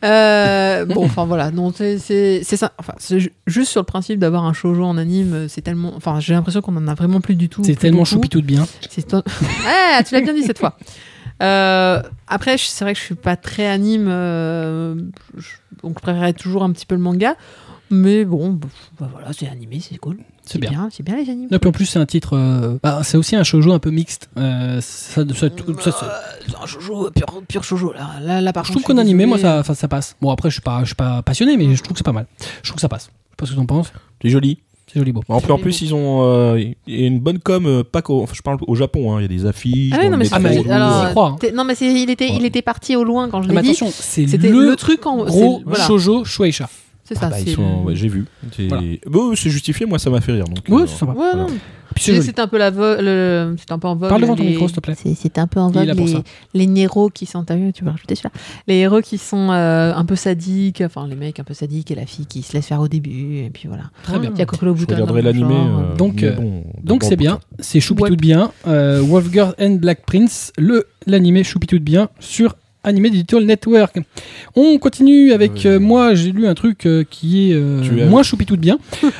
Euh, bon, enfin voilà, non, c'est, c'est, c'est ça. Enfin, c'est ju- juste sur le principe d'avoir un shoujo en anime, c'est tellement. Enfin, j'ai l'impression qu'on en a vraiment plus du tout. c'est plus tellement beaucoup. Choupitoud bien. C'est to- Ah, tu l'as bien dit cette fois. Euh, après, je- c'est vrai que je suis pas très anime, euh, je- donc je préférerais toujours un petit peu le manga. Mais bon, bah, bah voilà, c'est animé, c'est cool. C'est bien. c'est bien les animes. Et puis en plus c'est un titre, euh, bah, c'est aussi un shoujo un peu mixte. Euh, ça, ça- ça- ça- Euh, c'est un shoujo, pur, pur shoujo. Là, là, là par je contre, trouve qu'en suis animé, moi désolée. ça, enfin, ça passe. Bon après je suis pas, je suis pas passionné, mais je trouve que c'est pas mal. Je trouve que ça passe. Je sais pas ce que t'en penses. C'est joli. C'est joli beau. En plus, en plus, ils ont euh, il y a une bonne com, euh, pas qu'au, enfin, je parle au Japon, hein, il y a des affiches. Ah oui, dans non, le mais Ah, métro, mais c'est- tout. alors, j'y crois, hein. t'es- non, mais c'est, il était, il Ouais. était parti au loin quand je Ah, mais l'ai dit. attention, c'est C'était le, le, truc en gros c'est- voilà. shoujo Shueisha. C'est Ah ça. bah, c'est ils sont, le- ouais, j'ai vu. C'est... Voilà. Bon, c'est justifié, moi ça m'a fait rire. Donc, Ouais, euh, c'est sympa. Ouais, non. Puis c'est C'est- joli. C'était un peu la vo- le, c'était un peu en vogue. Parle devant ton les- micro, s'il te plaît. C'est- C'était un peu en Il est vogue là pour les, ça. les néros qui sont, t'as vu, tu peux rajouter celui-là. Les héros qui sont euh, un peu sadiques, enfin les mecs un peu sadiques et la fille qui se laisse faire au début et puis voilà. Très bien. Il y a Kokoro Je Butan regarderai dans le l'animé. genre. euh, Donc, mais euh, bon, Donc d'abord, c'est bien, bouquin. c'est Choupitoud Ouais. bien. Euh, Wolfgirl and Black Prince, le l'animé Choupitoud bien sur Anime Digital Network. On continue avec Ouais. euh, moi, j'ai lu un truc euh, qui est euh, Tu as- moins Choupitoud bien.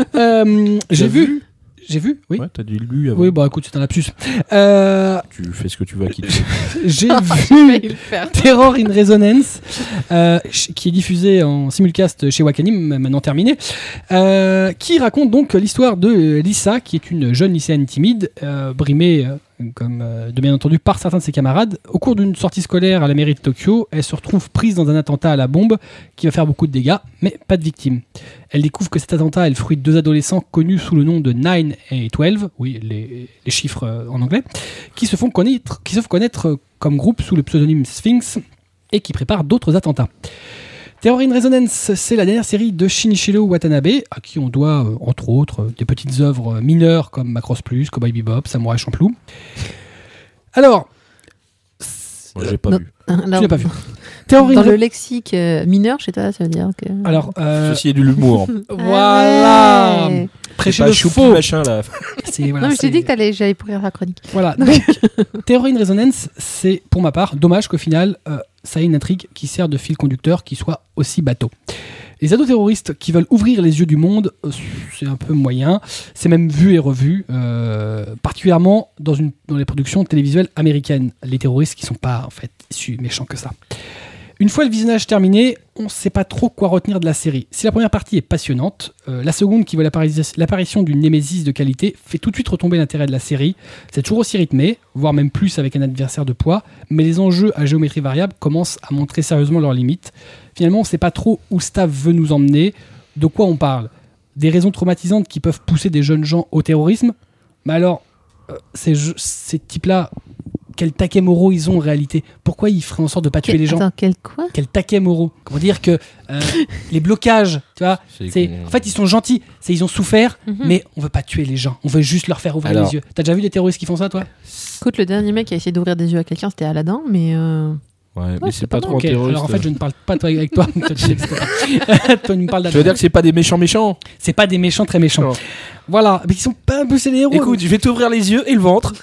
Euh, j'ai as vu, vu j'ai vu, oui. Ouais, t'as dit lu avant. Oui, bah écoute, c'est un lapsus. Euh, Tu fais ce que tu veux à qui. j'ai J'ai vu failli le faire. Terror in Resonance, euh, ch- qui est diffusé en simulcast chez Wakanim, maintenant terminé, euh, qui raconte donc l'histoire de euh, Lisa, qui est une jeune lycéenne timide, euh, brimée, euh, comme euh, de bien entendu, par certains de ses camarades. Au cours d'une sortie scolaire à la mairie de Tokyo, elle se retrouve prise dans un attentat à la bombe qui va faire beaucoup de dégâts, mais pas de victimes. Elle découvre que cet attentat est le fruit de deux adolescents connus sous le nom de Nine et douze, oui, les, les chiffres euh, en anglais, qui se font connaître, qui se font connaître euh, comme groupe sous le pseudonyme Sphinx et qui préparent d'autres attentats. Terror in Resonance, c'est la dernière série de Shinichiro Watanabe, à qui on doit, euh, entre autres, euh, des petites œuvres euh, mineures comme Macross Plus, Cowboy Bebop, Samurai Champloo. Alors, Moi, j'ai pas Non. vu. tu Alors, l'as pas vu. Terror in dans Re- le lexique euh, mineur, chez toi, ça veut dire que. Alors, euh, Ceci est de l'humour. voilà, Ah ouais. prêchez pas le choupi faux. machin là. C'est, voilà, Non, mais je t'ai c'est- dit que t'allais, j'allais pourrir la chronique. Voilà, donc Terror in Resonance, c'est pour ma part dommage qu'au final, euh, ça ait une intrigue qui sert de fil conducteur qui soit aussi bateau. Les ados terroristes qui veulent ouvrir les yeux du monde, euh, c'est un peu moyen. C'est même vu et revu, euh, particulièrement dans, une, dans les productions télévisuelles américaines. Les terroristes qui sont pas en fait si méchants que ça. Une fois le visionnage terminé, on ne sait pas trop quoi retenir de la série. Si la première partie est passionnante, euh, la seconde, qui voit l'appari- l'apparition d'une némésis de qualité, fait tout de suite retomber l'intérêt de la série. C'est toujours aussi rythmé, voire même plus avec un adversaire de poids, mais les enjeux à géométrie variable commencent à montrer sérieusement leurs limites. Finalement, on ne sait pas trop où Staff veut nous emmener, de quoi on parle. Des raisons traumatisantes qui peuvent pousser des jeunes gens au terrorisme. Mais alors, euh, ces, jeux- ces types-là, quel Takemoro ils ont en réalité? Pourquoi ils feraient en sorte de pas tuer les gens? Attends, quel quoi? Quel Takemoro? Comment dire que euh, les blocages, tu vois, C'est c'est, con. en fait ils sont gentils, c'est ils ont souffert, Mhm. mais on veut pas tuer les gens, on veut juste leur faire ouvrir Alors- les yeux. T'as déjà vu des terroristes qui font ça, toi? Écoute, le dernier mec qui a essayé d'ouvrir des yeux à quelqu'un, c'était Aladdin, mais. euh, Ouais, mais Ouais, c'est c'est pas pas trop Ok, un terroriste. alors en fait, je ne parle pas toi avec toi. Toi, tu sais, toi, tu me parles Tu veux dire que c'est pas des méchants méchants? c'est pas des méchants très méchants. Non. Voilà, mais qui sont pas un peu c'est les héros. Écoute, je vais t'ouvrir les yeux et le ventre.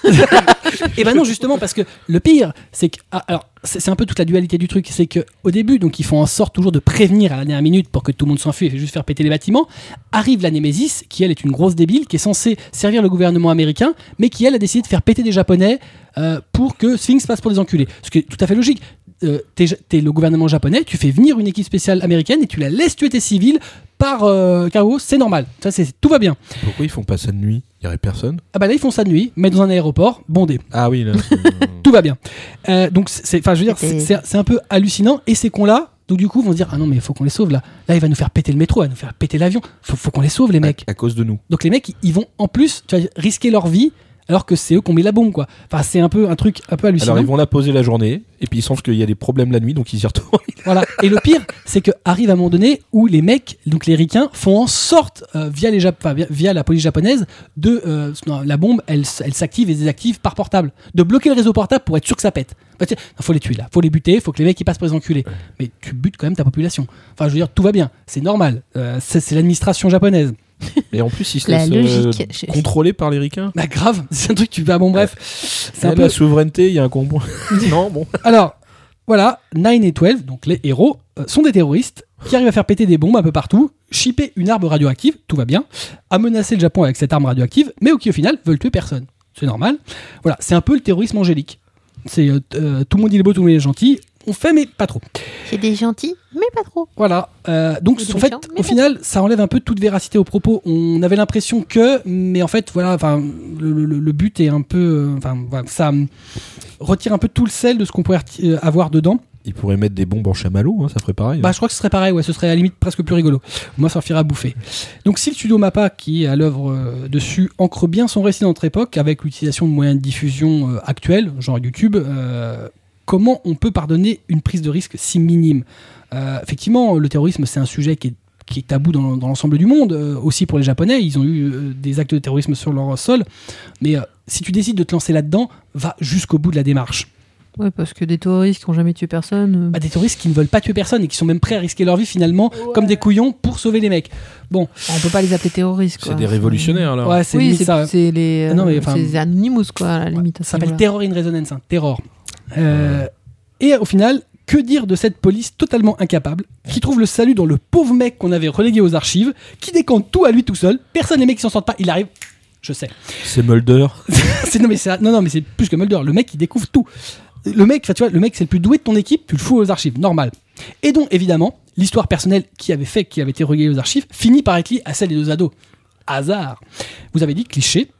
Et ben non, justement, parce que le pire, c'est que ah, alors c'est c'est un peu toute la dualité du truc, c'est que au début, donc ils font en sorte toujours de prévenir à la dernière minute pour que tout le monde s'enfuit et juste faire péter les bâtiments. Arrive la Némésis, qui elle est une grosse débile, qui est censée servir le gouvernement américain, mais qui elle a décidé de faire péter des Japonais euh, pour que Sphinx passe pour des enculés. Ce qui est tout à fait logique. Euh, t'es, t'es le gouvernement japonais, tu fais venir une équipe spéciale américaine et tu la laisses tuer tes civils par euh, chaos, c'est normal. Ça, c'est, tout va bien. Pourquoi ils font pas ça de nuit? Il y aurait personne. Ah bah là ils font ça de nuit, mais dans un aéroport bondé. Ah oui, là. Tout va bien. Euh, donc c'est, enfin je veux dire, c'est, c'est, c'est un peu hallucinant. Et ces cons-là, donc du coup vont se dire ah non mais il faut qu'on les sauve là. Là il va nous faire péter le métro, il va nous faire péter l'avion. Faut, faut qu'on les sauve les mecs. à, à cause de nous. Donc les mecs ils vont en plus, tu vois, risquer leur vie alors que c'est eux qui ont mis la bombe quoi. Enfin c'est un peu un truc un peu hallucinant. Alors ils vont la poser la journée et puis ils sentent qu'il y a des problèmes la nuit donc ils y retournent. Voilà. Et le pire, c'est que arrive un moment donné où les mecs, donc les ricains, font en sorte euh, via les Jap- enfin, via, via la police japonaise de euh, non, la bombe, elle, s- elle s'active et se désactive par portable, de bloquer le réseau portable pour être sûr que ça pète. Bah, tu sais, non, faut les tuer là, faut les buter, faut que les mecs ils passent pour les enculés. Mais tu butes quand même ta population. Enfin, je veux dire, tout va bien, c'est normal. Euh, c'est, c'est l'administration japonaise. Et en plus ils se La laissent euh, logique. Je- contrôler par les ricains. Bah grave, c'est un truc tu vas bon bref. C'est un Et peu... La souveraineté, il y a un combo. Non, bon. Alors, voilà, nine et douze, donc les héros, euh, sont des terroristes qui arrivent à faire péter des bombes un peu partout, shipper une arme radioactive, tout va bien, à menacer le Japon avec cette arme radioactive, mais qui au final veulent tuer personne. C'est normal. Voilà, c'est un peu le terrorisme angélique. C'est euh, euh, tout le monde il est beau, tout le monde il est gentil. On fait, mais pas trop. C'est des gentils, mais pas trop. Voilà. Euh, donc, Et des en fait, méchants, mais au pas final, ça enlève un peu toute véracité aux propos. On avait l'impression que, mais en fait, voilà, enfin, le, le- le but est un peu, euh, enfin, voilà, ça hum, retire un peu tout le sel de ce qu'on pourrait reti- euh, avoir dedans. Ils pourraient mettre des bombes en chamallow, hein, ça ferait pareil. Bah, je crois que ce serait pareil, ouais, ce serait à la limite presque plus rigolo. Moi, ça suffira à bouffer. Donc, si le studio Mappa, qui est à l'œuvre euh, dessus, ancre bien son récit dans notre époque, avec l'utilisation de moyens de diffusion euh, actuels, genre YouTube, euh, comment on peut pardonner une prise de risque si minime? Euh, Effectivement, le terrorisme, c'est un sujet qui est, qui est tabou dans, dans l'ensemble du monde, euh, aussi pour les Japonais. Ils ont eu euh, des actes de terrorisme sur leur sol. Mais euh, si tu décides de te lancer là-dedans, va jusqu'au bout de la démarche. Ouais, parce que des terroristes qui n'ont jamais tué personne. euh, Bah, des terroristes qui ne veulent pas tuer personne et qui sont même prêts à risquer leur vie finalement Ouais. comme des couillons pour sauver les mecs. Bon, On peut pas les appeler terroristes. C'est quoi. des révolutionnaires là. ouais, c'est Oui, limite c'est, ça. c'est les, Ah non, mais euh, enfin- c'est les Anonymous, quoi, à la limite. à Ça ce s'appelle niveau-là. Terror in Resonance, hein, Terror. Euh, Et au final, que dire de cette police totalement incapable, qui trouve le salut dans le pauvre mec qu'on avait relégué aux archives, qui décante tout à lui tout seul, personne les mecs qui s'en sortent pas, il arrive, je sais. C'est Mulder. c'est, non, mais c'est, non, non, mais c'est plus que Mulder, le mec il découvre tout. Le mec, enfin, tu vois, le mec c'est le plus doué de ton équipe, tu le fous aux archives, normal. Et donc, évidemment, l'histoire personnelle qui avait fait, qui avait été reléguée aux archives, finit par être liée à celle des deux ados. Hasard. Vous avez dit cliché.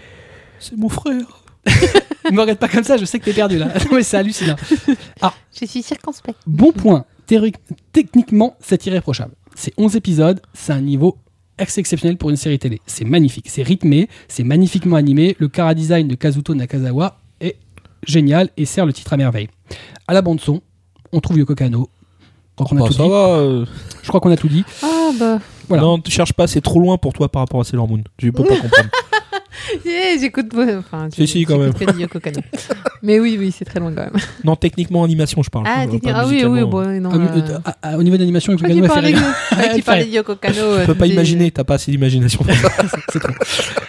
C'est mon frère. Ne me regarde pas comme ça, je sais que t'es perdu là. Non, mais c'est hallucinant. Je suis circonspect. Bon point. Théori- Techniquement, c'est irréprochable. C'est onze épisodes, c'est un niveau assez exceptionnel pour une série télé. C'est magnifique, c'est rythmé, c'est magnifiquement animé. Le chara design de Kazuto Nakazawa est génial et sert le titre à merveille. À la bande son, on trouve Yoko Kanno. Je crois qu'on a Bah, tout ça dit. va. euh, Je crois qu'on a tout dit. Ah bah. Voilà. Non, tu cherches pas, c'est trop loin pour toi par rapport à Sailor Moon. Je peux pas comprendre. Eh, j'écoute. Enfin, Si, si, quand même. j'écoute pas de Yoko Kanno. Mais oui, oui, c'est très loin quand même. Non, techniquement animation, je parle. Ah, pas- technique- pas ah oui, oui, musicalement. bon, non. Ah, mais, euh, euh, ah, ah, au niveau d'animation, Yoko Quand Kanno tu elle fait parlais rire. de, quand Elle tu fait parlais rire. de Yoko Kanno, Tu euh, peux pas c'est- imaginer, t'as pas assez d'imagination. C'est trop.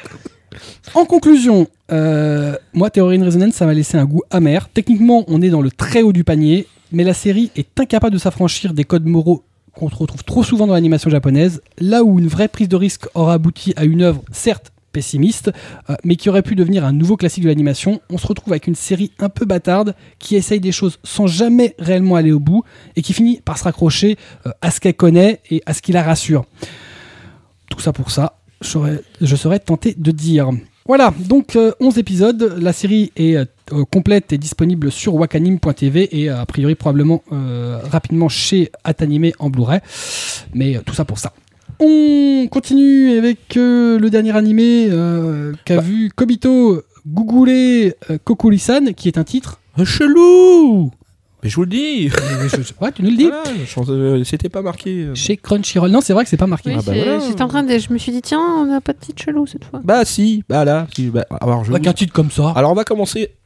En conclusion, euh, moi, Theory in Resonance, ça m'a laissé un goût amer. Techniquement, on est dans le très haut du panier, mais la série est incapable de s'affranchir des codes moraux qu'on retrouve trop souvent dans l'animation japonaise, là où une vraie prise de risque aura abouti à une œuvre, certes pessimiste, euh, mais qui aurait pu devenir un nouveau classique de l'animation. On se retrouve avec une série un peu bâtarde, qui essaye des choses sans jamais réellement aller au bout, et qui finit par se raccrocher euh, à ce qu'elle connaît et à ce qui la rassure. Tout ça pour ça, je serais, je serais tenté de dire. Voilà, donc euh, onze épisodes. La série est euh, complète et disponible sur wakanim point t v et euh, a priori probablement euh, rapidement chez Atanime en Blu-ray. Mais euh, tout ça pour ça. On continue avec euh, le dernier animé euh, qu'a Bah. vu Kobito googler euh, Kokuri-san, qui est un titre. Un chelou. Mais je vous le dis. Euh, je- je- ouais, tu nous le dis. Voilà, je pense, euh, c'était pas marqué. euh. Chez Crunchyroll. Non, c'est vrai que c'est pas marqué. Oui, Ah bah c'est- voilà. j'étais en train de. Je me suis dit, tiens, on n'a pas de titre chelou cette fois. Bah si, bah là. si, bah, alors, je Avec vous- un titre comme ça. alors on va commencer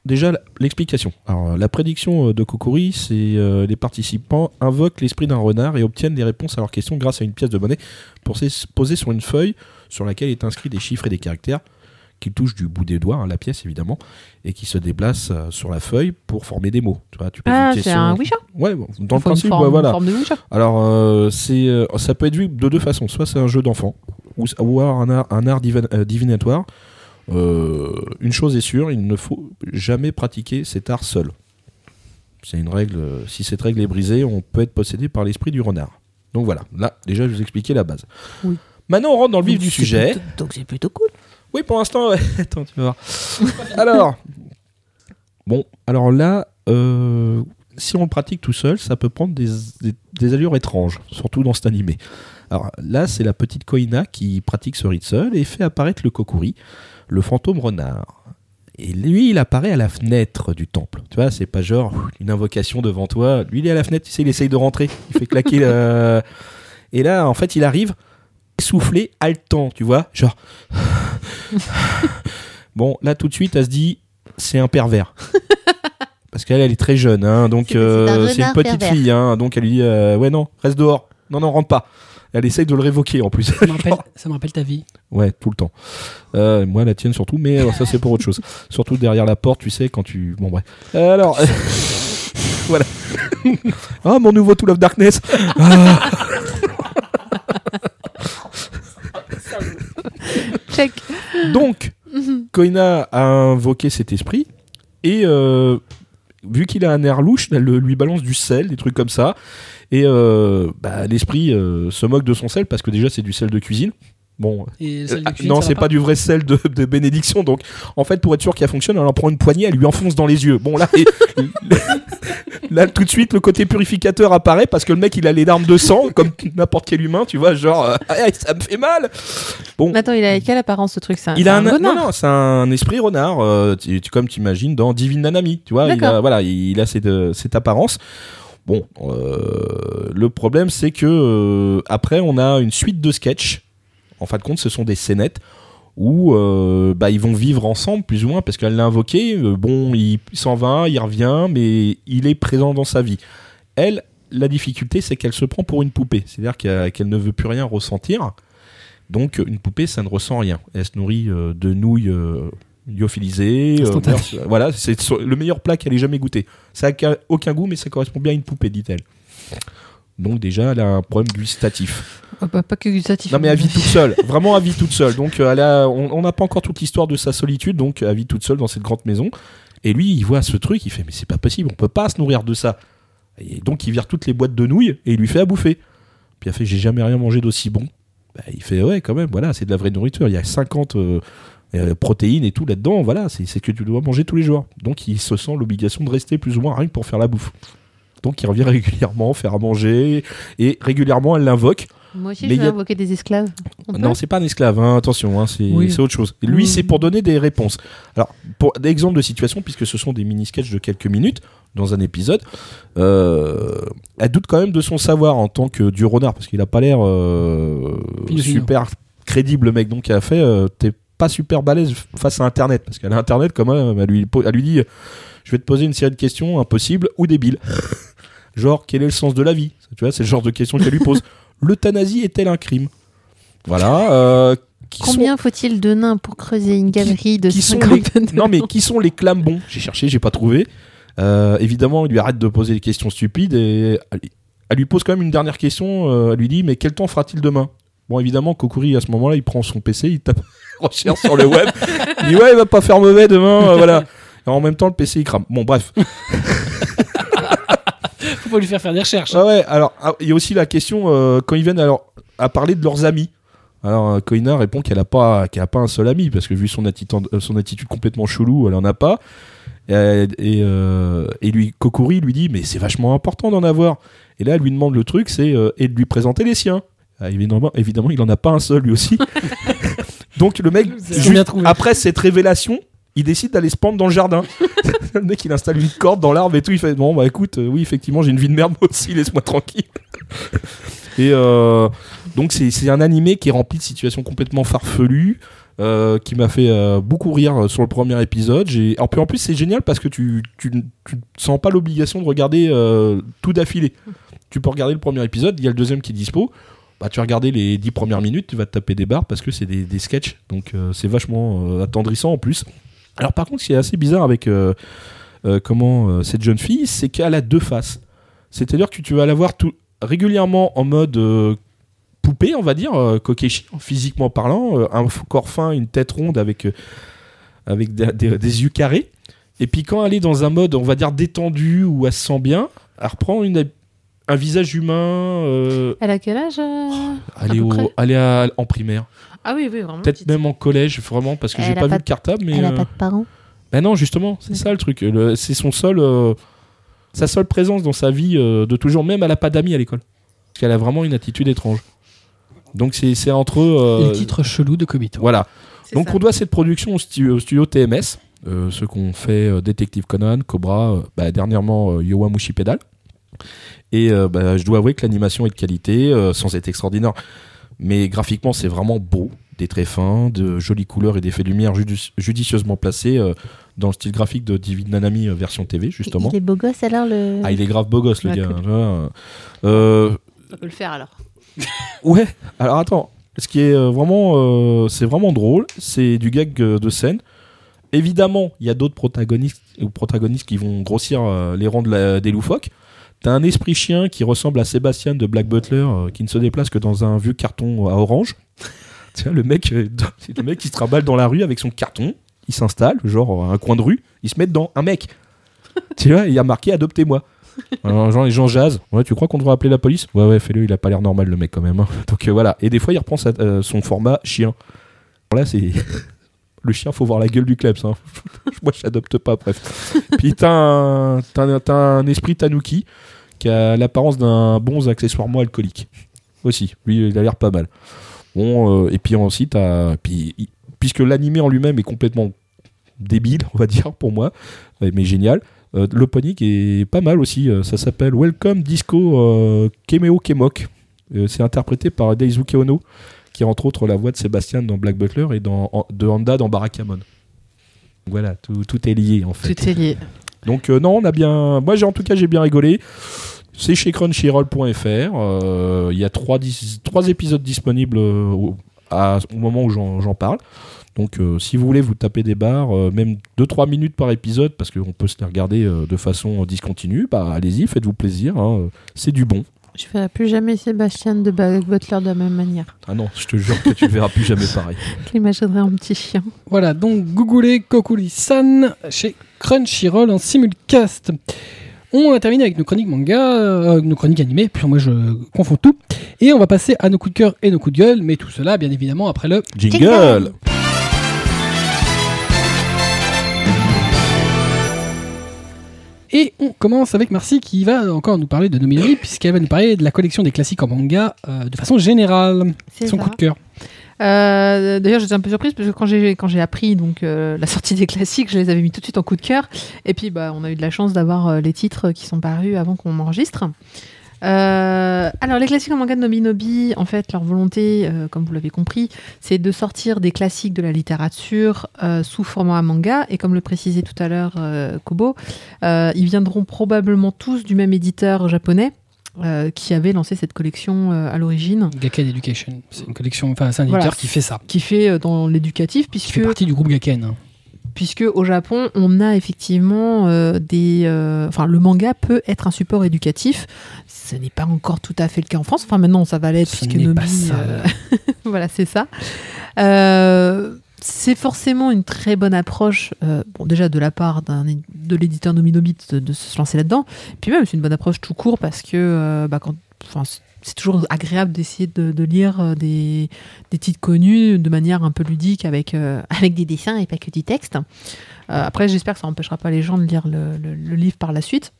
déjà l'explication. Alors, la prédiction de Kokuri, c'est euh, les participants invoquent l'esprit d'un renard et obtiennent des réponses à leurs questions grâce à une pièce de monnaie pour posée sur une feuille sur laquelle est inscrit des chiffres et des caractères qu'ils touchent du bout des doigts, hein, la pièce évidemment, et qui se déplacent euh, sur la feuille pour former des mots. Tu vois, tu poses Ah, une c'est question. un Ouija. Ouais, bon, dans le Faut une principe, forme, ouais, voilà. une forme de Ouija. Alors, euh, c'est, euh, ça peut être vu de deux façons. Soit c'est un jeu d'enfant, ou, ou alors un art, un art divin- euh, divinatoire. Euh, une chose est sûre, il ne faut jamais pratiquer cet art seul. C'est une règle. euh, Si cette règle est brisée, on peut être possédé par l'esprit du renard. Donc voilà, là, déjà, je vous expliquais la base. Oui. Maintenant, on rentre dans le vif Donc, du c'est sujet. plutôt- Donc c'est plutôt cool. Oui, pour l'instant, ouais. Attends, tu vas voir. Alors, bon, alors là, euh, si on le pratique tout seul, ça peut prendre des, des, des allures étranges, surtout dans cet animé. Alors là, c'est la petite Koina qui pratique ce rite seul et fait apparaître le Kokuri, le fantôme renard. Et lui, il apparaît à la fenêtre du temple. Tu vois, c'est pas genre une invocation devant toi. Lui, il est à la fenêtre, tu sais, il essaye de rentrer. Il fait claquer le... Et là, en fait, il arrive essoufflé, haletant, tu vois, genre... Bon, là, tout de suite, elle se dit, c'est un pervers. Parce qu'elle, elle est très jeune, hein, donc C'est- c'est un euh, c'est une renard petite pervers. fille, hein, donc elle lui dit, euh, ouais, non, reste dehors. Non, non, rentre pas. Elle essaye de le révoquer, en plus. Ça me rappelle, ça me rappelle ta vie. Ouais, tout le temps. Euh, moi, la tienne surtout, mais alors, ça, c'est pour autre chose. Surtout derrière la porte, tu sais, quand tu... Bon, bref. Euh, alors... voilà. Ah, mon nouveau Tool of Darkness. Ah. Check. Donc, Koina a invoqué cet esprit, et euh, vu qu'il a un air louche, elle le- lui balance du sel, des trucs comme ça, et euh, bah, l'esprit euh, se moque de son sel, parce que déjà, c'est du sel de cuisine. Bon, Et celle de Euh, cuisine, non, ça c'est va pas du vrai sel de, de bénédiction. Donc, en fait, pour être sûr qu'elle fonctionne, elle en prend une poignée, elle lui enfonce dans les yeux. Bon, là, et- là, tout de suite, le côté purificateur apparaît parce que le mec, il a les larmes de sang, comme n'importe quel humain, tu vois, genre, euh, Aïe, ça me fait mal. Bon, Mais attends, il a quelle apparence ce truc? C'est un, il c'est a un, renard. non, non, c'est un esprit renard, euh, tu- tu- comme tu imagines dans Divine Nanami, tu vois, il a, D'accord. voilà, il a cette, euh, cette apparence. Bon, euh, le problème, c'est que euh, après, on a une suite de sketchs. En fin de compte, ce sont des scénettes où euh, bah, ils vont vivre ensemble, plus ou moins, parce qu'elle l'a invoqué. Euh, bon, il s'en va, il revient, mais il est présent dans sa vie. Elle, la difficulté, c'est qu'elle se prend pour une poupée. C'est-à-dire qu'elle, qu'elle ne veut plus rien ressentir. Donc, une poupée, ça ne ressent rien. Elle se nourrit euh, de nouilles euh, lyophilisées. euh, Instantané. voilà, voilà, c'est so- le meilleur plat qu'elle ait jamais goûté. Ça n'a aucun goût, mais ça correspond bien à une poupée, dit-elle. Donc, déjà, elle a un problème gustatif. Oh, bah, pas que gustatif. Non, mais elle vit toute seule. Vraiment, elle vit toute seule. Donc, euh, elle a, on on n'a pas encore toute l'histoire de sa solitude. Donc, elle vit toute seule dans cette grande maison. Et lui, il voit ce truc. Il fait, mais c'est pas possible. On peut pas se nourrir de ça. Et donc, il vire toutes les boîtes de nouilles et il lui fait à bouffer. Puis, elle fait, j'ai jamais rien mangé d'aussi bon. Bah, il fait, ouais, quand même. Voilà, c'est de la vraie nourriture. Il y a cinquante euh, euh, protéines et tout là-dedans. Voilà, c'est c'est que tu dois manger tous les jours. Donc, il se sent l'obligation de rester plus ou moins rien que pour faire la bouffe. Donc, il revient régulièrement faire à manger. Et régulièrement, elle l'invoque. Moi aussi, Mais je vais il y a- invoquer des esclaves. On Non, peut c'est pas un esclave, hein, attention, hein, c'est Oui. c'est autre chose. Et lui, Oui. c'est pour donner des réponses. Alors, pour d'exemples de situation, puisque ce sont des mini-sketchs de quelques minutes dans un épisode, euh, elle doute quand même de son savoir en tant que dieu renard, parce qu'il a pas l'air euh, Fino, fino. super crédible, le mec. Donc, elle a fait, euh, t'es pas super balèze face à Internet, parce qu'elle a Internet, comme elle, elle lui, elle lui dit, je vais te poser une série de questions impossibles ou débiles. Genre, quel est le sens de la vie? Tu vois, c'est le genre de questions qu'elle lui pose. L'euthanasie est-elle un crime? Voilà. Euh, qui sont- Combien faut-il de nains pour creuser une galerie de qui sont cinquante les... Non, mais qui sont les clambons? J'ai cherché, j'ai pas trouvé. Euh, évidemment, il lui arrête de poser des questions stupides et elle, elle lui pose quand même une dernière question. Euh, elle lui dit, mais quel temps fera-t-il demain? Bon, évidemment, Kokuri, à ce moment-là, il prend son P C, il tape recherche sur le web. Il dit, ouais, il va pas faire mauvais demain, euh, voilà. Et en même temps, le P C, il crame. Bon, bref. Faut pas lui faire faire des recherches. Ah ouais, alors, ah, il y a aussi la question, euh, quand ils viennent alors, à parler de leurs amis. Alors, euh, Koina répond qu'elle a pas, qu'elle a pas un seul ami, parce que vu son attitude, euh, son attitude complètement chelou, elle en a pas. Et, et, euh, et lui, Kokuri lui dit, mais c'est vachement important d'en avoir. Et là, elle lui demande le truc, c'est euh, et de lui présenter les siens. Ah, évidemment, évidemment, il en a pas un seul lui aussi. Donc le mec, C'est juste bien trouvé. après cette révélation, il décide d'aller se pendre dans le jardin. Le mec, il installe une corde dans l'arbre et tout. Il fait bon, bah écoute, euh, oui, effectivement, j'ai une vie de merde moi aussi, laisse-moi tranquille. Et euh, donc c'est c'est un animé qui est rempli de situations complètement farfelues. euh, qui m'a fait euh, beaucoup rire sur le premier épisode. J'ai... En, plus, en plus, c'est génial parce que tu tu, tu sens pas l'obligation de regarder euh, tout d'affilée. Tu peux regarder le premier épisode, il y a le deuxième qui est dispo. Bah, tu vas regarder les dix premières minutes, tu vas te taper des barres parce que c'est des, des sketchs. Donc euh, c'est vachement euh, attendrissant en plus. Alors par contre, ce qui est assez bizarre avec euh, euh, comment euh, cette jeune fille, c'est qu'elle a deux faces. C'est-à-dire que tu, tu vas la voir tout, régulièrement en mode euh, poupée, on va dire, euh, Kokeshi, physiquement parlant, euh, un corps fin, une tête ronde avec, euh, avec des, des, des yeux carrés. Et puis quand elle est dans un mode, on va dire, détendu, où elle se sent bien, elle reprend une, un visage humain. Euh, Elle a quel âge euh, elle, est au, elle est à, en primaire. Ah oui, oui, vraiment. Peut-être petite. même en collège, vraiment, parce que Elle j'ai a pas, pas vu de- de cartable. Mais Elle a euh, pas de parents. ben non, justement, c'est ça le truc. Le- c'est son seul, euh, sa seule présence dans sa vie euh, de toujours. Même elle a pas d'amis à l'école. Parce qu'elle a vraiment une attitude étrange. Donc c'est, c'est entre eux. euh, Les titres chelous de Kobito. Voilà. C'est Donc ça. on doit cette production au studio, au studio T M S, euh, ceux qu'on fait euh, Détective Conan, Cobra, euh, bah, dernièrement euh, Yowamushi Pedal. Et euh, bah, je dois avouer que l'animation est de qualité, euh, sans être extraordinaire. Mais graphiquement, c'est vraiment beau, des traits fins, de jolies couleurs et des effets de lumière judici- judicieusement placés euh, dans le style graphique de David Nanami euh, version T V, justement. Il est beau gosse alors le. Ah, il est grave beau gosse, le Ouais, gars. cool. tu vois. Euh, On peut le faire alors. ouais, alors attends. Ce qui est euh, vraiment, euh, c'est vraiment drôle, c'est du gag euh, de scène. Évidemment, il y a d'autres protagonistes ou protagonistes qui vont grossir euh, les rangs de la, des loufoques. T'as un esprit chien qui ressemble à Sébastien de Black Butler, euh, qui ne se déplace que dans un vieux carton à orange. Tiens, le mec, euh, c'est le mec qui se trimballe dans la rue avec son carton, il s'installe, genre à un coin de rue, il se met dedans, un mec. Tu vois, il y a marqué adoptez-moi. Alors, genre, les gens jasent. Ouais, tu crois qu'on devrait appeler la police? Ouais, ouais, fais-le, il a pas l'air normal le mec quand même. hein. Donc euh, voilà. Et des fois, il reprend sa- euh, son format chien. Alors là, c'est. Le chien, faut voir la gueule du klebs. Hein. Moi, je l'adopte pas, bref. Puis t'as un, t'as un, t'as un esprit tanuki qui a l'apparence d'un bonze accessoirement alcoolique. Aussi. Lui, il a l'air pas mal. Bon, euh, et puis aussi, t'as. Puis, il- puisque l'animé en lui-même est complètement débile, on va dire, pour moi, mais génial. Euh, L'opening est pas mal aussi. euh, Ça s'appelle Welcome Disco euh, Kemeo Kemok. Euh, c'est interprété par Daisuke Ono, qui est entre autres la voix de Sébastien dans Black Butler et dans, en- de Honda dans Barakamon. Voilà, tout, tout est lié en fait. Tout est lié. Donc euh, non, on a bien. Moi, j'ai en tout cas, j'ai bien rigolé. C'est chez crunchyroll point f r. Euh, Il y a trois, dis- trois épisodes disponibles euh, au, à- au moment où j'en j'en parle. Donc, euh, si vous voulez vous taper des barres, euh, même deux trois minutes par épisode, parce qu'on peut se les regarder euh, de façon discontinue, bah allez-y, faites-vous plaisir. hein, C'est du bon. Je ferai plus jamais Sébastien de Black Butler de la même manière. Ah non, je te jure que tu verras plus jamais pareil. Je l'imaginerai en petit chien. Voilà, donc Gugule Kokuri-san chez Crunchyroll en simulcast. On a terminé avec nos chroniques manga, euh, nos chroniques animées, puis moi je confonds tout. Et on va passer à nos coups de cœur et nos coups de gueule, mais tout cela bien évidemment après le... Jingle. Et on commence avec Marcy qui va encore nous parler de Nominomi, puisqu'elle va nous parler de la collection des classiques en manga euh, de façon générale. C'est Son ça. coup de cœur. Euh, D'ailleurs, j'étais un peu surprise parce que quand j'ai quand j'ai appris donc euh, la sortie des classiques, je les avais mis tout de suite en coup de cœur. Et puis, bah, on a eu de la chance d'avoir euh, les titres qui sont parus avant qu'on enregistre. Euh, alors, les classiques en manga de Nominobi, en fait, leur volonté, euh, comme vous l'avez compris, c'est de sortir des classiques de la littérature euh, sous format manga. Et comme le précisait tout à l'heure euh, Kobo, euh, ils viendront probablement tous du même éditeur japonais. Euh, qui avait lancé cette collection euh, à l'origine, Gaken Education. C'est une collection, enfin c'est un Voilà. éditeur qui fait ça. qui fait euh, dans l'éducatif, Qui fait puisque, partie du groupe Gaken. hein. puisque au Japon, on a effectivement euh, des... euh, Enfin, le manga peut être un support éducatif. Ce n'est pas encore tout à fait le cas en France. Enfin, maintenant, ça va l'être, Ce puisque n'est Nomi... pas ça. euh, voilà, c'est ça. Euh, c'est forcément une très bonne approche, euh, bon, déjà de la part d'un, de l'éditeur Nominobi de, de se lancer là-dedans. Puis même, c'est une bonne approche tout court parce que euh, bah, quand, enfin, c'est- c'est toujours agréable d'essayer de, de lire euh, des, des titres connus de manière un peu ludique avec, euh, avec des dessins et pas que du texte. Euh, après, j'espère que ça n'empêchera pas les gens de lire le, le- le livre par la suite.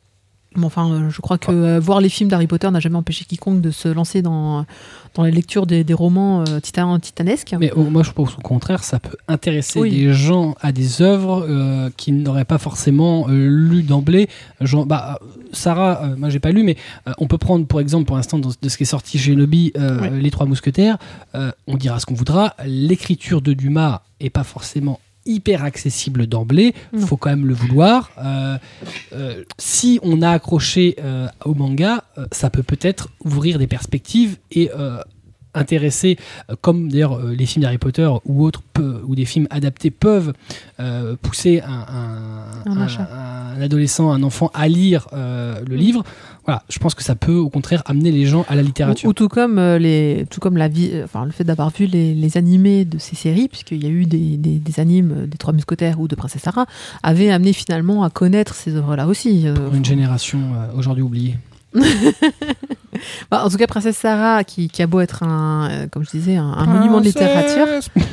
Bon, enfin, euh, je crois que euh, voir les films d'Harry Potter n'a jamais empêché quiconque de se lancer dans, dans la lecture des, des romans euh, titan, titanesques. Mais oh, moi, je pense au contraire, ça peut intéresser Oui. des gens à des œuvres euh, qu'ils n'auraient pas forcément euh, lues d'emblée. Genre, bah, Sarah, euh, moi, j'ai pas lu, mais euh, on peut prendre, pour exemple, pour l'instant, dans- de ce qui est sorti chez Nobi, euh, Oui. Les Trois Mousquetaires. Euh, on dira ce qu'on voudra. L'écriture de Dumas est pas forcément hyper accessible d'emblée, Non. faut quand même le vouloir. Euh, euh, si on a accroché euh, au manga, euh, ça peut peut-être ouvrir des perspectives et euh, intéresser, euh, comme d'ailleurs euh, les films d'Harry Potter ou autres, peu- ou des films adaptés peuvent euh, pousser un, un- Un un- achat. un adolescent, un enfant à lire euh, le Mm. livre. Voilà, je pense que ça peut au contraire amener les gens à la littérature. Ou, ou tout comme euh, les, tout comme la vie, euh, enfin le fait d'avoir vu les, les animés de ces séries, puisqu'il y a eu des, des, des animes euh, des Trois Mousquetaires ou de Princesse Sarah, avait amené finalement à connaître ces œuvres-là aussi. euh, Pour une génération euh, aujourd'hui oubliée. Bah, en tout cas, Princesse Sarah, qui, qui a beau être un, euh, comme je disais, un, un monument de littérature.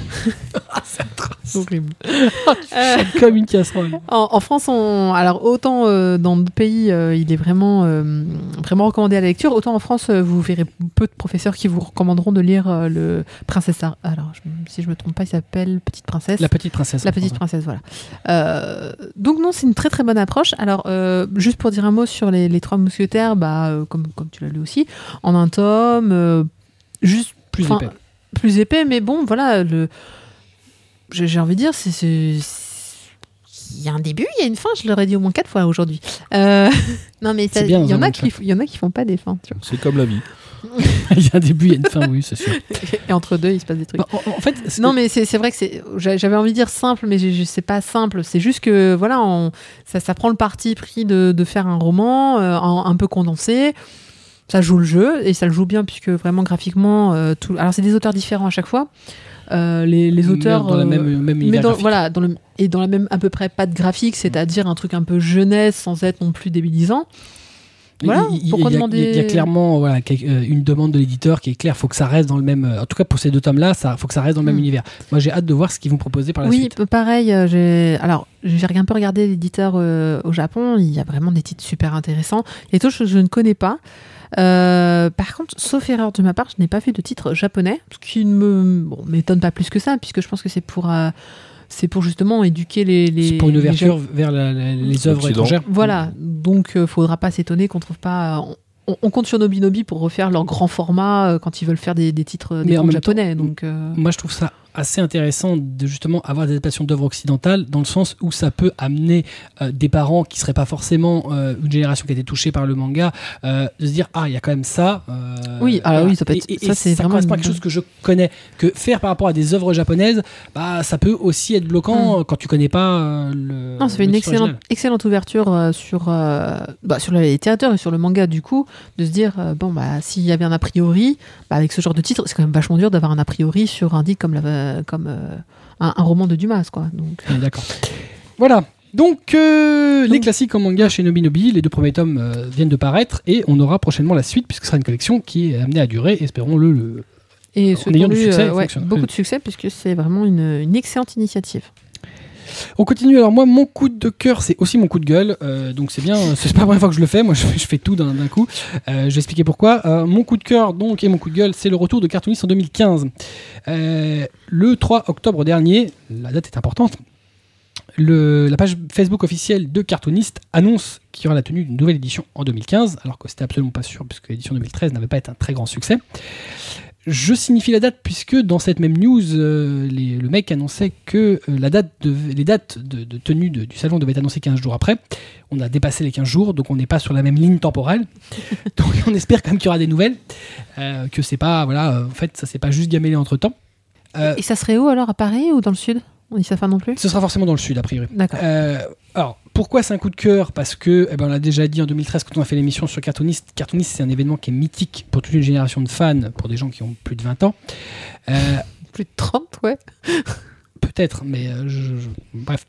C'est horrible. Euh, Comme une casserole. En, en France, on, alors autant euh, dans d'autres pays, euh, il est vraiment, euh, vraiment recommandé à la lecture, autant en France, euh, vous verrez peu de professeurs qui vous recommanderont de lire euh, le Princesse Sarah. Alors, je- si je me trompe pas, il s'appelle Petite Princesse. La petite princesse. La petite princesse, voilà. Euh, donc non, c'est une très très bonne approche. Alors, euh, juste pour dire un mot sur les, les Trois Mousquetaires, bah, euh, comme, comme tu l'as lu aussi, en un tome, euh, juste Plus enfin, épais. plus épais, mais bon, voilà, le... j'ai j'ai envie de dire, c'est, c'est... il y a un début, il y a une fin, je l'aurais dit au moins quatre fois aujourd'hui. Euh, non, mais ça- C'est bien il y, dans en un a monde qui, il y en a qui font pas des fins, tu vois. C'est comme la vie. Il y a un début, il y a une fin, oui, c'est sûr. Et entre deux, il se passe des trucs. Bah, en, en fait, c'est- Non, mais c'est c'est vrai que c'est. j'a- J'avais envie de dire simple, mais je- je- c'est pas simple. C'est juste que voilà, on- ça, ça prend le parti pris de, de faire un roman euh, un, un peu condensé. Ça joue le jeu et ça le joue bien puisque vraiment graphiquement, euh, tout. Alors c'est des auteurs différents à chaque fois. Euh, les, les auteurs dans la euh, même, même mais univers dans, graphique. voilà, dans le, et dans la même à peu près patte graphique, c'est-à-dire un truc un peu jeunesse sans être non plus débilisant. Voilà, il, il- pourquoi il y a, demander- il y a clairement voilà, quel- euh, une demande de l'éditeur qui est claire. Il faut que ça reste dans le même. euh, En tout cas, pour ces deux tomes-là, il faut que ça reste dans le même Hmm. univers. Moi, j'ai hâte de voir ce qu'ils vont proposer par la Oui, suite. p- pareil. euh, j'ai alors j'ai un peu regardé l'éditeur euh, au Japon. Il y a vraiment des titres super intéressants. Il y a des choses que je ne connais pas. Euh, par contre, sauf erreur de ma part, je n'ai pas vu de titre japonais, ce qui ne me bon, m'étonne pas plus que ça, puisque je pense que c'est pour euh, c'est pour justement éduquer les, les C'est pour une les ouverture Jap- vers la- la- les œuvres L'Occident. étrangères. Voilà, donc euh, faudra pas s'étonner qu'on trouve pas. On, on- on compte sur Nobinobi pour refaire leur grand format euh, quand ils veulent faire des, des titres euh, des Mais en comptes même temps, japonais. Donc euh, Moi, je trouve ça assez intéressant de justement avoir des adaptations d'œuvres occidentales dans le sens où ça peut amener euh, des parents qui seraient pas forcément euh, une génération qui a été touchée par le manga euh, de se dire ah il y a quand même ça euh, Oui, alors oui, ça peut être- et, et- ça, et c'est ça vraiment correspond à une quelque chose que je connais, que faire par rapport à des œuvres japonaises, bah ça peut aussi être bloquant euh, quand tu connais pas euh, le Non, ça fait le une titre excellente, original. excellente ouverture euh, sur, euh, bah, sur la littérature et sur le manga, du coup, de se dire, euh, bon, bah, s'il y avait un a priori, bah, avec ce genre de titre, c'est quand même vachement dur d'avoir un a priori sur un dit comme, la, comme euh, un, un roman de Dumas, quoi. Donc, On est d'accord. Voilà. Donc, euh, les Donc- classiques en manga chez Nobinobi, les deux premiers tomes euh, viennent de paraître et on aura prochainement la suite puisque ce sera une collection qui est amenée à durer, espérons-le. Le... et En ayant du souhaitons-lui, succès, euh, il ouais, fonctionne. beaucoup de succès, puisque c'est vraiment une, une excellente initiative. On continue. Alors moi, mon coup de cœur, c'est aussi mon coup de gueule. Euh, donc c'est bien. C'est pas la première fois que je le fais. Moi, je, je fais tout d'un d'un coup. Euh, je vais expliquer pourquoi. Euh, mon coup de cœur, donc, et mon coup de gueule, c'est le retour de Cartoonist en deux mille quinze. Euh, le trois octobre dernier, la date est importante. Le, la page Facebook officielle de Cartoonist annonce qu'il y aura la tenue d'une nouvelle édition en deux mille quinze, alors que c'était absolument pas sûr puisque l'édition deux mille treize n'avait pas été un très grand succès. Je signifie la date puisque dans cette même news, euh, les- le mec annonçait que euh, la date de, les dates de, de tenue de- du salon devaient être annoncées quinze jours après. On a dépassé les quinze jours, donc on n'est pas sur la même ligne temporelle. Donc on espère quand même qu'il y aura des nouvelles, euh, que c'est pas, voilà, euh, en fait, ça s'est pas juste gamellé entre temps. Euh, Et ça serait où alors, à Paris ou dans le sud? On dit ça pas non plus? ce sera forcément dans le sud, a priori. D'accord. Euh, alors, pourquoi c'est un coup de cœur? Parce que, eh ben, on l'a déjà dit en deux mille treize quand on a fait l'émission sur Cartoonist. Cartoonist, c'est un événement qui est mythique pour toute une génération de fans, pour des gens qui ont plus de vingt ans. Euh, Plus de trente, ouais. Peut-être, mais euh, je, je- bref.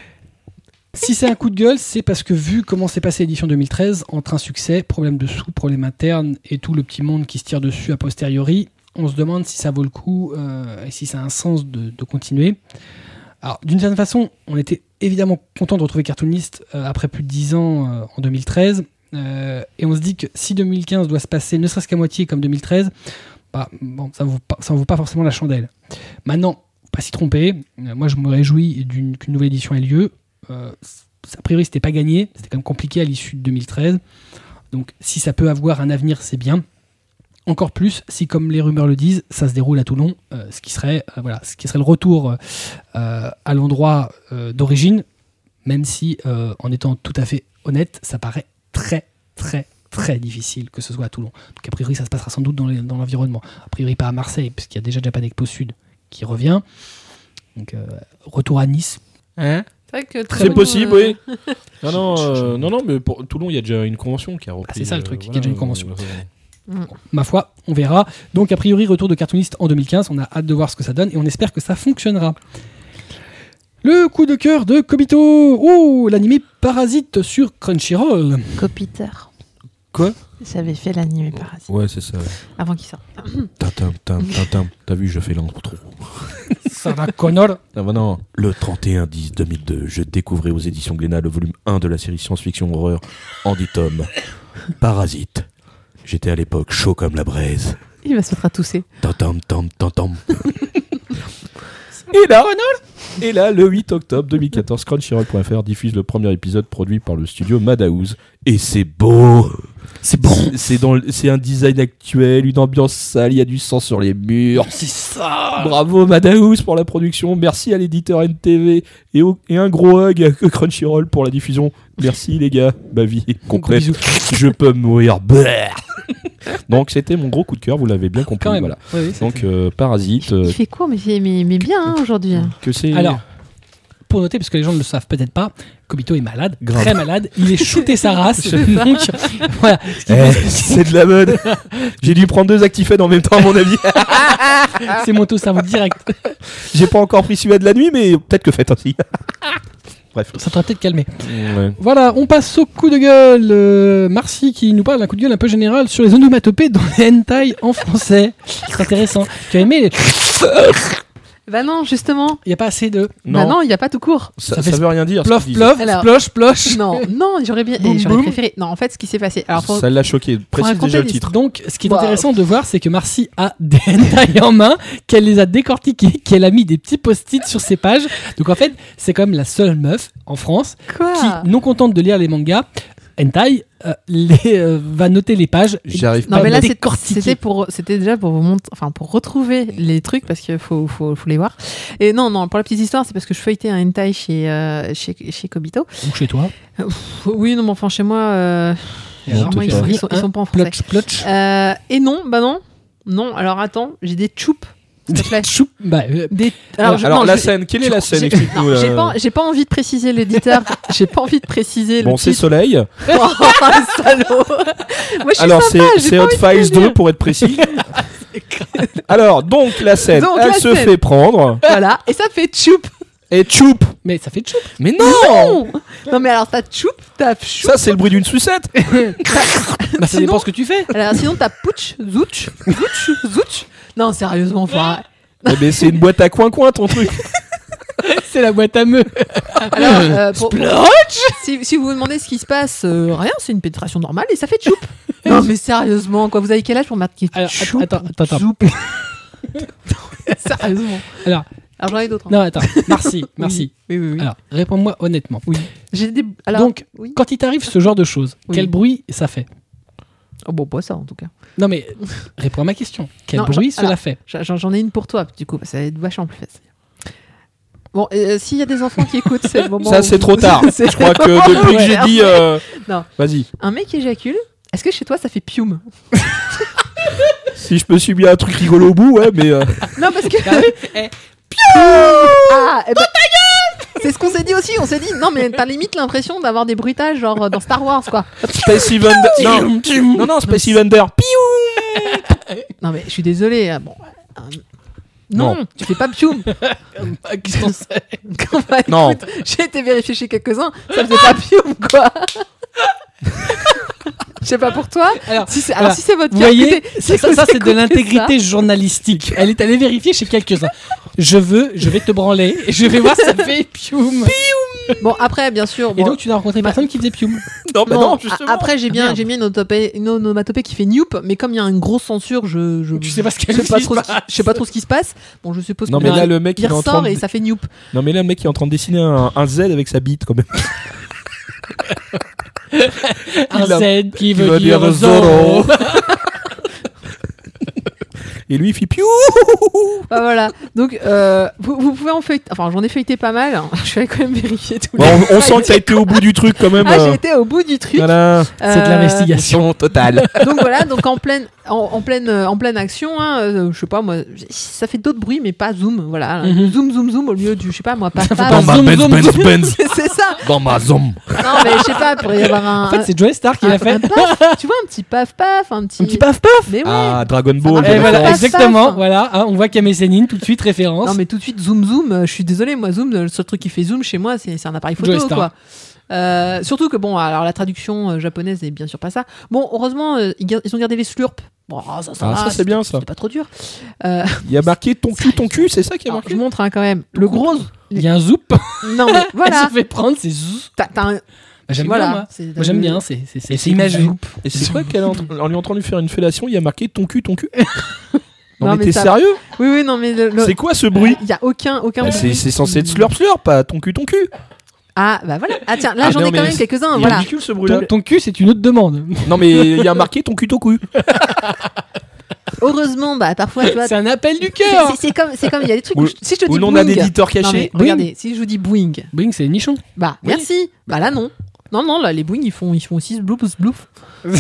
Si c'est un coup de gueule, c'est parce que vu comment s'est passée l'édition deux mille treize, entre un succès, problème de sous, problème interne et tout le petit monde qui se tire dessus a posteriori, on se demande si ça vaut le coup euh, et si ça a un sens de, de continuer. Alors, d'une certaine façon, on était évidemment content de retrouver Cartoonist euh, après plus de dix ans euh, en deux mille treize, Euh, et on se dit que si deux mille quinze doit se passer ne serait-ce qu'à moitié comme deux mille treize, bah, bon, ça ne vaut, vaut pas forcément la chandelle. Maintenant, pas s'y tromper. Euh, moi, je me réjouis d'une, qu'une nouvelle édition ait lieu. Euh, a priori, c'était pas gagné. C'était quand même compliqué à l'issue de deux mille treize. Donc, si ça peut avoir un avenir, c'est bien. Encore plus si, comme les rumeurs le disent, ça se déroule à Toulon, euh, ce qui serait, euh, voilà, ce qui serait le retour euh, à l'endroit euh, d'origine. Même si, euh, en étant tout à fait honnête, ça paraît très, très, très difficile que ce soit à Toulon. Donc, a priori, ça se passera sans doute dans, les, dans l'environnement. A priori, pas à Marseille, puisqu'il y a déjà Japan Expo Sud qui revient. Donc, euh, retour à Nice. Hein C'est, vrai que C'est Toulon, possible, euh, oui. Non, non, euh, non, non, mais pour Toulon, il y a déjà une convention qui a repris. Ah, c'est ça, le truc, euh, il y a déjà une convention. euh, Mm. Ma foi, on verra. Donc, a priori, retour de cartooniste en deux mille quinze. On a hâte de voir ce que ça donne et on espère que ça fonctionnera. Le coup de cœur de Kobito. Oh, l'animé Parasite sur Crunchyroll. Copiter. Quoi ? J'avais fait l'anime Parasite Ouais, c'est ça. avant qu'il sorte. Tatam, tam, tatam. T'as vu, je fais l'intro. Sarah Connor. Ah bah non. Le trente et un dix deux mille deux, je découvrais aux éditions Glénat le volume un de la série science-fiction horreur en dix tomes. Parasite. J'étais à l'époque chaud comme la braise. Il va se mettre à tousser. Tam tam tam tam. Et là, et là, le huit octobre deux mille quatorze, Crunchyroll point F R diffuse le premier épisode produit par le studio Madhouse. Et c'est beau. C'est bon. C'est, c'est, dans, le- c'est un design actuel, une ambiance sale, il y a du sang sur les murs. C'est ça. Bravo Madhouse pour la production, merci à l'éditeur N T V et, au- et un gros hug à Crunchyroll pour la diffusion. Merci les gars, ma vie est complète. Gros Je peux mourir. Brrr. Donc c'était mon gros coup de cœur, vous l'avez bien compris. Quand même. Voilà. Oui, oui, ça Donc fait- euh, Parasite, euh, Il fait quoi mais, mais, mais bien hein, aujourd'hui. que c'est. Alors, pour noter, parce que les gens ne le savent peut-être pas, Kobito est malade, Grave. très malade. Il est shooté sa race. C'est ça. Donc, voilà. Eh, c'est de la mode. J'ai dû prendre deux Actifed en même temps à mon avis. C'est mon taux cerveau direct. J'ai pas encore pris celui-là de la nuit, mais peut-être que faites aussi. Bref. Ça t'aurait peut-être calmé. Ouais. Voilà, on passe au coup de gueule. Euh, Marcy qui nous parle d'un coup de gueule un peu général sur les onomatopées dans les hentai en français. C'est intéressant. Tu as aimé les... Bah non, justement. Il n'y a pas assez de Bah non, il n'y a pas tout court. Ça, Ça ça fait veut rien dire. ce plof, qu'ils disent. plof, Alors- splosh, plosh. Non, non, j'aurais bien, Boum, et j'aurais boum. préféré. Non, en fait, ce qui s'est passé. Alors, pour, Ça l'a choqué. pour Précise raconter déjà le l'histoire- titre. Donc, ce qui est Wow. intéressant de voir, c'est que Marcy a des hentai en main, qu'elle les a décortiqués, qu'elle a mis des petits post-it sur ses pages. Donc, en fait, c'est quand même la seule meuf en France quoi qui, non contente de lire les mangas hentai, euh, les, euh, va noter les pages. et- J'arrive Non pas mais à là me- c'est- décortiquer. c'était pour c'était déjà pour vous montrer enfin pour retrouver les trucs parce qu'il faut, faut faut les voir. Et non non pour la petite histoire c'est parce que je feuilletais un hentai chez euh, chez chez Kobito. Ou chez toi. Pff, oui non mais enfin chez moi euh, Et Non, alors, moi, ils, toi, sont, toi. ils, sont, ils sont pas en français. Plotch, plotch. Euh, et non bah non non alors attends j'ai des choups s'il te plaît. Choup. Bah, euh, Des Alors, je- Alors non, la je- scène, quelle est la scène j'ai- Explique-nous. non, j'ai là. pas j'ai pas envie de préciser l'éditeur j'ai pas envie de préciser Bon, le c'est titre. Soleil. Oh, salaud. Moi je suis Alors sympa, c'est j'ai c'est pas Hot envie de Files prévenir. deux pour être précis. Alors donc la scène, Donc, elle la se scène. fait prendre Voilà et ça fait choup. et tchoup. mais ça fait choup. Mais non, Non Non mais alors t'as choup, t'as choup. ça c'est le bruit d'une sucette. Bah, ça Sinon- dépend ce que tu fais. Alors sinon t'as pouch, zouch, zouch, zouch. Non sérieusement, faut arrêter. Eh ben c'est une boîte à coin coin ton truc. C'est la boîte à meux. Alors euh, pour- si, si vous vous demandez ce qui se passe, euh, rien, c'est une pénétration normale et ça fait choup. Non mais sérieusement, quoi, vous avez quel âge pour marquer Alors, choup attends, attends, attends. choup Sérieusement. Alors, Alors j'en ai d'autres. hein. non, attends. Merci, merci. Oui, oui, oui. Alors, réponds-moi honnêtement. Oui. J'ai des. Alors. Donc, oui. quand il t'arrive ce genre de choses, Oui. quel bruit ça fait? Oh bon, pas ça en tout cas. Non, mais réponds à ma question. Quel Non, bruit j'en- cela alors, fait? J'en j'en ai une pour toi, du coup, ça va être vachement plus facile. Bon, euh, s'il y a des enfants qui écoutent, c'est le moment. Ça où- c'est trop tard. C'est Je crois que le moment depuis où que j'ai faire. dit, euh, Non. vas-y. Un mec éjacule. Est-ce que chez toi ça fait pium? Si je me suis mis un truc rigolo au bout, ouais, mais euh, Non, parce que. Eh, Ah, eh ben, c'est ce qu'on s'est dit aussi. On s'est dit, non, mais t'as limite l'impression d'avoir des bruitages, genre euh, dans Star Wars, quoi. Space Evander. Non, non, non, Space Evander. Non, mais je suis désolé. euh, Bon. euh, non, Non. tu fais pas pium. Qu'est-ce qu'on sait? Bah, Non. écoute, j'ai été vérifier chez quelques-uns, ça faisait pas pium, quoi. Je sais pas pour toi. Alors, Si c'est, voilà. alors si c'est votre Vous cas, voyez, écoutez, ça, si ça, vous ça, c'est de écoutez l'intégrité journalistique. Elle est allée vérifier chez quelques-uns. Je veux, je vais te branler et je vais voir si ça fait pium. Bon, après, bien sûr. Et bon, donc, tu n'as rencontré bah- personne qui faisait Pium. Non, bah non, non, a- justement. après, j'ai bien, Merde. j'ai bien une, autopée- une onomatopée qui fait Newp, mais comme il y a une grosse censure, je, je, Tu sais pas ce je qu'elle sais pas se trop ce qui- passe. je sais pas trop ce qui se passe. Bon, je suppose Non, que mais le- là, le mec, il il est en train ressort de... et ça fait Newp. Non, mais là, le mec, il est en train de dessiner un, un Z avec sa bite, quand même. Un Il a- Z qui il veut veut dire dire Zoro. Zoro. Et lui, il fait piou. Bah voilà. Donc, euh, vous, vous pouvez en feuilleter. Enfin, j'en ai feuilleté pas mal. Je suis allée quand même vérifier tout. Bon, on, on sent que t'as été au bout du truc, quand même. Ah, euh. j'ai été au bout du truc. Voilà. C'est de Euh, l'investigation. totale. Donc voilà, donc en pleine, en, en pleine, euh, en pleine action, hein, euh, je sais pas moi, ça fait d'autres bruits, mais pas zoom, voilà, Mhm. zoom, zoom, zoom au lieu du, je sais pas moi, paf, fait paf. pas Dans ma zoom, Benz, zoom, Benz, zoom. Benz. C'est ça. Dans ma zoom. Non mais je sais pas, il pourrait y avoir un. En fait, c'est Joey Star qui un- l'a fait. un paf, tu vois, un petit paf, paf, un petit. Un petit paf paf. Mais ouais. Ah, Dragon Ball. marche Et Ouais, voilà, paf, exactement. paf. Voilà, hein, on voit qu'il y a Mécénine, tout de suite référence. Non mais tout de suite zoom, zoom. euh, Je suis désolé, moi zoom, le seul truc qui fait zoom chez moi, c'est c'est un appareil Joey photo Star. quoi. Euh, surtout que bon, alors la traduction euh, japonaise est bien sûr pas ça. Bon, heureusement, euh, ils, gar- ils ont gardé les slurps. Bon, ça, ça, Ah, va, ça, c'est c'était- bien, ça. C'était pas trop dur. Euh, Il y a marqué ton cul, ton cul, c'est ça qui a alors, marqué je montre hein, quand même. Le gros. Il y a un zoup. Non mais Elle voilà. se fait prendre, c'est zouz. T'as- t'as un- Bah, J'aime voilà, bien, moi. c'est- Moi, j'aime bien, c'est c'est- c'est- Et c'est imagé. Et c'est quoi qu'elle est en, train- en lui en train de faire une fellation, il y a marqué ton cul, ton cul. Non, Non, mais, mais t'es ça- sérieux? Oui oui non mais le, le- C'est quoi ce bruit? il y a aucun aucun. Bah, c'est bruit. c'est censé être slurp slurp, pas ton cul, ton cul. Ah bah voilà. Ah tiens là Ah, j'en non, ai quand mais même quelques-uns. Il est Voilà. ridicule ce bruit-là. Ton, ton cul, c'est une autre demande. Non, mais il y a marqué ton cul, ton cul. Heureusement bah parfois tu vois. C'est un appel du c'est- cœur. c'est- C'est comme c'est comme il y a des trucs. Ou- où je- si je te Ou dis non, on a boing, d'éditeurs non, cachés. mais regardez, si je vous dis boing, Bing, c'est nichon. bah Oui. merci. Bah là non. Non non là les boing ils font ils font aussi blouf blouf.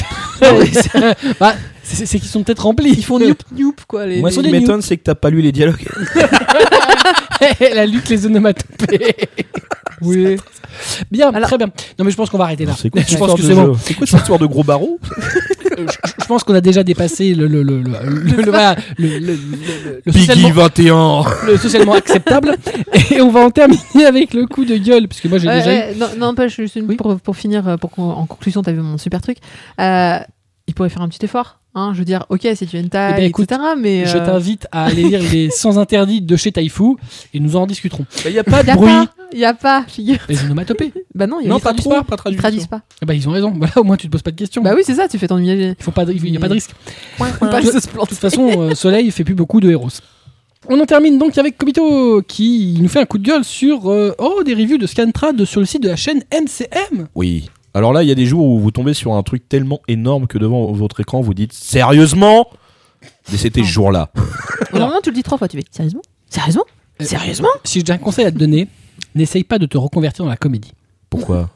Bah, c'est c'est qu'ils sont peut-être remplis. Ils font newp newp quoi les. Moi, les- ce qui des m'étonne, c'est que t'as pas lu les dialogues. Elle a lu que les onomatopées. Oui. Bien, Alors- très bien. Non, mais je pense qu'on va arrêter là. C'est quoi Je cette pense histoire que de c'est bon. jeu C'est quoi cette histoire de gros barreaux? Je, je pense qu'on a déjà dépassé le le le le le, le- voilà, le- le- le- le Piggy socialement, vingt et un. le socialement acceptable. Et on va en terminer avec le coup de gueule, parce que moi j'ai Ouais, déjà eu. ouais, non, non, pas, je, je- Oui. pour, pour finir, euh, pour qu'on- en conclusion, t'as vu mon super truc. Euh, il pourrait faire un petit effort. Hein, je veux dire, ok, c'est du hentai, Eh ben, écoute, et cetera. Mais Je euh, t'invite à aller lire les Sans interdit de chez Taifu et nous en discuterons. Il y a pas y de a bruit. pas, y a pas, figure. Les onomatopées. Bah non, il y a Non, ils pas traduisent trop, pas. pas Ils traduction. traduisent pas. Eh ben, ils ont raison. Voilà, au moins tu te poses pas de questions. Bah oui, c'est ça, tu fais ton imaginer. Il faut pas, de- il y a pas de risque. Pas De- que ça se plante. De toute façon, euh, Soleil fait plus beaucoup de héros. On en termine donc avec Kobito qui nous fait un coup de gueule sur euh, oh, des reviews de Scantrad sur le site de la chaîne M C M. Oui. Alors là, il y a des jours où vous tombez sur un truc tellement énorme que devant votre écran, vous dites sérieusement. Mais c'était ce jour-là. Normalement, tu le dis trois fois. Tu fais sérieusement Sérieusement Euh, Sérieusement Si j'ai un conseil à te donner, n'essaye pas de te reconvertir dans la comédie. Pourquoi?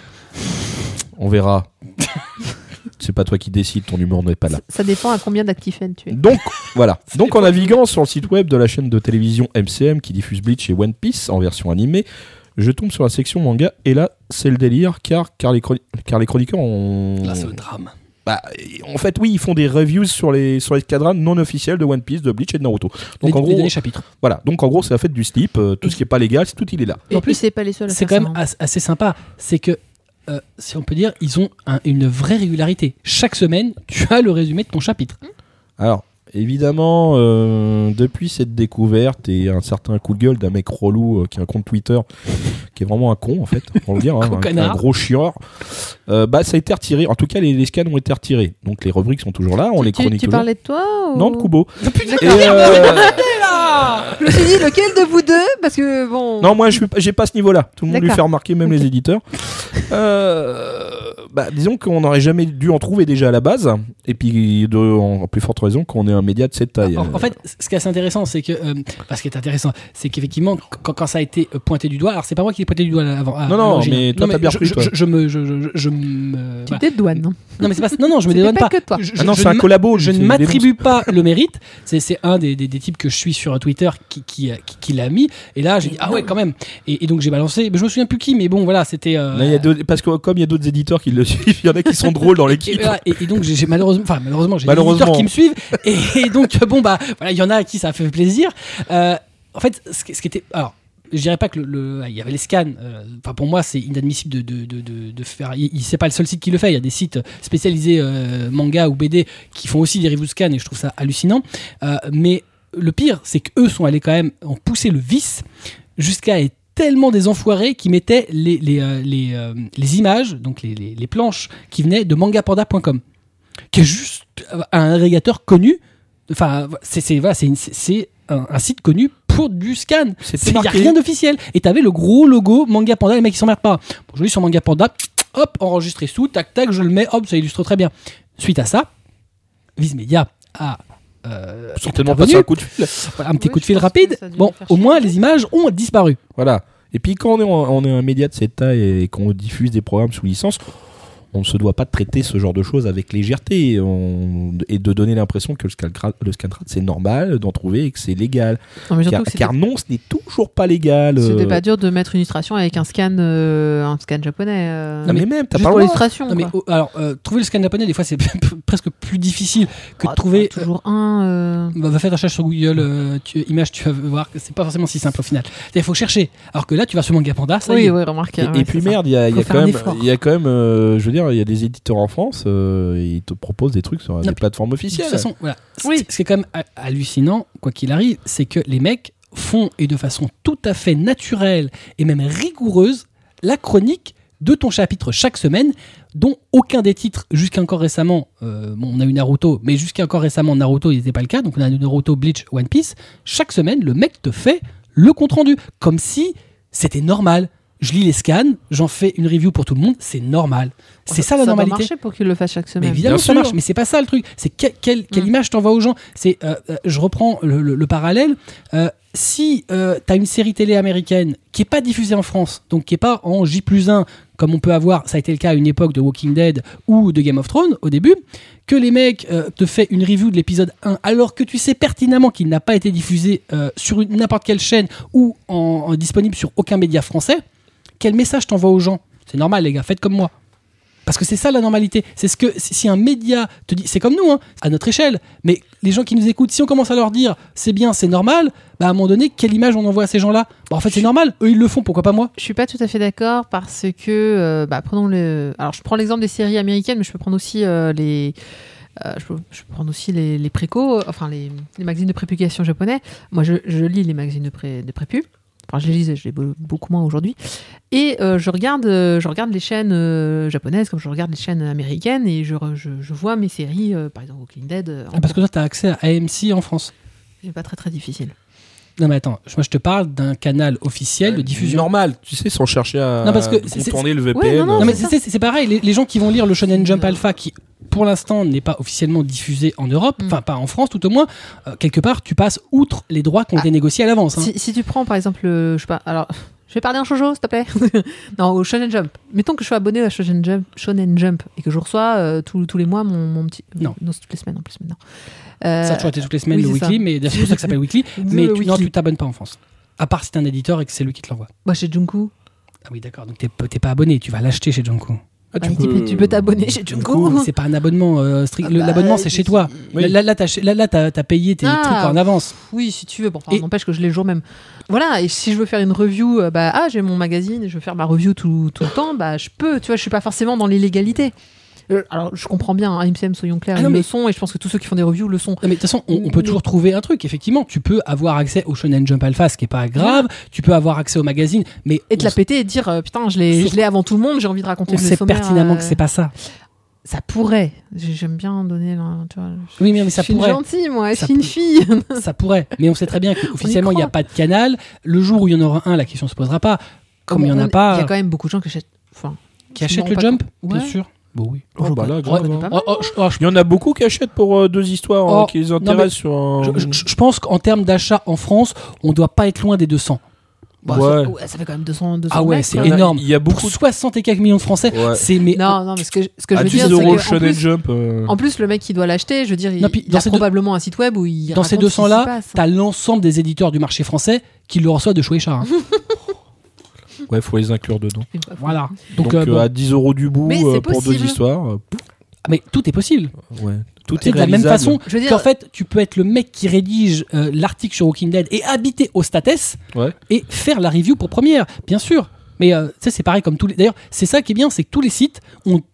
On verra. C'est pas toi qui décides, ton humour n'est pas là. Ça dépend à combien d'actifs tu es. Donc voilà. Donc en naviguant sur le site web de la chaîne de télévision M C M qui diffuse Bleach et One Piece en version animée, je tombe sur la section manga et là c'est le délire car car les, chroni- car les chroniqueurs ont Là, c'est le drame. bah, en fait oui ils font des reviews sur les sur les cadrans non officiels de One Piece, de Bleach et de Naruto. Donc les, en les gros derniers chapitres. voilà. Donc en gros c'est la fête du slip, euh, tout ce qui est pas légal, c'est tout il est là. Et En plus, c'est pas les seuls à C'est faire quand même ça, hein. as- assez sympa. C'est que, euh, si on peut dire, ils ont un- une vraie régularité. Chaque semaine, tu as le résumé de ton chapitre. Alors, évidemment, euh, depuis cette découverte et un certain coup de gueule d'un mec relou euh, qui a un compte Twitter, qui est vraiment un con en fait, on va le dire, hein, Gros un, connard. un gros chieur, euh, bah ça a été retiré. En tout cas, les, les scans ont été retirés. Donc les rubriques sont toujours là, on les Tu, chronique tu toujours. parlais de toi ou... Non, de Kubo. D'accord. Et, euh, Je me suis dit lequel de vous deux parce que bon. non, moi je suis pas- j'ai pas ce niveau-là. Tout le monde lui D'accord. fait remarquer, même Ok. les éditeurs. Euh, bah, disons qu'on n'aurait jamais dû en trouver déjà à la base. Et puis, de, en plus forte raison, qu'on est un média de cette taille. En, en fait, ce qui est assez intéressant, c'est que. euh, parce qui est intéressant, c'est qu'effectivement, quand, quand ça a été pointé du doigt, alors c'est pas moi qui l'ai pointé du doigt là, avant. à- Non, à non, l'origine. mais toi, t'as bien je, repris, je, toi. je, je me. Je, je, je, je me Tu voilà. te dédouanes. hein. Non, mais c'est pas. Non, non, je me C'était dédouane pas pas. que toi. Je, Ah non, je c'est un ne m'a- collabo. Je c'est ne des m'attribue pas le mérite. C'est, c'est un des, des, des types que je suis sur Twitter qui, qui, qui, qui l'a mis. Et là, j'ai dit, ah ouais, quand même. Et, et donc, j'ai balancé. Mais je me souviens plus qui, mais bon, voilà, c'était. euh, Là, il y a deux- parce que comme il y a d'autres éditeurs qui le suivent, il y en a qui sont drôles dans Et, l'équipe. voilà, et- et donc j'ai j'ai malheureusement, enfin malheureusement, j'ai des Malheureusement. éditeurs qui me suivent et, et donc bon bah voilà, il y en a à qui ça a fait plaisir. Euh, en fait, ce qui, ce qui était, alors je dirais pas que le, le- il y avait les scans. euh, Enfin pour moi c'est inadmissible de de, de, de, de faire. Il, il- c'est pas le seul site qui le fait. Il y a des sites spécialisés euh, manga ou B D qui font aussi des review scans et je trouve ça hallucinant. Euh, mais le pire c'est qu'eux sont allés quand même ont poussé le vice jusqu'à être tellement des enfoirés qui mettaient les, les, euh, les, euh, les images, donc les, les, les planches qui venaient de manga panda point com, qui est juste un agrégateur connu. Enfin, c'est, c'est, voilà, c'est, une, c'est, c'est un, un site connu pour du scan. Il n'y a rien d'officiel. Et t'avais le gros logo Manga Panda, les mecs ils s'emmerdent pas. Bon, je lis sur Manga Panda, hop, enregistré sous, tac tac, je le mets, hop, ça illustre très bien. Suite à ça, Viz Media a euh, certainement passé un coup de fil. Voilà, un petit Oui, coup de je fil pense rapide. que ça a dû Bon, le faire au chier. moins les images ont disparu. Voilà. Et puis quand on est, en- on est un média de cette taille et qu'on diffuse des programmes sous licence, on ne se doit pas de traiter ce genre de choses avec légèreté on- et de donner l'impression que le scan, le scan rate, c'est normal d'en trouver et que c'est légal. Non, mais surtout Car, que c'était- car non, ce n'est toujours pas légal. C'était euh. pas dur de mettre une illustration avec un scan, euh, un scan japonais. euh, Non, mais même, t'as juste pas pour le droit. l'illustration. Non, mais, quoi. oh, alors, euh, trouver le scan japonais, des fois, c'est presque plus difficile que Ah, de trouver. t'en as toujours un. euh, Bah, va faire ta recherche sur Google, euh, tu, image, tu vas voir que c'est pas forcément si simple au final. Il faut chercher. Alors que là, tu vas sur Manga Panda, ça y Oui, est. oui, remarque. Et, ouais, et puis c'est ça. merde, il y a, il y Faut a faire quand un même, effort. il y a quand même, euh, je veux dire, il y a des éditeurs en France, euh, et ils te proposent des trucs sur des puis, plateformes De officielles. toute façon, voilà. Oui. Ce ce qui est quand même ha- hallucinant, quoi qu'il arrive, c'est que les mecs font, et de façon tout à fait naturelle et même rigoureuse, la chronique de ton chapitre chaque semaine, dont aucun des titres, jusqu'à encore récemment, euh, bon, on a eu Naruto, mais jusqu'à encore récemment, Naruto, il n'était pas le cas, donc on a eu Naruto, Bleach, One Piece. Chaque semaine, le mec te fait le compte-rendu, comme si c'était normal. Je lis les scans, j'en fais une review pour tout le monde, c'est normal. C'est ça, la doit normalité. marcher pour qu'il le fasse chaque Mais semaine. évidemment, Bien ça sûr. marche, mais c'est pas ça le truc. C'est que- quelle, quelle Mm. image t'envoies aux gens. C'est, euh, euh, je reprends le, le- le parallèle. Euh, si euh, t'as une série télé américaine qui est pas diffusée en France, donc qui est pas en J plus un, comme on peut avoir, ça a été le cas à une époque de Walking Dead ou de Game of Thrones au début, que les mecs euh, te fait une review de l'épisode un, alors que tu sais pertinemment qu'il n'a pas été diffusé euh, sur une- n'importe quelle chaîne ou en, en disponible sur aucun média français, quel message t'envoies aux gens? C'est normal, les gars, faites comme moi. Parce que c'est ça la normalité. C'est ce que si si un média te dit, c'est comme nous, hein, à notre échelle. Mais les gens qui nous écoutent, si on commence à leur dire c'est bien, c'est normal, bah à un moment donné, quelle image on envoie à ces gens-là? Bah en fait, c'est normal. Eux, ils le font. Pourquoi pas moi? Je suis pas tout à fait d'accord parce que, euh, bah, prenons le. Alors, je prends l'exemple des séries américaines, mais je peux prendre aussi euh, les. euh, je, peux, je peux prendre aussi les, les précos, enfin les, les magazines de prépublication japonais. Moi, je, je lis les magazines de, pré, de prépu. Enfin, je les lisais, je les be- beaucoup moins aujourd'hui. Et euh, je, regarde, euh, je regarde les chaînes euh, japonaises comme je regarde les chaînes américaines et je, re- je, je vois mes séries, euh, par exemple Walking Dead. euh, en Ah, parce que toi, t'as accès à A M C en France. C'est pas très très difficile. Non mais attends, moi je te parle d'un canal officiel de diffusion. Normal, tu sais, sans chercher à Non, parce que c'est- contourner le V P N. Ouais, non, non, Non mais c'est c'est, c'est- c'est pareil, les, les gens qui vont lire le Shonen Jump Alpha qui pour l'instant n'est pas officiellement diffusé en Europe, Mm. enfin pas en France tout au moins, euh, quelque part tu passes outre les droits qui ont Ah. été négociés à l'avance. hein. Si, si tu prends par exemple, le- je sais pas, alors je vais parler un shoujo s'il te plaît. Non, au Shonen Jump. Mettons que je sois abonné à Shonen Jump, Shonen Jump et que je reçois euh, tous tous les mois mon, mon petit. Non. non, c'est toutes les semaines en plus maintenant. Euh, Ça a toujours été toutes les semaines oui, le c'est weekly, ça. mais c'est pour ça que ça s'appelle weekly. Le mais tu, non, weekly. tu t'abonnes pas en France. À part si t'es un éditeur et que c'est lui qui te l'envoie. Moi chez Junko. Ah oui d'accord, donc t'es, t'es pas abonné, tu vas l'acheter chez Junko. Ah, Bah, tu peux- tu peux t'abonner chez Junko. Mais c'est pas un abonnement euh, strict. Ah Le- bah, l'abonnement c'est chez toi. Oui. Là, là, là, t'as, là, là, t'as, t'as payé tes Ah. trucs en avance. Oui, si tu veux. Bon, enfin, Et- n'empêche que je l'ai le jour même. Voilà, et si je veux faire une review, euh, bah, ah, j'ai mon magazine et je veux faire ma review tout, tout le temps, bah, je peux. Tu vois, je suis pas forcément dans l'illégalité. Euh, alors, je comprends bien, hein, M C M, soyons clairs, Ah non, ils mais- le sont, et je pense que tous ceux qui font des reviews le sont. Non, mais de toute façon, on, on peut Mais- toujours trouver un truc. Effectivement, tu peux avoir accès au Shonen Jump Alpha, ce qui est pas grave. Tu peux avoir accès au magazine, mais Et de on la péter et de dire, euh, putain, je l'ai, Sur- je l'ai avant tout le monde, j'ai envie de raconter on le sait sommaire, pertinemment euh, que c'est pas ça. Ça pourrait. J'ai- J'aime bien donner. là, tu vois, je- Oui, mais, mais ça je suis une pourrait. gentille, moi, je Ça suis une peut- fille. Ça pourrait. Mais on sait très bien qu'officiellement, il n'y a croit. pas de canal. Le jour où il y en aura un, la question se posera pas. Comme il y en a Il pas, y a quand même beaucoup de gens qui achètent. Enfin, qui je me achètent rends le pas Jump, compte. bien Ouais. sûr. Bon, oui. Oh, bah là, Ouais, grave, ouais, hein. pas oh, oh, je, oh, je- Il y en a beaucoup qui achètent pour euh, deux histoires Oh, hein, qui les non, intéressent mais sur un. je- je- je pense qu'en termes d'achat en France, on doit pas être loin des deux cents. Bah, Ouais. ça, ouais, ça fait quand même deux cents, deux cents Ah ouais, mecs, c'est quoi. Il y en a- énorme. Il y a Pour beaucoup de. soixante et quelques millions de Français, Ouais. c'est mais Non, non, mais ce que, je- ce que je À veux dix dire, c'est euros le que en Shonen plus, Jump. euh, en plus, le mec qui doit l'acheter, je veux dire, il, Non, puis il dans a ces deux- probablement un site web où il dans ces raconte deux ce qui s'y cents là, passe. t'as l'ensemble des éditeurs du marché français qui le reçoivent de Shueisha. hein. Ouais, faut les inclure dedans. C'est pas faux. Voilà. Donc, Donc, euh, euh, bon. à dix euros du bout Mais euh, c'est pour deux possible. histoires. euh, Ah, mais tout est possible. Ouais. Tout C'est est de la même réalisable. façon Je veux dire- qu'en fait, tu peux être le mec qui rédige euh, l'article sur Walking Dead et habiter au States Ouais. et faire la review pour première, bien sûr. Mais euh, tu sais, c'est pareil comme tous les. D'ailleurs, c'est ça qui est bien, c'est que tous les sites ont tous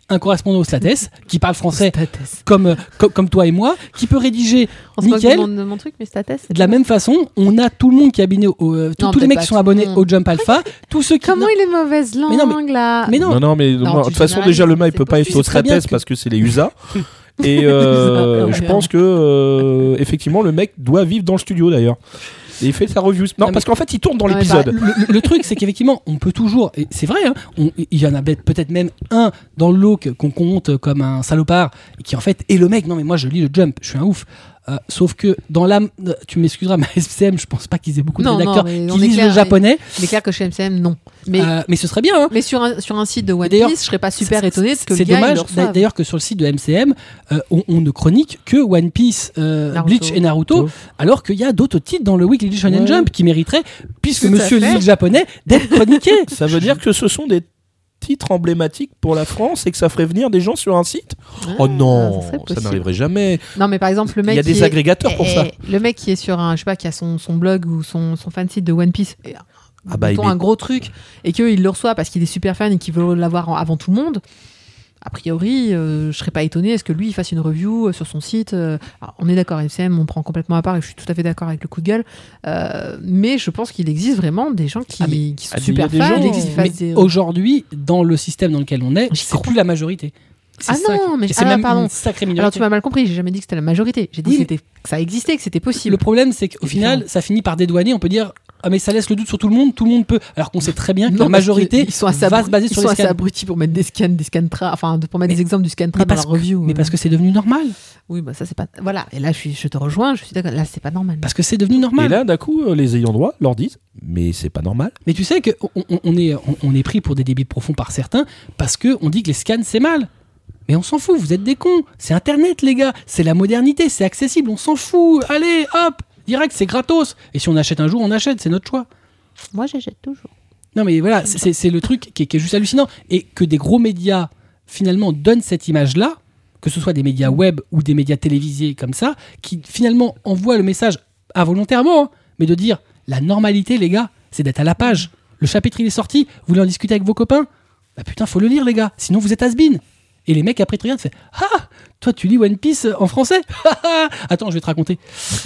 un correspondant au States qui parle français States. comme, euh, co- comme toi et moi, qui peut rédiger On se moque nickel. de mon, de mon truc, mais States. c'est De la pas- même façon, on a tout le monde qui est abonné au, euh, tous- Non, tous les peut-être mecs pas qui sont tout le abonnés monde. au Jump Alpha, tous ceux qui. Comment non, il est mauvaise langue Mais non, mais- là mais non, Non, non, mais Non, moi, de tu toute façon, généralises, déjà, le mec c'est peut pas être possible. au C'est très bien Strates que- parce que c'est les U S A. Et euh, Ah, je ouais. pense que, euh, effectivement, le mec doit vivre dans le studio d'ailleurs. Et il fait sa review. Non, mais- parce qu'en fait, il tourne dans Non, mais l'épisode. le, le- le truc, c'est qu'effectivement, on peut toujours, et c'est vrai, hein, on- il y en a peut-être même un dans le lot que- qu'on compte comme un salopard, et qui en fait est le mec. Non, mais moi je lis le Jump, je suis un ouf. Euh, sauf que dans l'âme, tu m'excuseras, mais S C M, je pense pas qu'ils aient beaucoup de Non, non, rédacteurs mais qui on est lisent clair, le japonais, Il est clair que chez M C M, non. Mais, euh, mais ce serait bien. Hein. mais sur, un, sur un site de One D'ailleurs, Piece, je serais pas super C'est- étonné de que le C'est gars il dommage le reçoive. d'ailleurs que sur le site de M C M, euh, on, on ne chronique que One Piece, euh, Naruto. Bleach et Naruto, alors qu'il y a d'autres titres dans le Weekly Shonen Ouais. Jump qui mériteraient, puisque Tout à Monsieur fait. lit le japonais, d'être chroniqué. Ça veut dire que ce sont des titres emblématiques pour la France et que ça ferait venir des gens sur un site. Ah, Oh non, ça serait ça possible. n'arriverait jamais. Non, mais par exemple, le Il mec. y a qui des est- agrégateurs pour eh, ça. eh, Le mec qui est sur un, je sais pas, qui a son, son blog ou son, son fan site de One Piece, et, Ah bah, mettons il est- un gros truc, et qu'il le reçoit parce qu'il est super fan et qu'il veut l'avoir en- avant tout le monde. A priori, euh, je serais pas étonné est-ce que lui il fasse une review euh, sur son site. euh, alors, on est d'accord, M C M, on prend complètement à part et je suis tout à fait d'accord avec le coup de gueule. euh, mais je pense qu'il existe vraiment des gens qui, Ah, mais- qui sont ah, mais super il y a des fans gens, et qui Mais fassent des. aujourd'hui, dans le système dans lequel on est, J'y c'est crois. plus la majorité. C'est Ah ça non, qui- mais- et c'est ah, même pardon. une sacrée minorité. Alors tu m'as mal compris, j'ai jamais dit que c'était la majorité. J'ai dit Oui, que, c'était- que ça existait, que c'était possible. Le problème, c'est qu'au C'est final, différent. ça finit par dédouaner. On peut dire, ah mais ça laisse le doute sur tout le monde, tout le monde peut. Alors qu'on sait très bien que Non, la parce majorité qu'ils sont assez va abru- se baser ils sur sont les assez scans. abrutis pour mettre des scans, des scans tra, enfin de- pour mettre Mais- des exemples du scan tra mais dans parce leur review. Mais euh. parce que c'est devenu normal. Oui, bah ça c'est pas. Voilà. Et là, je, suis, je te rejoins. Je suis d'accord. Là, c'est pas normal. Parce que c'est devenu Et normal. là, d'un coup, euh, les ayants droit leur disent mais c'est pas normal. Mais tu sais qu'on on, on est, on, on est pris pour des débiles profonds par certains parce que on dit que les scans c'est mal. Mais on s'en fout, vous êtes des cons. C'est Internet, les gars. C'est la modernité, c'est accessible, on s'en fout. Allez, hop, direct, c'est gratos. Et si on achète un jour, on achète, c'est notre choix. Moi, j'achète toujours. Non, mais voilà, c'est- c'est c'est le truc qui est, qui est juste hallucinant. Et que des gros médias, finalement, donnent cette image-là, que ce soit des médias web ou des médias télévisés comme ça, qui finalement envoient le message involontairement, hein, mais de dire la normalité, les gars, c'est d'être à la page. Le chapitre, il est sorti, vous voulez en discuter avec vos copains? Bah putain, faut le lire, les gars, sinon vous êtes has-been. Et les mecs, après, ils te regardent, fait ah, toi, tu lis One Piece en français? Attends, je vais te raconter.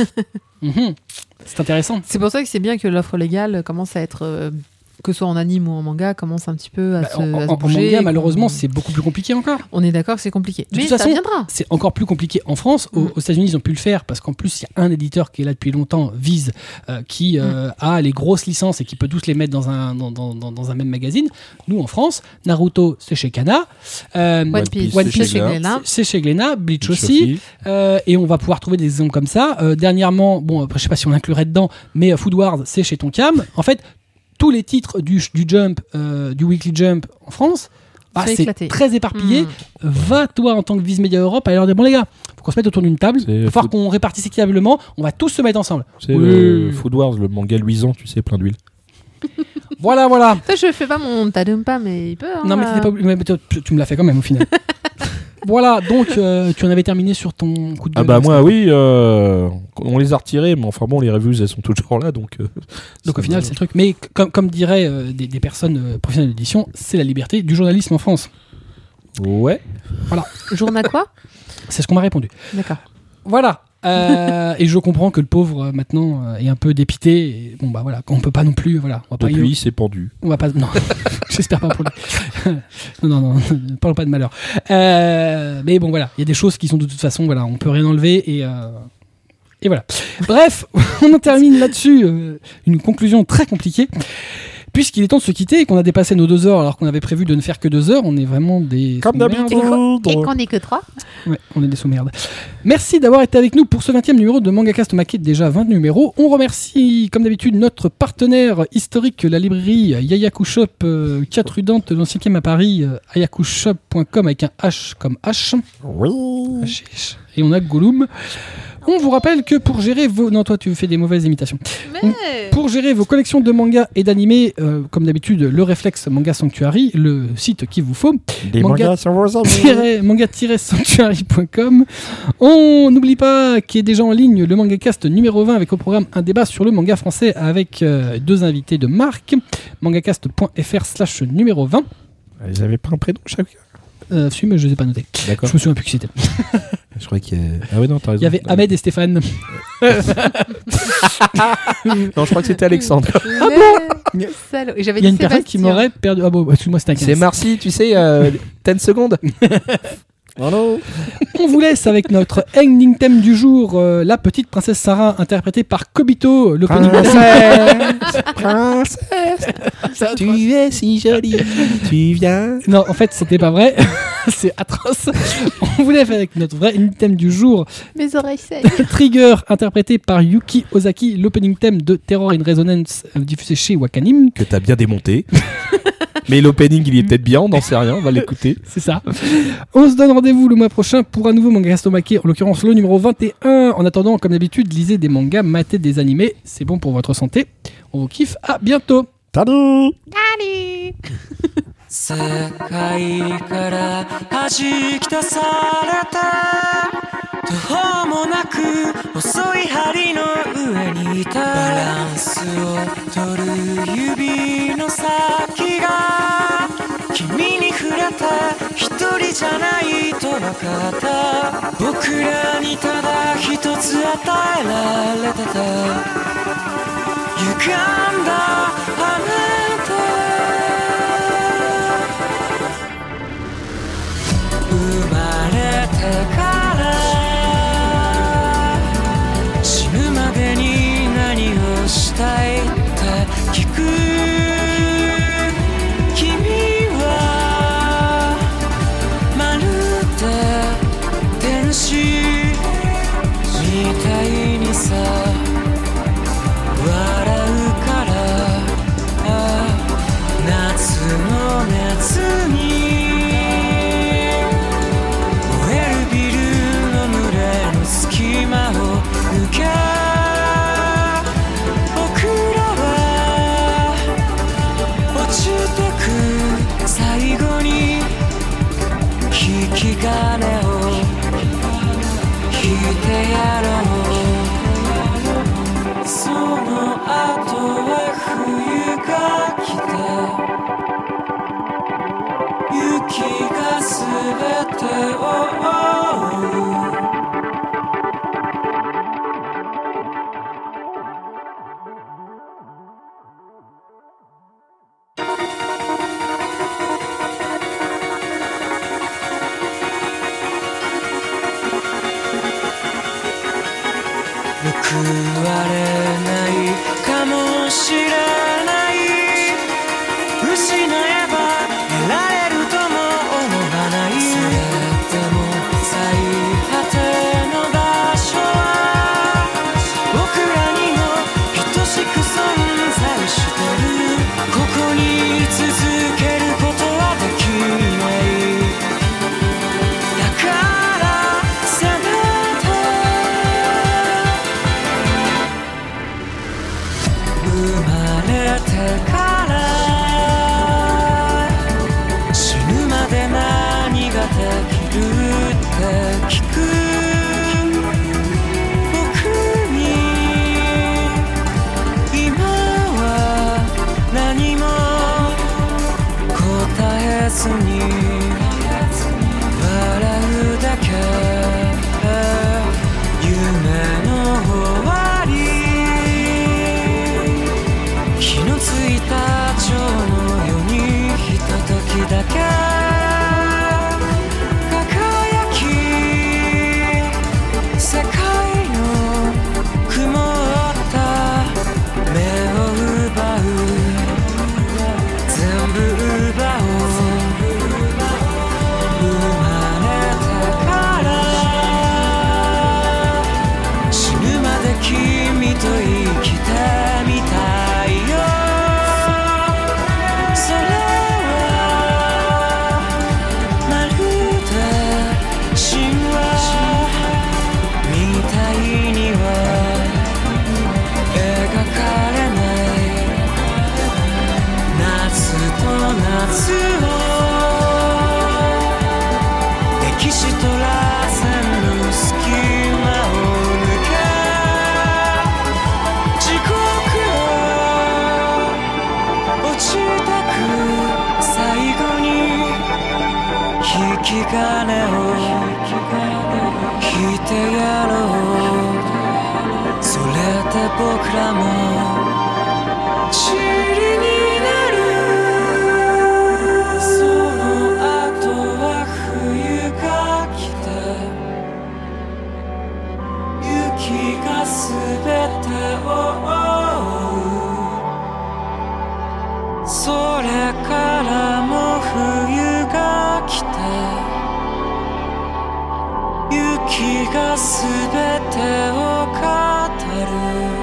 Mhm. C'est intéressant. C'est pour ça que c'est bien que l'offre légale commence à être, euh, que ce soit en anime ou en manga, commence un petit peu à Bah, se, en, à se en- en bouger. manga, qu'on- malheureusement, c'est beaucoup plus compliqué encore. On est d'accord que c'est compliqué. De Mais toute ça façon, viendra. c'est encore plus compliqué en France. Au- Mm. Aux États-Unis, ils ont pu le faire parce qu'en plus, il y a un éditeur qui est là depuis longtemps, Viz, euh, qui euh, a les grosses licences et qui peut tous les mettre dans un, dans, dans- dans- dans un même magazine. Nous, en France, Naruto, c'est chez Kana. Euh, One Piece, One c'est Piece, chez Glénat. Glénat. c'est chez Glénat, Bleach Bleach aussi. aussi. Euh, et on va pouvoir trouver des exemples comme ça. Euh, dernièrement, bon, après, je sais pas si on l'inclurait dedans, mais euh, Food Wars, c'est chez Tonkam. En fait, tous les titres du, du Jump, euh, du Weekly Jump en France, bah, C'est c'est éclaté. très éparpillé. Mm. Va, toi, en tant que Viz Media Europe, aller leur dire bon, les gars, faut qu'on se mette autour d'une table. C'est Il va falloir foot- qu'on répartisse équitablement. On va tous se mettre ensemble. C'est Oui. le Food Wars, le manga luisant, tu sais, plein d'huile. Voilà, voilà. Ça, je fais pas mon tadumpa, mais il peut. hein, Non, mais là. t'étais pas obligé- mais toi, tu, tu me l'as fait quand même au final. Voilà, donc euh, tu en avais terminé sur ton coup de Ah gueule. bah Alex. moi oui, euh, on les a retirés, mais enfin bon, les reviews elles sont toujours là, donc. euh, Donc ça au final, va. c'est le truc. Mais c- comme, comme diraient euh, des, des personnes euh, professionnelles d'édition, c'est la liberté du journalisme en France. Ouais. Journal quoi? C'est ce qu'on m'a répondu. D'accord. Voilà. Euh, et je comprends que le pauvre euh, maintenant euh, est un peu dépité. Et, bon bah voilà, on peut pas non plus. Voilà, on va pas. Depuis, c'est pendu. On va pas. Non, j'espère pas pour lui. non, non, non, ne parlons pas de malheur. Euh, mais bon, voilà, il y a des choses qui sont de toute façon, voilà, on peut rien enlever et. Euh, et voilà. Bref, on en termine là-dessus. euh, une conclusion très compliquée. Puisqu'il est temps de se quitter et qu'on a dépassé nos deux heures alors qu'on avait prévu de ne faire que deux heures, on est vraiment des. Comme sous-merdes. d'habitude. Et qu'on est que trois. Ouais, on est des sous-merdes. Merci d'avoir été avec nous pour ce vingtième numéro de MangaCast Maquet, déjà vingt numéros. On remercie, comme d'habitude, notre partenaire historique, la librairie Yayaku Shop, euh, quatre rue Dante, dans le cinquième à Paris, euh, ayaku shop point com avec un H comme H. Oui. H, H. Et on a Gollum. On vous rappelle que pour gérer vos... Non, toi, tu fais des mauvaises imitations. Mais. Pour gérer vos collections de mangas et d'animés, euh, comme d'habitude, le réflexe Manga Sanctuary, le site qu'il vous faut. Des Manga- mangas sur vos amis. Tiret- manga-sanctuary point com. On n'oublie pas qu'il est déjà en ligne le MangaCast numéro vingt avec au programme un débat sur le manga français avec euh, deux invités de marque. mangacast point f r slash numéro vingt. Ils avaient pas un prénom chacun. Euh, si, mais je les ai pas notés. D'accord. Je me souviens plus qui c'était. Je crois qu'il y a... Ah ouais, non, t'as raison. Il y avait Ahmed et Stéphane. Non, je crois que c'était Alexandre. Ah bon Salaud. Et j'avais Il y a dit une personne qui Sébastien. m'aurait perdu. Ah bon, excuse-moi, c'était un C'est quinze. Marcy, tu sais, euh, dix secondes. Voilà. On vous laisse avec notre ending theme du jour, euh, la petite princesse Sarah, interprétée par Kobito, l'opening theme. Princesse, tu es si jolie, tu viens. Non, en fait, c'était pas vrai. C'est atroce. On vous laisse avec notre vrai ending theme du jour, Mes oreilles saignent. Trigger, interprété par Yuki Ozaki, l'opening theme de Terror in Resonance, euh, diffusé chez Wakanim. Que t'as bien démonté. Mais l'opening, il est peut-être bien, on n'en sait rien, on va l'écouter. C'est ça. On se donne rendez-vous le mois prochain pour un nouveau manga Gastomake, en l'occurrence le numéro vingt et un. En attendant, comme d'habitude, lisez des mangas, matez des animés. C'est bon pour votre santé. On vous kiffe. À bientôt. Salut. 世界から弾き出された途方もなく細い針の上にいたバランスを取る指の先が君に触れた一人じゃないと分かった僕らにただ一つ与えられてた歪んだあなた生まれてから死ぬまでに何をしたいって聞く君はまるで天使みたいにさ笑うから夏の熱に隙間を抜け僕らは落ちてく最後に引き金を引いてやろうその後は冬が来て雪が全てを覆う報われないかもしれない失えば得られるとも思わないそれでも最果ての場所は僕らにも等しく存在してるここに続けることはできないだからせめ生まれてから死ぬまで何ができるって聞く僕に今は何も答えずに笑うだけ夢の終わり気のついた蝶のようにひとときだけ輝き世界の曇った目を奪う全部奪おう生まれてから死ぬまで君と生きてみたいよそれはまるで神話みたいには描かれない夏と夏を歴史と螺旋の隙間を抜け地獄を落ちてく最後に引き金を引いてやろうそれで僕らも塵になるその後は冬が来て雪が全てを覆うそれからも冬が来て雪が全てを語る